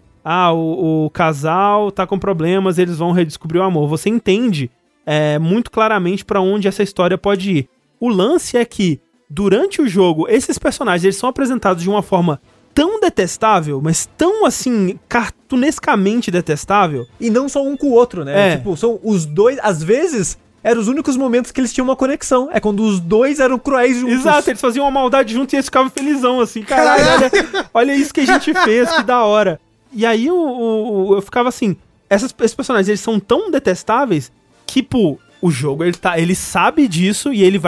o casal tá com problemas, eles vão redescobrir o amor. Você entende muito claramente pra onde essa história pode ir. O lance é que, durante o jogo, esses personagens, eles são apresentados de uma forma... tão detestável, mas tão, assim, cartunescamente detestável. E não só um com o outro, né? Tipo, são os dois, às vezes, eram os únicos momentos que eles tinham uma conexão. É quando os dois eram cruéis juntos. Exato, eles faziam uma maldade juntos e eles ficavam felizão, assim. Caralho, olha isso que a gente fez, que da hora. E aí eu ficava assim, esses personagens, eles são tão detestáveis que, pô, o jogo, ele sabe disso e ele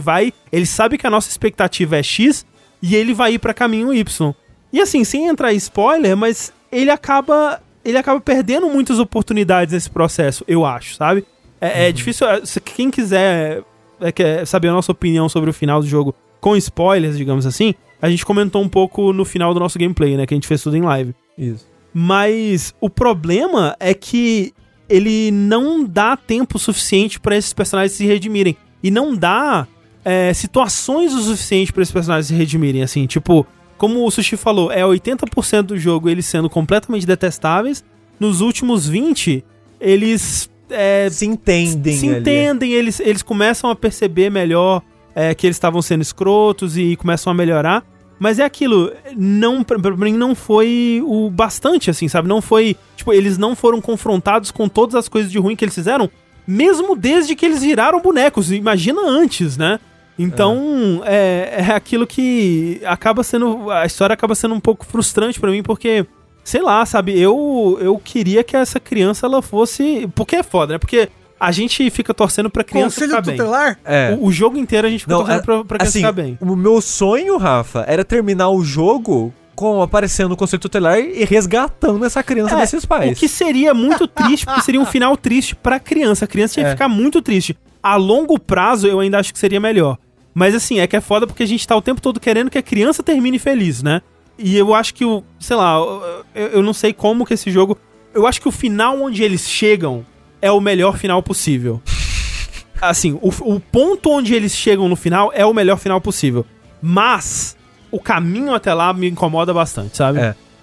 sabe que a nossa expectativa é X e ele vai ir pra caminho Y. E assim, sem entrar em spoiler, mas ele acaba perdendo muitas oportunidades nesse processo, eu acho, sabe? É difícil, quem quiser saber a nossa opinião sobre o final do jogo com spoilers, digamos assim, a gente comentou um pouco no final do nosso gameplay, né, que a gente fez tudo em live. Isso. Mas o problema é que ele não dá tempo suficiente pra esses personagens se redimirem. E não dá situações o suficiente pra esses personagens se redimirem, assim, tipo... Como o Sushi falou, 80% do jogo eles sendo completamente detestáveis. Nos últimos 20, eles... se entendem, eles começam a perceber melhor que eles estavam sendo escrotos e começam a melhorar. Mas é aquilo, pra mim não foi o bastante, assim, sabe? Não foi... Tipo, eles não foram confrontados com todas as coisas de ruim que eles fizeram, mesmo desde que eles viraram bonecos. Imagina antes, né? Então, é aquilo que acaba sendo... A história acaba sendo um pouco frustrante pra mim, porque, sei lá, sabe? Eu queria que essa criança, ela fosse... Porque é foda, né? Porque a gente fica torcendo pra criança ficar bem. Conselho tutelar? O jogo inteiro a gente fica torcendo pra criança ficar bem. O meu sonho, Rafa, era terminar o jogo aparecendo o conselho tutelar e resgatando essa criança desses pais. O que seria muito triste, porque seria um final triste pra criança. A criança ia ficar muito triste. A longo prazo, eu ainda acho que seria melhor. Mas assim, que é foda porque a gente tá o tempo todo querendo que a criança termine feliz, né? E eu acho que sei lá, eu não sei como que esse jogo... Eu acho que o final onde eles chegam é o melhor final possível. Assim, o ponto onde eles chegam no final é o melhor final possível. Mas o caminho até lá me incomoda bastante, sabe?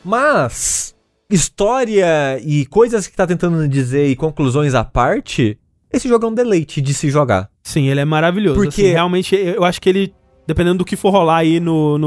Mas história e coisas que tá tentando dizer e conclusões à parte, esse jogo é um deleite de se jogar. Sim, ele é maravilhoso. Porque assim, realmente, eu acho que ele, dependendo do que for rolar aí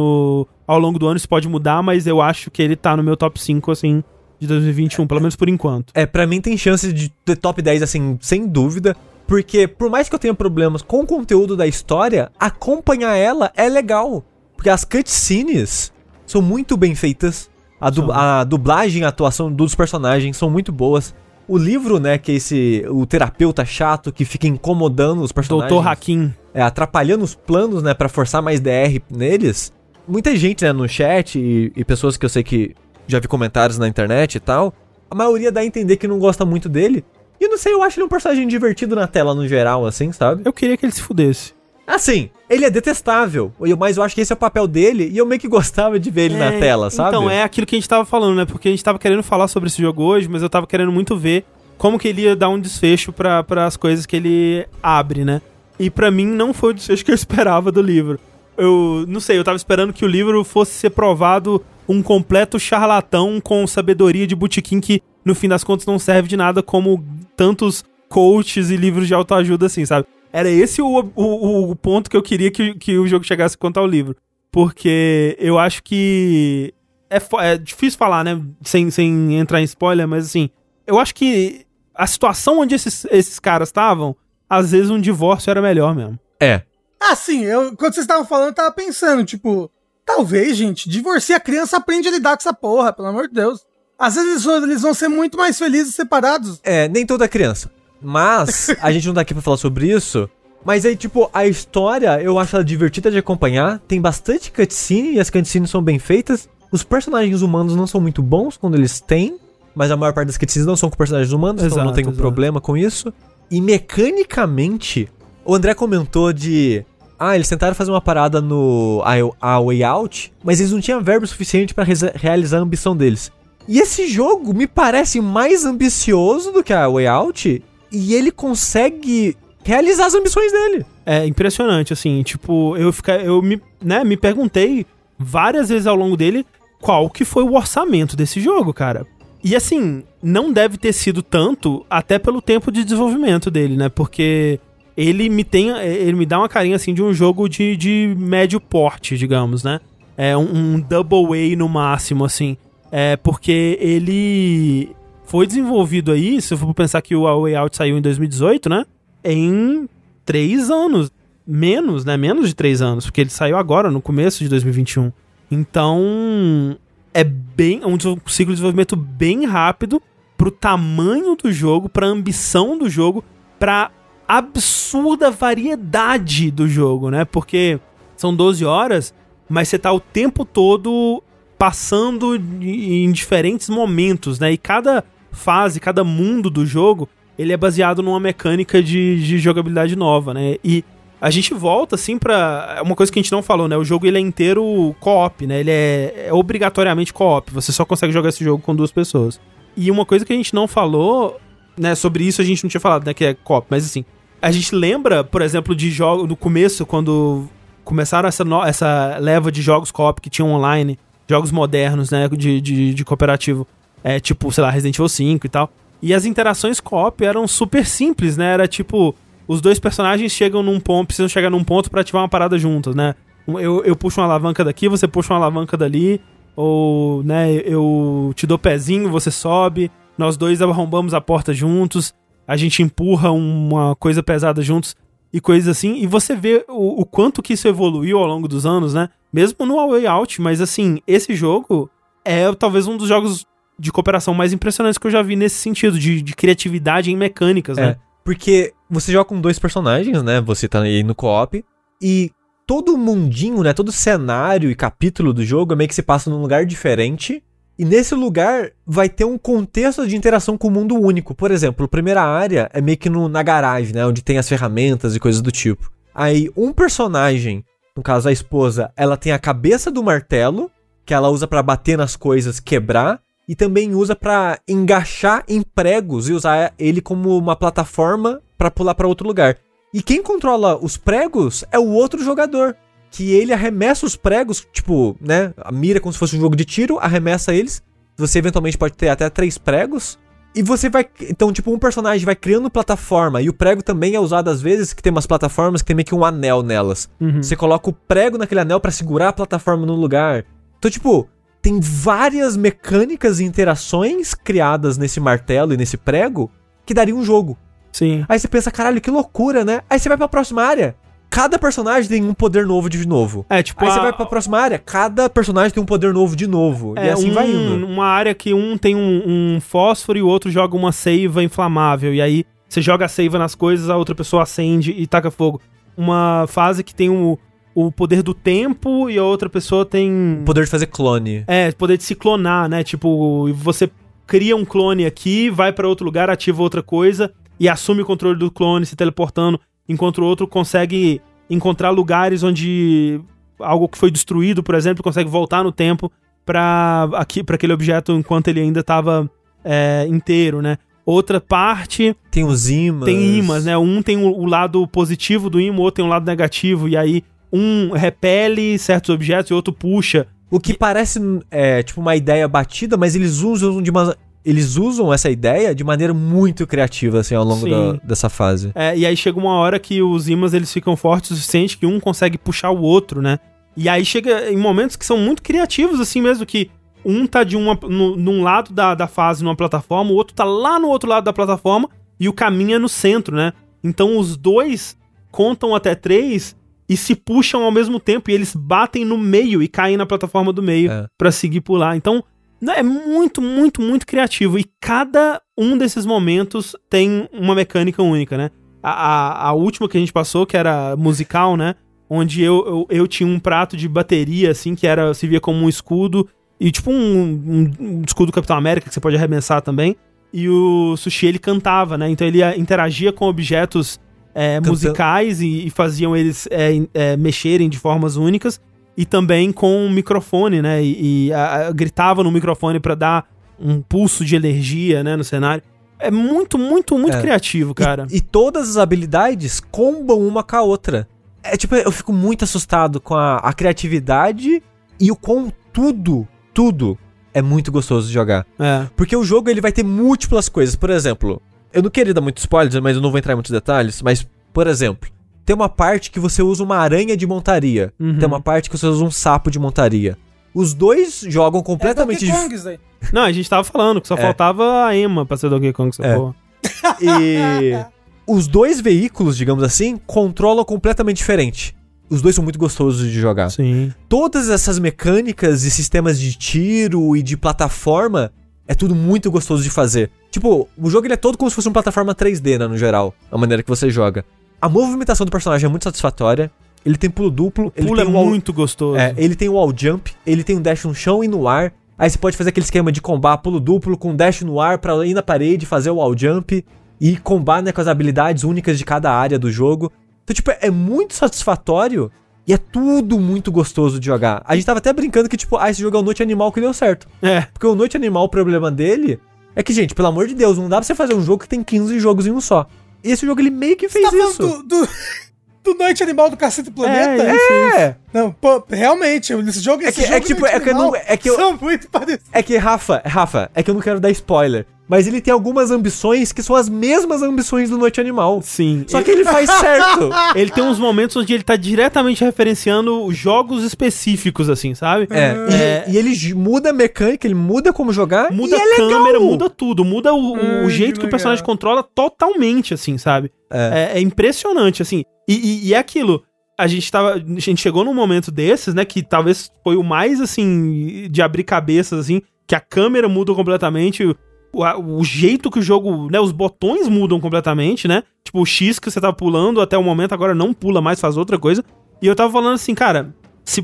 ao longo do ano, isso pode mudar, mas eu acho que ele tá no meu top 5, assim, de 2021, pelo menos por enquanto. Pra mim tem chance de ter top 10, assim, sem dúvida, porque por mais que eu tenha problemas com o conteúdo da história, acompanhar ela é legal. Porque as cutscenes são muito bem feitas, a dublagem, a atuação dos personagens são muito boas. O livro, né, que é o terapeuta chato que fica incomodando os personagens. Dr. Hakim. Atrapalhando os planos, né, pra forçar mais DR neles. Muita gente, né, no chat e pessoas que eu sei que já vi comentários na internet e tal, a maioria dá a entender que não gosta muito dele. E não sei, eu acho ele um personagem divertido na tela no geral, assim, sabe? Eu queria que ele se fudesse. Assim, ele é detestável, mas eu acho que esse é o papel dele e eu meio que gostava de ver ele na tela, sabe? Então, é aquilo que a gente tava falando, né? Porque a gente tava querendo falar sobre esse jogo hoje, mas eu tava querendo muito ver como que ele ia dar um desfecho pra as coisas que ele abre, né? E pra mim não foi o desfecho que eu esperava do livro. Eu não sei, eu tava esperando que o livro fosse ser provado um completo charlatão com sabedoria de botequim que, no fim das contas, não serve de nada como tantos coaches e livros de autoajuda assim, sabe? Era esse o ponto que eu queria que o jogo chegasse quanto ao livro. Porque eu acho que... É difícil falar, né? Sem entrar em spoiler, mas assim... Eu acho que a situação onde esses caras estavam, às vezes um divórcio era melhor mesmo. É. Ah, sim. Quando vocês estavam falando, eu tava pensando, tipo... Talvez, gente, divorcia a criança, aprende a lidar com essa porra, pelo amor de Deus. Às vezes eles vão ser muito mais felizes separados. Nem toda criança. Mas, a gente não tá aqui pra falar sobre isso. Mas aí, tipo, a história, eu acho ela divertida de acompanhar. Tem bastante cutscene e as cutscenes são bem feitas. Os personagens humanos não são muito bons quando eles têm. Mas a maior parte das cutscenes não são com personagens humanos, então não tem um problema com isso. E mecanicamente, o André comentou de... eles tentaram fazer uma parada no A Way Out, mas eles não tinham verbo suficiente pra realizar a ambição deles. E esse jogo me parece mais ambicioso do que a Way Out, e ele consegue realizar as ambições dele. É impressionante, assim, tipo, eu me perguntei várias vezes ao longo dele qual que foi o orçamento desse jogo, cara. E assim, não deve ter sido tanto, até pelo tempo de desenvolvimento dele, né, porque... Ele me dá uma carinha, assim, de um jogo de médio porte, digamos, né? É um double A no máximo, assim. Porque ele foi desenvolvido aí, se eu for pensar que o A Way Out saiu em 2018, né? Em 3 anos. Menos, né? Menos de 3 anos, porque ele saiu agora, no começo de 2021. Então, é um ciclo de desenvolvimento bem rápido pro tamanho do jogo, pra ambição do jogo, pra absurda variedade do jogo, né? Porque são 12 horas, mas você tá o tempo todo passando em diferentes momentos, né? E cada fase, cada mundo do jogo, ele é baseado numa mecânica de jogabilidade nova, né? E a gente volta, assim, pra... Uma coisa que a gente não falou, né? O jogo, ele é inteiro co-op, né? Ele é obrigatoriamente co-op. Você só consegue jogar esse jogo com 2 pessoas. E uma coisa que a gente não falou, né? Sobre isso a gente não tinha falado, né? Que é co-op, mas assim... A gente lembra, por exemplo, de jogos no começo, quando começaram essa leva de jogos co-op que tinham online, jogos modernos, né, de cooperativo, tipo, sei lá, Resident Evil 5 e tal. E as interações co-op eram super simples, né, era tipo, os 2 personagens precisam chegar num ponto pra ativar uma parada juntos, né. Eu puxo uma alavanca daqui, você puxa uma alavanca dali, ou, né, eu te dou pezinho, você sobe, nós 2 arrombamos a porta juntos, a gente empurra uma coisa pesada juntos e coisas assim, e você vê o quanto que isso evoluiu ao longo dos anos, né? Mesmo no A Way Out, mas assim, esse jogo é talvez um dos jogos de cooperação mais impressionantes que eu já vi nesse sentido, de criatividade em mecânicas, né? Porque você joga com 2 personagens, né? Você tá aí no co-op, e todo o mundinho, né? Todo o cenário e capítulo do jogo é meio que se passa num lugar diferente. E nesse lugar vai ter um contexto de interação com o mundo único. Por exemplo, a primeira área é meio que na garagem, né? Onde tem as ferramentas e coisas do tipo. Aí um personagem, no caso a esposa, ela tem a cabeça do martelo, que ela usa pra bater nas coisas, quebrar. E também usa pra engaixar em pregos e usar ele como uma plataforma pra pular pra outro lugar. E quem controla os pregos é o outro jogador. Que ele arremessa os pregos, tipo, né, a mira como se fosse um jogo de tiro, arremessa eles, você eventualmente pode ter até 3 pregos, e você vai, então, tipo, um personagem vai criando plataforma, e o prego também é usado às vezes, que tem umas plataformas que tem meio que um anel nelas. Você coloca o prego naquele anel pra segurar a plataforma no lugar. Então, tipo, tem várias mecânicas e interações criadas nesse martelo e nesse prego, que daria um jogo. Sim. Aí você pensa, caralho, que loucura, né? Aí você vai pra próxima área, cada personagem tem um poder novo de novo. Tipo... Aí você vai pra próxima área, cada personagem tem um poder novo de novo. E assim vai indo. Uma área que um tem um fósforo e o outro joga uma seiva inflamável. E aí você joga a seiva nas coisas, a outra pessoa acende e taca fogo. Uma fase que tem o poder do tempo e a outra pessoa tem... O poder de fazer clone. Poder de se clonar, né? Tipo, você cria um clone aqui, vai pra outro lugar, ativa outra coisa e assume o controle do clone, se teleportando, enquanto o outro consegue encontrar lugares onde algo que foi destruído, por exemplo, consegue voltar no tempo pra aquele objeto enquanto ele ainda estava inteiro, né? Outra parte... Tem os ímãs. Tem ímãs, né? Um tem o lado positivo do ímã, o outro tem o lado negativo, e aí um repele certos objetos e o outro puxa. O que parece, tipo, uma ideia batida, mas eles usam essa ideia de maneira muito criativa, assim, ao longo dessa fase. E aí chega uma hora que os ímãs, eles ficam fortes o suficiente que um consegue puxar o outro, né? E aí chega em momentos que são muito criativos, assim mesmo, que um tá num lado da fase numa plataforma, o outro tá lá no outro lado da plataforma e o caminho é no centro, né? Então os dois contam até 3 e se puxam ao mesmo tempo e eles batem no meio e caem na plataforma do meio pra seguir por lá. Então é muito, muito, muito criativo e cada um desses momentos tem uma mecânica única, né? A última que a gente passou, que era musical, né? Onde eu tinha um prato de bateria, assim, que servia como um escudo, e tipo um escudo do Capitão América, que você pode arremessar também, e o Sushi, ele cantava, né, então ele interagia com objetos musicais e faziam eles mexerem de formas únicas, e também com um microfone, né, e gritava no microfone pra dar um pulso de energia, né, no cenário. É muito, muito, muito criativo, cara. E todas as habilidades combam uma com a outra. Tipo, eu fico muito assustado com a criatividade e o quão tudo é muito gostoso de jogar. Porque o jogo, ele vai ter múltiplas coisas. Por exemplo, eu não queria dar muitos spoilers, mas eu não vou entrar em muitos detalhes, mas, por exemplo, tem uma parte que você usa uma aranha de montaria. Tem uma parte que você usa um sapo de montaria. Os dois jogam completamente... Não, a gente tava falando que só faltava a Emma pra ser Donkey Kong, essa porra. E... os dois veículos, digamos assim, controlam completamente diferente. Os dois são muito gostosos de jogar. Sim. Todas essas mecânicas e sistemas de tiro e de plataforma, é tudo muito gostoso de fazer. Tipo, o jogo ele é todo como se fosse uma plataforma 3D, né, no geral, a maneira que você joga. A movimentação do personagem é muito satisfatória. Ele tem pulo duplo. O pulo é muito gostoso. Ele tem o wall jump, ele tem um dash no chão e no ar. Aí você pode fazer aquele esquema de combar pulo duplo com dash no ar pra ir na parede, fazer o wall jump e combar, né, com as habilidades únicas de cada área do jogo. Então, tipo, é muito satisfatório e é tudo muito gostoso de jogar. A gente tava até brincando que, tipo, esse jogo é o Noite Animal que deu certo. Porque o Noite Animal, o problema dele é que, gente, pelo amor de Deus, não dá pra você fazer um jogo que tem 15 jogos em um só. E esse jogo, ele meio que fez isso. Do Noite Animal do Cacete Planeta? Isso. Não, pô, realmente, esse jogo são muito parecidos. É que, Rafa, é que eu não quero dar spoiler, mas ele tem algumas ambições que são as mesmas ambições do Noite Animal. Sim. Só que ele faz certo. Ele tem uns momentos onde ele tá diretamente referenciando jogos específicos, assim, sabe? E ele muda a mecânica, ele muda como jogar. Muda a câmera, muda tudo. Muda o jeito que o personagem controla totalmente, assim, sabe? É impressionante, assim. E é aquilo. A gente chegou num momento desses, né? Que talvez foi o mais, assim, de abrir cabeças, assim. Que a câmera muda completamente. O jeito que o jogo, né, os botões mudam completamente, né? Tipo, o X que você tava pulando até o momento, agora não pula mais, faz outra coisa. E eu tava falando assim, cara, se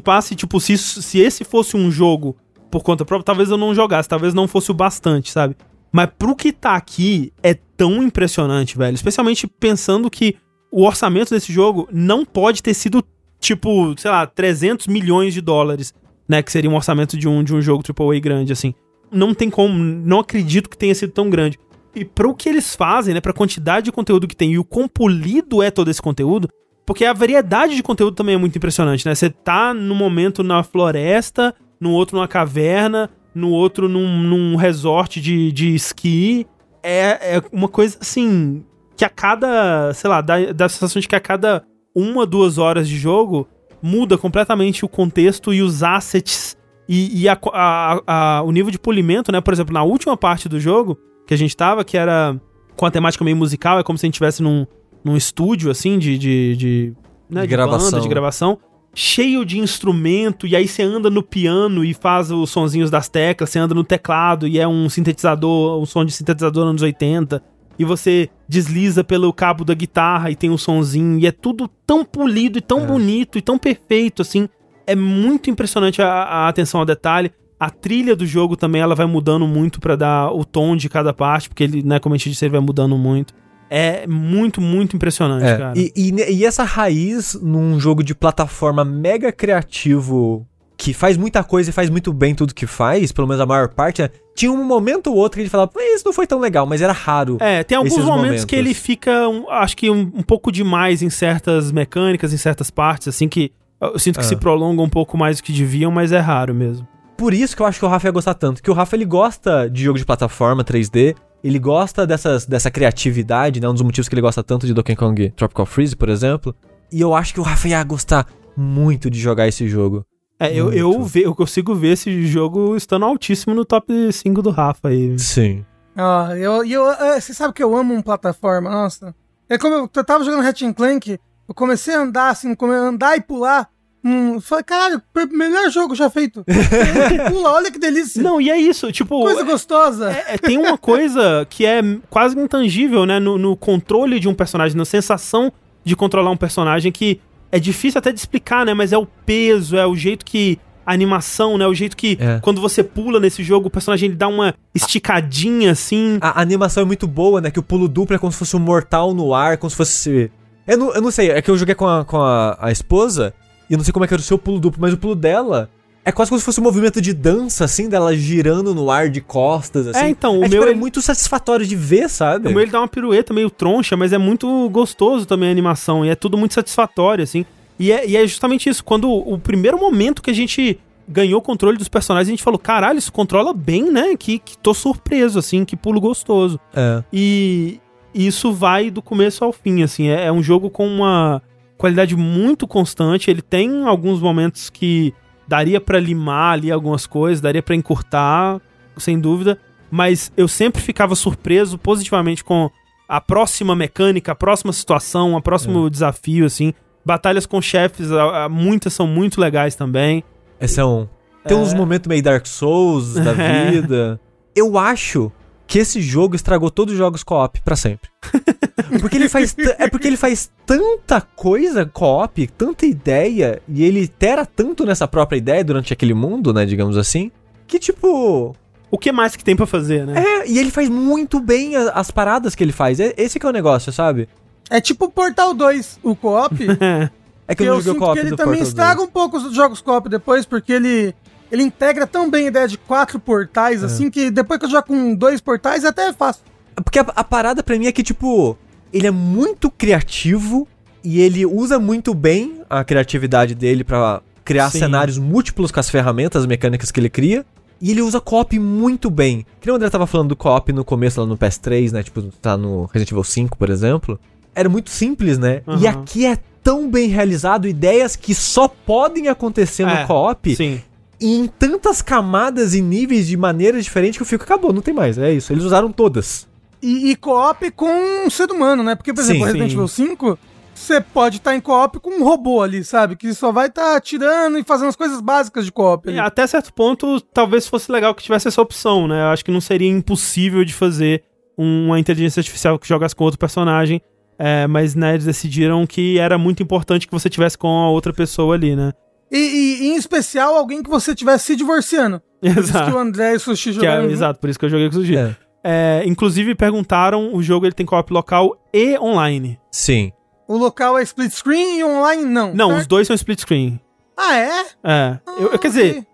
esse fosse um jogo por conta própria, talvez eu não jogasse, talvez não fosse o bastante, sabe? Mas pro que tá aqui, é tão impressionante, velho. Especialmente pensando que o orçamento desse jogo não pode ter sido, tipo, sei lá, 300 milhões de dólares, né? Que seria um orçamento de um jogo AAA grande, assim. Não tem como, não acredito que tenha sido tão grande. E pro que eles fazem, né, pra quantidade de conteúdo que tem e o quão polido é todo esse conteúdo, porque a variedade de conteúdo também é muito impressionante, né? Você tá num momento na floresta, no outro numa caverna, no outro num resort de esqui. É uma coisa, assim, que a cada, sei lá, dá a sensação de que a cada 1-2 horas de jogo muda completamente o contexto e os assets e o nível de polimento, né? Por exemplo, na última parte do jogo que a gente tava, que era com a temática meio musical, é como se a gente estivesse num estúdio, assim, de gravação. Banda, de gravação, cheio de instrumento, e aí você anda no piano e faz os sonzinhos das teclas, você anda no teclado e é um sintetizador, um som de sintetizador nos anos 80, e você desliza pelo cabo da guitarra e tem um sonzinho, e é tudo tão polido e tão bonito e tão perfeito, assim. É muito impressionante a atenção ao detalhe. A trilha do jogo também, ela vai mudando muito pra dar o tom de cada parte, porque ele, né, como a gente disse, ele vai mudando muito. É muito, muito impressionante, cara. E essa raiz num jogo de plataforma mega criativo, que faz muita coisa e faz muito bem tudo que faz, pelo menos a maior parte, né? Tinha um momento ou outro que a gente falava, isso não foi tão legal, mas era raro. Tem alguns momentos que ele fica, acho que um pouco demais em certas mecânicas, em certas partes, assim, que eu sinto que se prolongam um pouco mais do que deviam, mas é raro mesmo. Por isso que eu acho que o Rafa ia gostar tanto, que o Rafa, ele gosta de jogo de plataforma 3D, ele gosta dessa criatividade, né? Um dos motivos que ele gosta tanto de Donkey Kong Tropical Freeze, por exemplo. E eu acho que o Rafa ia gostar muito de jogar esse jogo. Eu consigo ver esse jogo estando altíssimo no top 5 do Rafa aí. Sim. Você sabe que eu amo uma plataforma, nossa. É como eu tava jogando Ratchet & Clank, eu comecei a andar assim, andar e pular. Falei, caralho, melhor jogo já feito. Pula, olha que delícia. Não, e é isso, tipo... Coisa gostosa. Tem uma coisa que é quase intangível, né, no controle de um personagem, na sensação de controlar um personagem que é difícil até de explicar, né, mas é o peso, é o jeito que... A animação, né, o jeito que quando você pula nesse jogo, o personagem ele dá uma esticadinha, assim... A animação é muito boa, né, que o pulo duplo é como se fosse um mortal no ar, como se fosse... Eu não sei, é que eu joguei com a esposa... E eu não sei como é que era o seu pulo duplo, mas o pulo dela é quase como se fosse um movimento de dança, assim, dela girando no ar de costas, assim. Então, o meu é muito satisfatório de ver, sabe? O meu ele dá uma pirueta meio troncha, mas é muito gostoso também a animação, e é tudo muito satisfatório, assim. E é justamente isso, quando o primeiro momento que a gente ganhou o controle dos personagens, a gente falou, caralho, isso controla bem, né? Que tô surpreso, assim, que pulo gostoso. E isso vai do começo ao fim, assim, é um jogo com uma... qualidade muito constante, ele tem alguns momentos que daria pra limar ali algumas coisas, daria pra encurtar, sem dúvida, mas eu sempre ficava surpreso positivamente com a próxima mecânica, a próxima situação, o próximo desafio, assim. Batalhas com chefes, muitas são muito legais também. Tem uns momentos meio Dark Souls da vida. Eu acho que esse jogo estragou todos os jogos co-op pra sempre. Porque ele faz tanta coisa co-op, tanta ideia, e ele itera tanto nessa própria ideia durante aquele mundo, né, digamos assim, que tipo... O que mais que tem pra fazer, né? E ele faz muito bem as paradas que ele faz. Esse que é o negócio, sabe? É tipo o Portal 2, o co-op. É que eu não joguei o co-op do Portal 2. Ele também estraga um pouco os jogos co-op depois, porque ele integra tão bem a ideia de 4 portais, assim, que depois que eu jogo com 2 portais, até é fácil. Porque a parada pra mim é que, tipo, ele é muito criativo e ele usa muito bem a criatividade dele pra criar cenários múltiplos com as ferramentas mecânicas que ele cria. E ele usa co-op muito bem. Que nem o André tava falando do co-op no começo, lá no PS3, né? Tipo, tá no Resident Evil 5, por exemplo. Era muito simples, né? E aqui é tão bem realizado, ideias que só podem acontecer no co-op. Sim. E em tantas camadas e níveis de maneiras diferentes que eu fico, acabou, não tem mais. É isso, eles usaram todas. E co-op com um ser humano, né? Porque, por exemplo, Resident Evil 5, você pode estar em co-op com um robô ali, sabe? Que só vai estar atirando e fazendo as coisas básicas de co-op. Até certo ponto, talvez fosse legal que tivesse essa opção, né? Eu acho que não seria impossível de fazer uma inteligência artificial que jogasse com outro personagem. Mas, né, eles decidiram que era muito importante que você tivesse com a outra pessoa ali, né? E em especial, alguém que você tivesse se divorciando. Exato. Por isso que o André e o Sushi jogaram. Exato, por isso que eu joguei com o Sushi. Inclusive, perguntaram, o jogo ele tem co-op local e online. Sim. O local é split screen e online não. Não, certo? os dois são split screen. Ah, é? Quer dizer,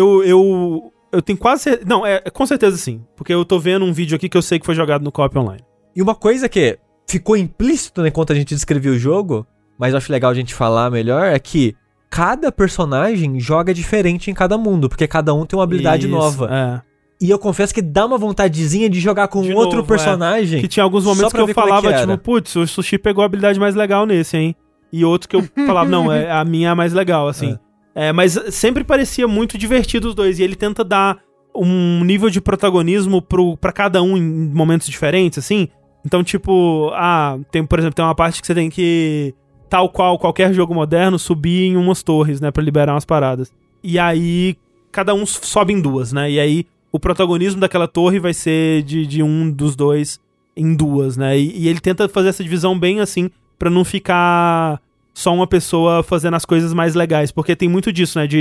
eu tenho quase certeza... Não, com certeza sim. Porque eu tô vendo um vídeo aqui que eu sei que foi jogado no co-op online. E uma coisa que ficou implícito, né, enquanto a gente descrevia o jogo, mas eu acho legal a gente falar melhor, é que cada personagem joga diferente em cada mundo, porque cada um tem uma habilidade nova. E eu confesso que dá uma vontadezinha de jogar com outro personagem. Que tinha alguns momentos que eu falava, tipo, putz, o Sushi pegou a habilidade mais legal nesse, hein? E outro que eu falava, não, a minha é a mais legal, assim. Mas sempre parecia muito divertido os dois, e ele tenta dar um nível de protagonismo pra cada um em momentos diferentes, assim. Então, tipo, por exemplo, tem uma parte que você tem que, tal qual qualquer jogo moderno, subir em umas torres, né, pra liberar umas paradas. E aí, cada um sobe em duas, né, e aí o protagonismo daquela torre vai ser de um dos dois em duas, né, e ele tenta fazer essa divisão bem assim, pra não ficar só uma pessoa fazendo as coisas mais legais, porque tem muito disso, né, de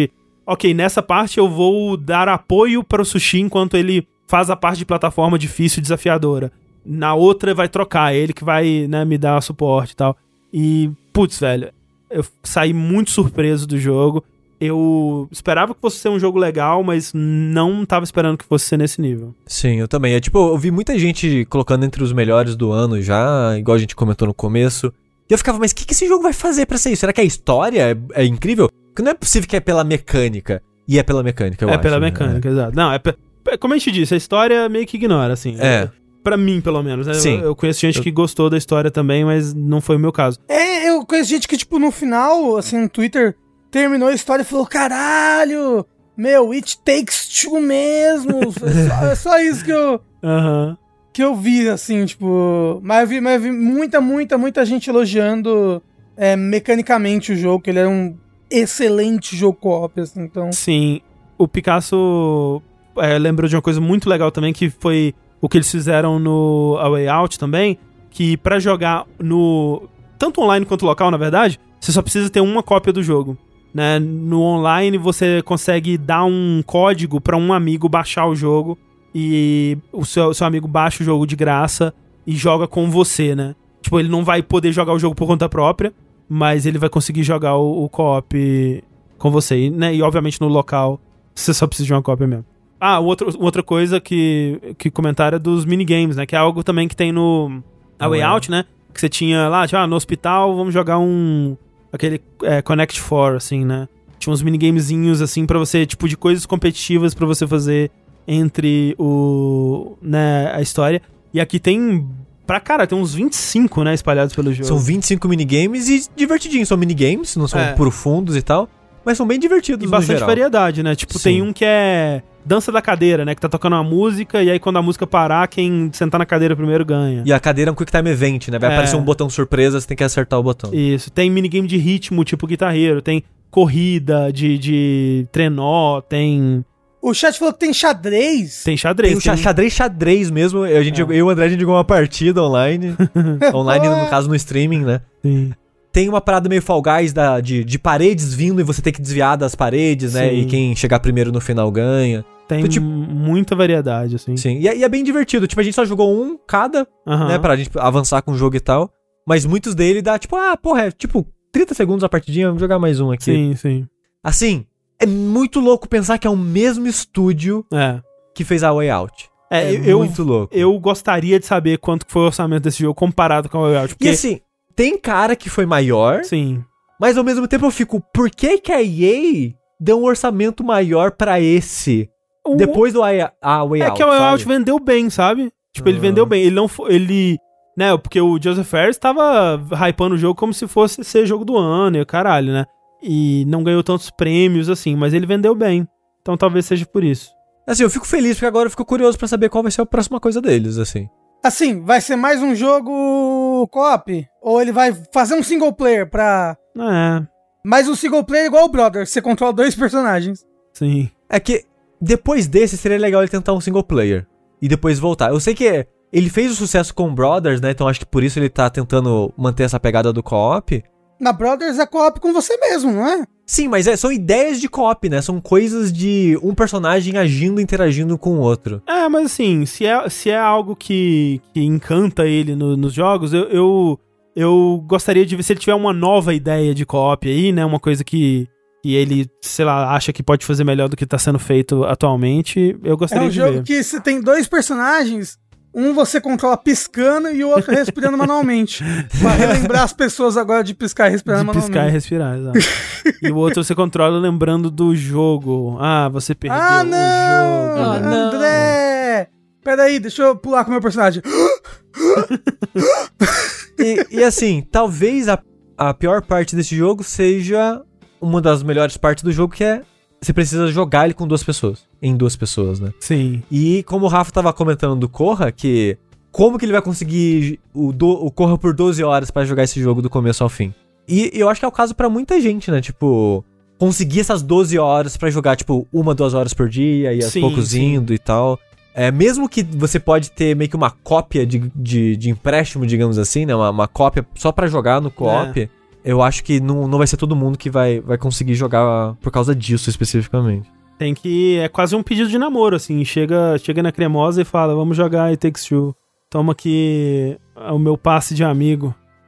ok, nessa parte eu vou dar apoio para o Sushi enquanto ele faz a parte de plataforma difícil e desafiadora. Na outra vai trocar, ele que vai, né, me dar suporte e tal. E, putz, velho, eu saí muito surpreso do jogo. Eu esperava que fosse ser um jogo legal, mas não tava esperando que fosse ser nesse nível. Sim, eu também. Eu vi muita gente colocando entre os melhores do ano já, igual a gente comentou no começo. E eu ficava, mas o que esse jogo vai fazer pra ser isso? Será que a história é incrível? Porque não é possível que é pela mecânica. E é pela mecânica, eu acho. É pela mecânica, exato. Não, como a gente disse, a história meio que ignora, assim. Pra mim, pelo menos, né? Sim. Eu conheço gente que gostou da história também, mas não foi o meu caso. Eu conheço gente que, tipo, no final, assim, no Twitter, terminou a história e falou, caralho, meu, It Takes Two mesmo. É só isso que eu vi, assim, tipo... Mas eu vi muita gente elogiando mecanicamente o jogo, que ele era um excelente jogo co-op, assim, então... Sim, o Picasso lembrou de uma coisa muito legal também, que foi o que eles fizeram no A Way Out também, que pra jogar tanto online quanto local, na verdade, você só precisa ter uma cópia do jogo. Né? No online você consegue dar um código pra um amigo baixar o jogo e o seu amigo baixa o jogo de graça e joga com você, né? Tipo, ele não vai poder jogar o jogo por conta própria, mas ele vai conseguir jogar o co-op com você, né? E obviamente no local você só precisa de uma cópia mesmo. Outra coisa que comentaram é dos minigames, né? Que é algo também que tem no A Way Out, né? Que você tinha lá, tipo, no hospital, vamos jogar aquele Connect 4, assim, né? Tinha uns minigamezinhos, assim, pra você, tipo, de coisas competitivas pra você fazer entre a história. E aqui tem, tem uns 25, né, espalhados pelo jogo. São 25 minigames e divertidinhos. São minigames, não são profundos e tal, mas são bem divertidos, e bastante variedade, né? Tipo, tem um que é dança da cadeira, né? Que tá tocando uma música e aí quando a música parar, quem sentar na cadeira primeiro ganha. E a cadeira é um Quick Time Event, né? Vai aparecer um botão surpresa, você tem que acertar o botão. Isso. Tem minigame de ritmo, tipo guitarreiro. Tem corrida de trenó, tem... O chat falou que tem xadrez. Tem xadrez. Tem xadrez mesmo. Eu e o André, a gente jogou uma partida online. Online, no caso, no streaming, né? Sim. Tem uma parada meio Fall Guys de paredes vindo e você tem que desviar das paredes, né? Sim. E quem chegar primeiro no final ganha. Tem então, tipo, muita variedade, assim. Sim, e é bem divertido. Tipo, a gente só jogou um cada, né? Pra gente avançar com o jogo e tal. Mas muitos dele dá, tipo, tipo, 30 segundos a partidinha, vamos jogar mais um aqui. Sim, sim. Assim, é muito louco pensar que é o mesmo estúdio que fez A Way Out. Muito louco. Eu gostaria de saber quanto foi o orçamento desse jogo comparado com A Way Out. Porque... E assim, tem cara que foi maior. Sim. Mas ao mesmo tempo eu fico, por que a EA deu um orçamento maior pra esse? Depois do A Way Out. É que o A Way Out vendeu bem, sabe? Tipo, ele vendeu bem. Ele não foi. Né? Porque o Joseph Fares tava hypando o jogo como se fosse ser jogo do ano e o caralho, né? E não ganhou tantos prêmios assim, mas ele vendeu bem. Então talvez seja por isso. Assim, eu fico feliz porque agora eu fico curioso pra saber qual vai ser a próxima coisa deles, assim. Assim, vai ser mais um jogo co-op? Ou ele vai fazer um single player pra... Mas um single player igual o Brothers, você controla 2 personagens. Sim. É que depois desse seria legal ele tentar um single player e depois voltar. Eu sei que ele fez o sucesso com Brothers, né? Então acho que por isso ele tá tentando manter essa pegada do co-op. Na Brothers é co-op com você mesmo, não é? Sim, mas são ideias de co-op, né? São coisas de um personagem agindo, interagindo com o outro. Mas assim, se é algo que encanta ele nos jogos, eu gostaria de ver se ele tiver uma nova ideia de co-op aí, né? Uma coisa que ele, sei lá, acha que pode fazer melhor do que tá sendo feito atualmente. Eu gostaria de ver. É um jogo que você tem 2 personagens, um você controla piscando e o outro respirando manualmente. Pra relembrar as pessoas agora de piscar e respirar manualmente. Piscar e respirar, exato. E o outro você controla lembrando do jogo. Você perdeu o jogo. Não, André! Peraí, deixa eu pular com o meu personagem. E assim, talvez a pior parte desse jogo seja uma das melhores partes do jogo, que é você precisa jogar ele com 2 pessoas. Em 2 pessoas, né? Sim. E como o Rafa tava comentando do Corra, que como que ele vai conseguir o Corra por 12 horas pra jogar esse jogo do começo ao fim? E eu acho que é o caso pra muita gente, né? Tipo, conseguir essas 12 horas pra jogar, tipo, 1-2 horas por dia e aos poucos indo e tal. Mesmo que você pode ter meio que uma cópia de empréstimo, digamos assim, né? Uma cópia só pra jogar no co-op. eu acho que não vai ser todo mundo que vai conseguir jogar por causa disso especificamente. Tem que... É quase um pedido de namoro, assim. Chega na cremosa e fala, vamos jogar It Takes Two. Toma aqui o meu passe de amigo.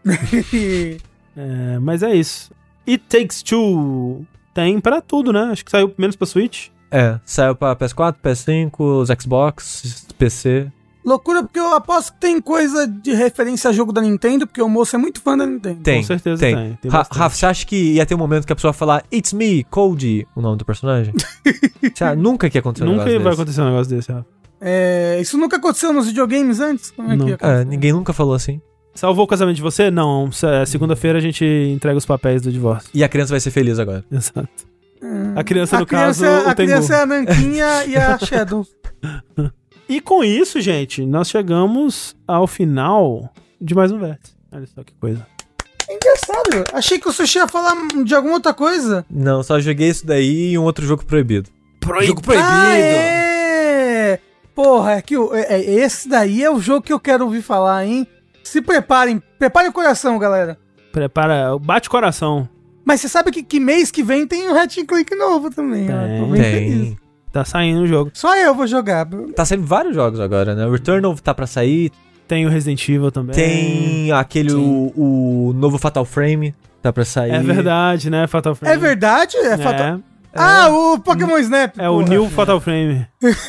Mas é isso. It Takes Two tem pra tudo, né? Acho que saiu menos pra Switch. Saiu pra PS4, PS5, os Xbox, PC. Loucura, porque eu aposto que tem coisa de referência a jogo da Nintendo, porque o moço é muito fã da Nintendo. Tem, com certeza tem. Rafa, você acha que ia ter um momento que a pessoa vai falar It's me, Cody, o nome do personagem? Nunca que ia acontecer um negócio Nunca vai desse. acontecer um negócio desse, Rafa. Isso nunca aconteceu nos videogames antes? Como é que ia acontecer? Ninguém nunca falou assim. Salvou o casamento de você? Não. Segunda-feira a gente entrega os papéis do divórcio. E a criança vai ser feliz agora. Exato. A criança, no caso, a o Tengu. criança é a Nanquinha e a Shadow. E com isso, gente, nós chegamos ao final de mais um Vértice. Olha só que coisa. É engraçado. Achei que o Sushi ia falar de alguma outra coisa. Não, só joguei isso daí e um outro jogo proibido. Jogo proibido. Porra, esse daí é o jogo que eu quero ouvir falar, hein? Se preparem. Preparem o coração, galera. Prepara, bate coração. Mas você sabe que mês que vem tem um Ratchet & Clank novo também. Ó. Tô bem feliz. Tá saindo o jogo. Só eu vou jogar. Tá saindo vários jogos agora, né? O Returnal tá pra sair. Tem o Resident Evil também. Tem aquele, o novo Fatal Frame, tá pra sair. É verdade, né? Fatal Frame. É verdade? O Pokémon Snap. É o New Fatal Frame.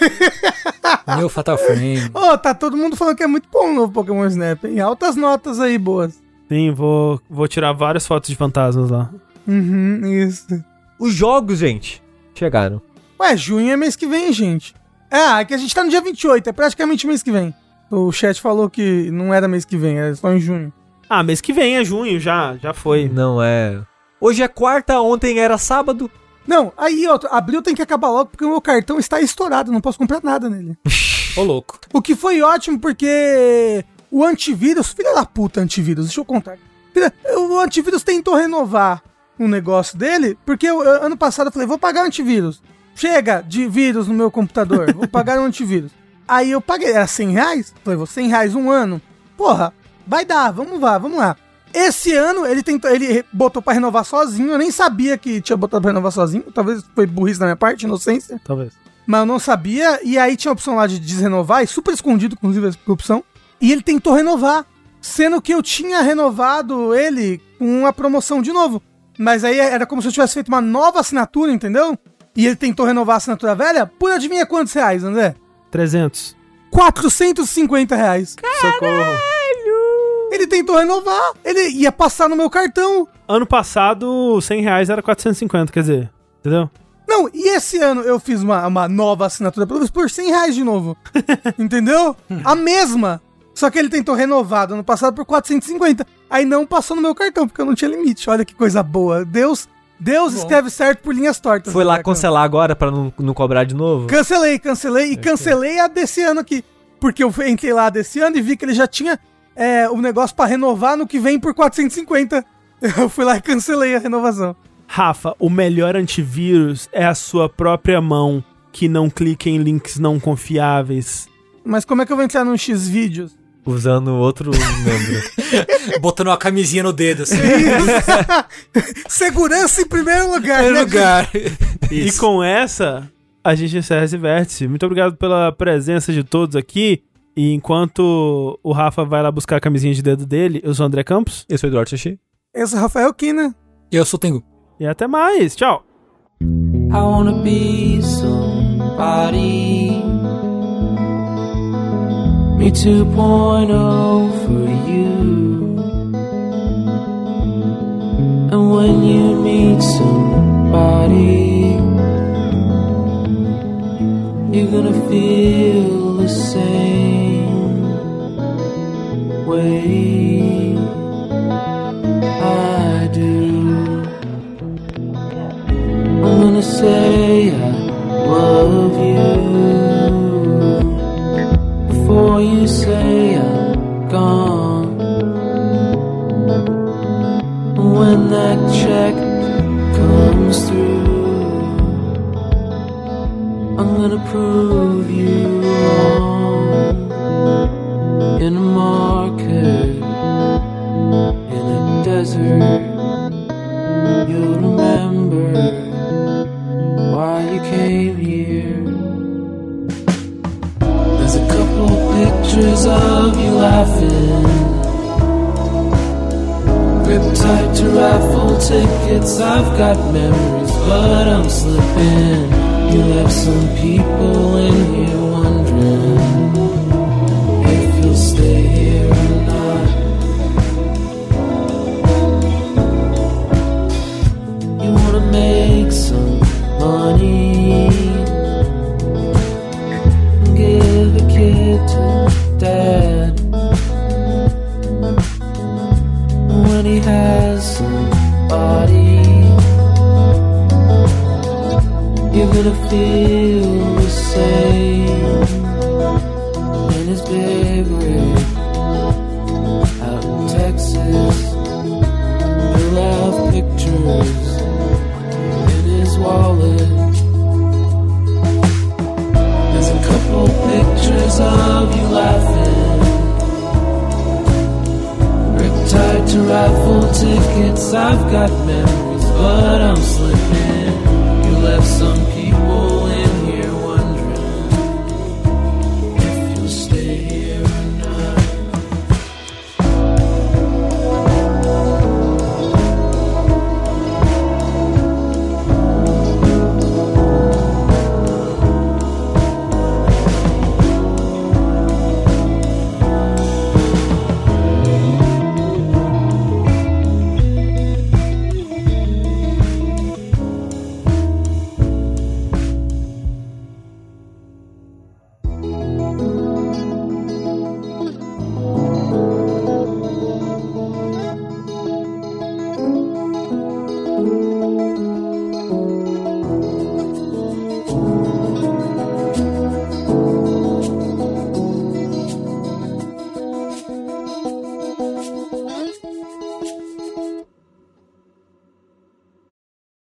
New Fatal Frame. Tá todo mundo falando que é muito bom o novo Pokémon Snap. Em altas notas aí, boas. Sim, vou tirar várias fotos de fantasmas lá. Isso. Os jogos, gente, chegaram. Ué, junho é mês que vem, gente. É que a gente tá no dia 28, é praticamente mês que vem. O chat falou que não era mês que vem, é só em junho. Mês que vem é junho, já foi. Não é. Hoje é quarta, ontem era sábado. Não, aí, abril tem que acabar logo porque o meu cartão está estourado, não posso comprar nada nele. Ô, louco. O que foi ótimo porque o antivírus, filha da puta antivírus, deixa eu contar. O antivírus tentou renovar um negócio dele, porque ano passado eu falei, vou pagar o antivírus. Chega de vírus no meu computador, vou pagar o antivírus. Aí eu paguei, era R$100, falei, vou R$100 um ano. Porra, vai dar, vamos lá. Esse ano ele botou pra renovar sozinho, eu nem sabia que tinha botado pra renovar sozinho, talvez foi burrice da minha parte, inocência. Talvez. Mas eu não sabia, e aí tinha a opção lá de desrenovar, e super escondido, inclusive, essa opção. E ele tentou renovar, sendo que eu tinha renovado ele com uma promoção de novo. Mas aí era como se eu tivesse feito uma nova assinatura, entendeu? E ele tentou renovar a assinatura velha, por adivinha quantos reais, André? 300. R$450. Socorro. Ele tentou renovar, ele ia passar no meu cartão. Ano passado, R$100 era 450, quer dizer, entendeu? Não, e esse ano eu fiz uma nova assinatura por R$100 de novo. Entendeu? A mesma. Só que ele tentou renovar do ano passado por 450. Aí não passou no meu cartão, porque eu não tinha limite. Olha que coisa boa. Deus escreve certo por linhas tortas. Foi lá cancelar agora pra não cobrar de novo? Cancelei. E cancelei a desse ano aqui. Porque eu entrei lá desse ano e vi que ele já tinha o negócio pra renovar no que vem por 450. Eu fui lá e cancelei a renovação. Rafa, o melhor antivírus é a sua própria mão, que não clica em links não confiáveis. Mas como é que eu vou entrar num Xvideos? Usando outro membro. Botando uma camisinha no dedo, assim. Segurança em primeiro lugar, Primeiro lugar. E com essa, a gente encerra esse vértice. Muito obrigado pela presença de todos aqui. E enquanto o Rafa vai lá buscar a camisinha de dedo dele, eu sou o André Campos. Eu sou o Eduardo Sushi. Eu sou o Rafael Kina. E eu sou o Tengu. E até mais. Tchau. I wanna be somebody. Me 2.0 for you. And when you meet somebody, you're gonna feel the same way I do. I'm gonna say I love you before you say I'm gone. When that check comes through, I'm gonna prove you wrong. In a market, in a desert, pictures of you laughing. Grip tight to raffle tickets. I've got memories, but I'm slipping. You left some people in here wondering if you'll stay here or not. You wanna make some money, give a kid to dad when he has somebody. You're gonna feel the same in his big rig out in Texas. He'll have pictures in his wallet. There's a couple pictures of you laughing. Grip tied to raffle tickets. I've got memories, but I'm slipping.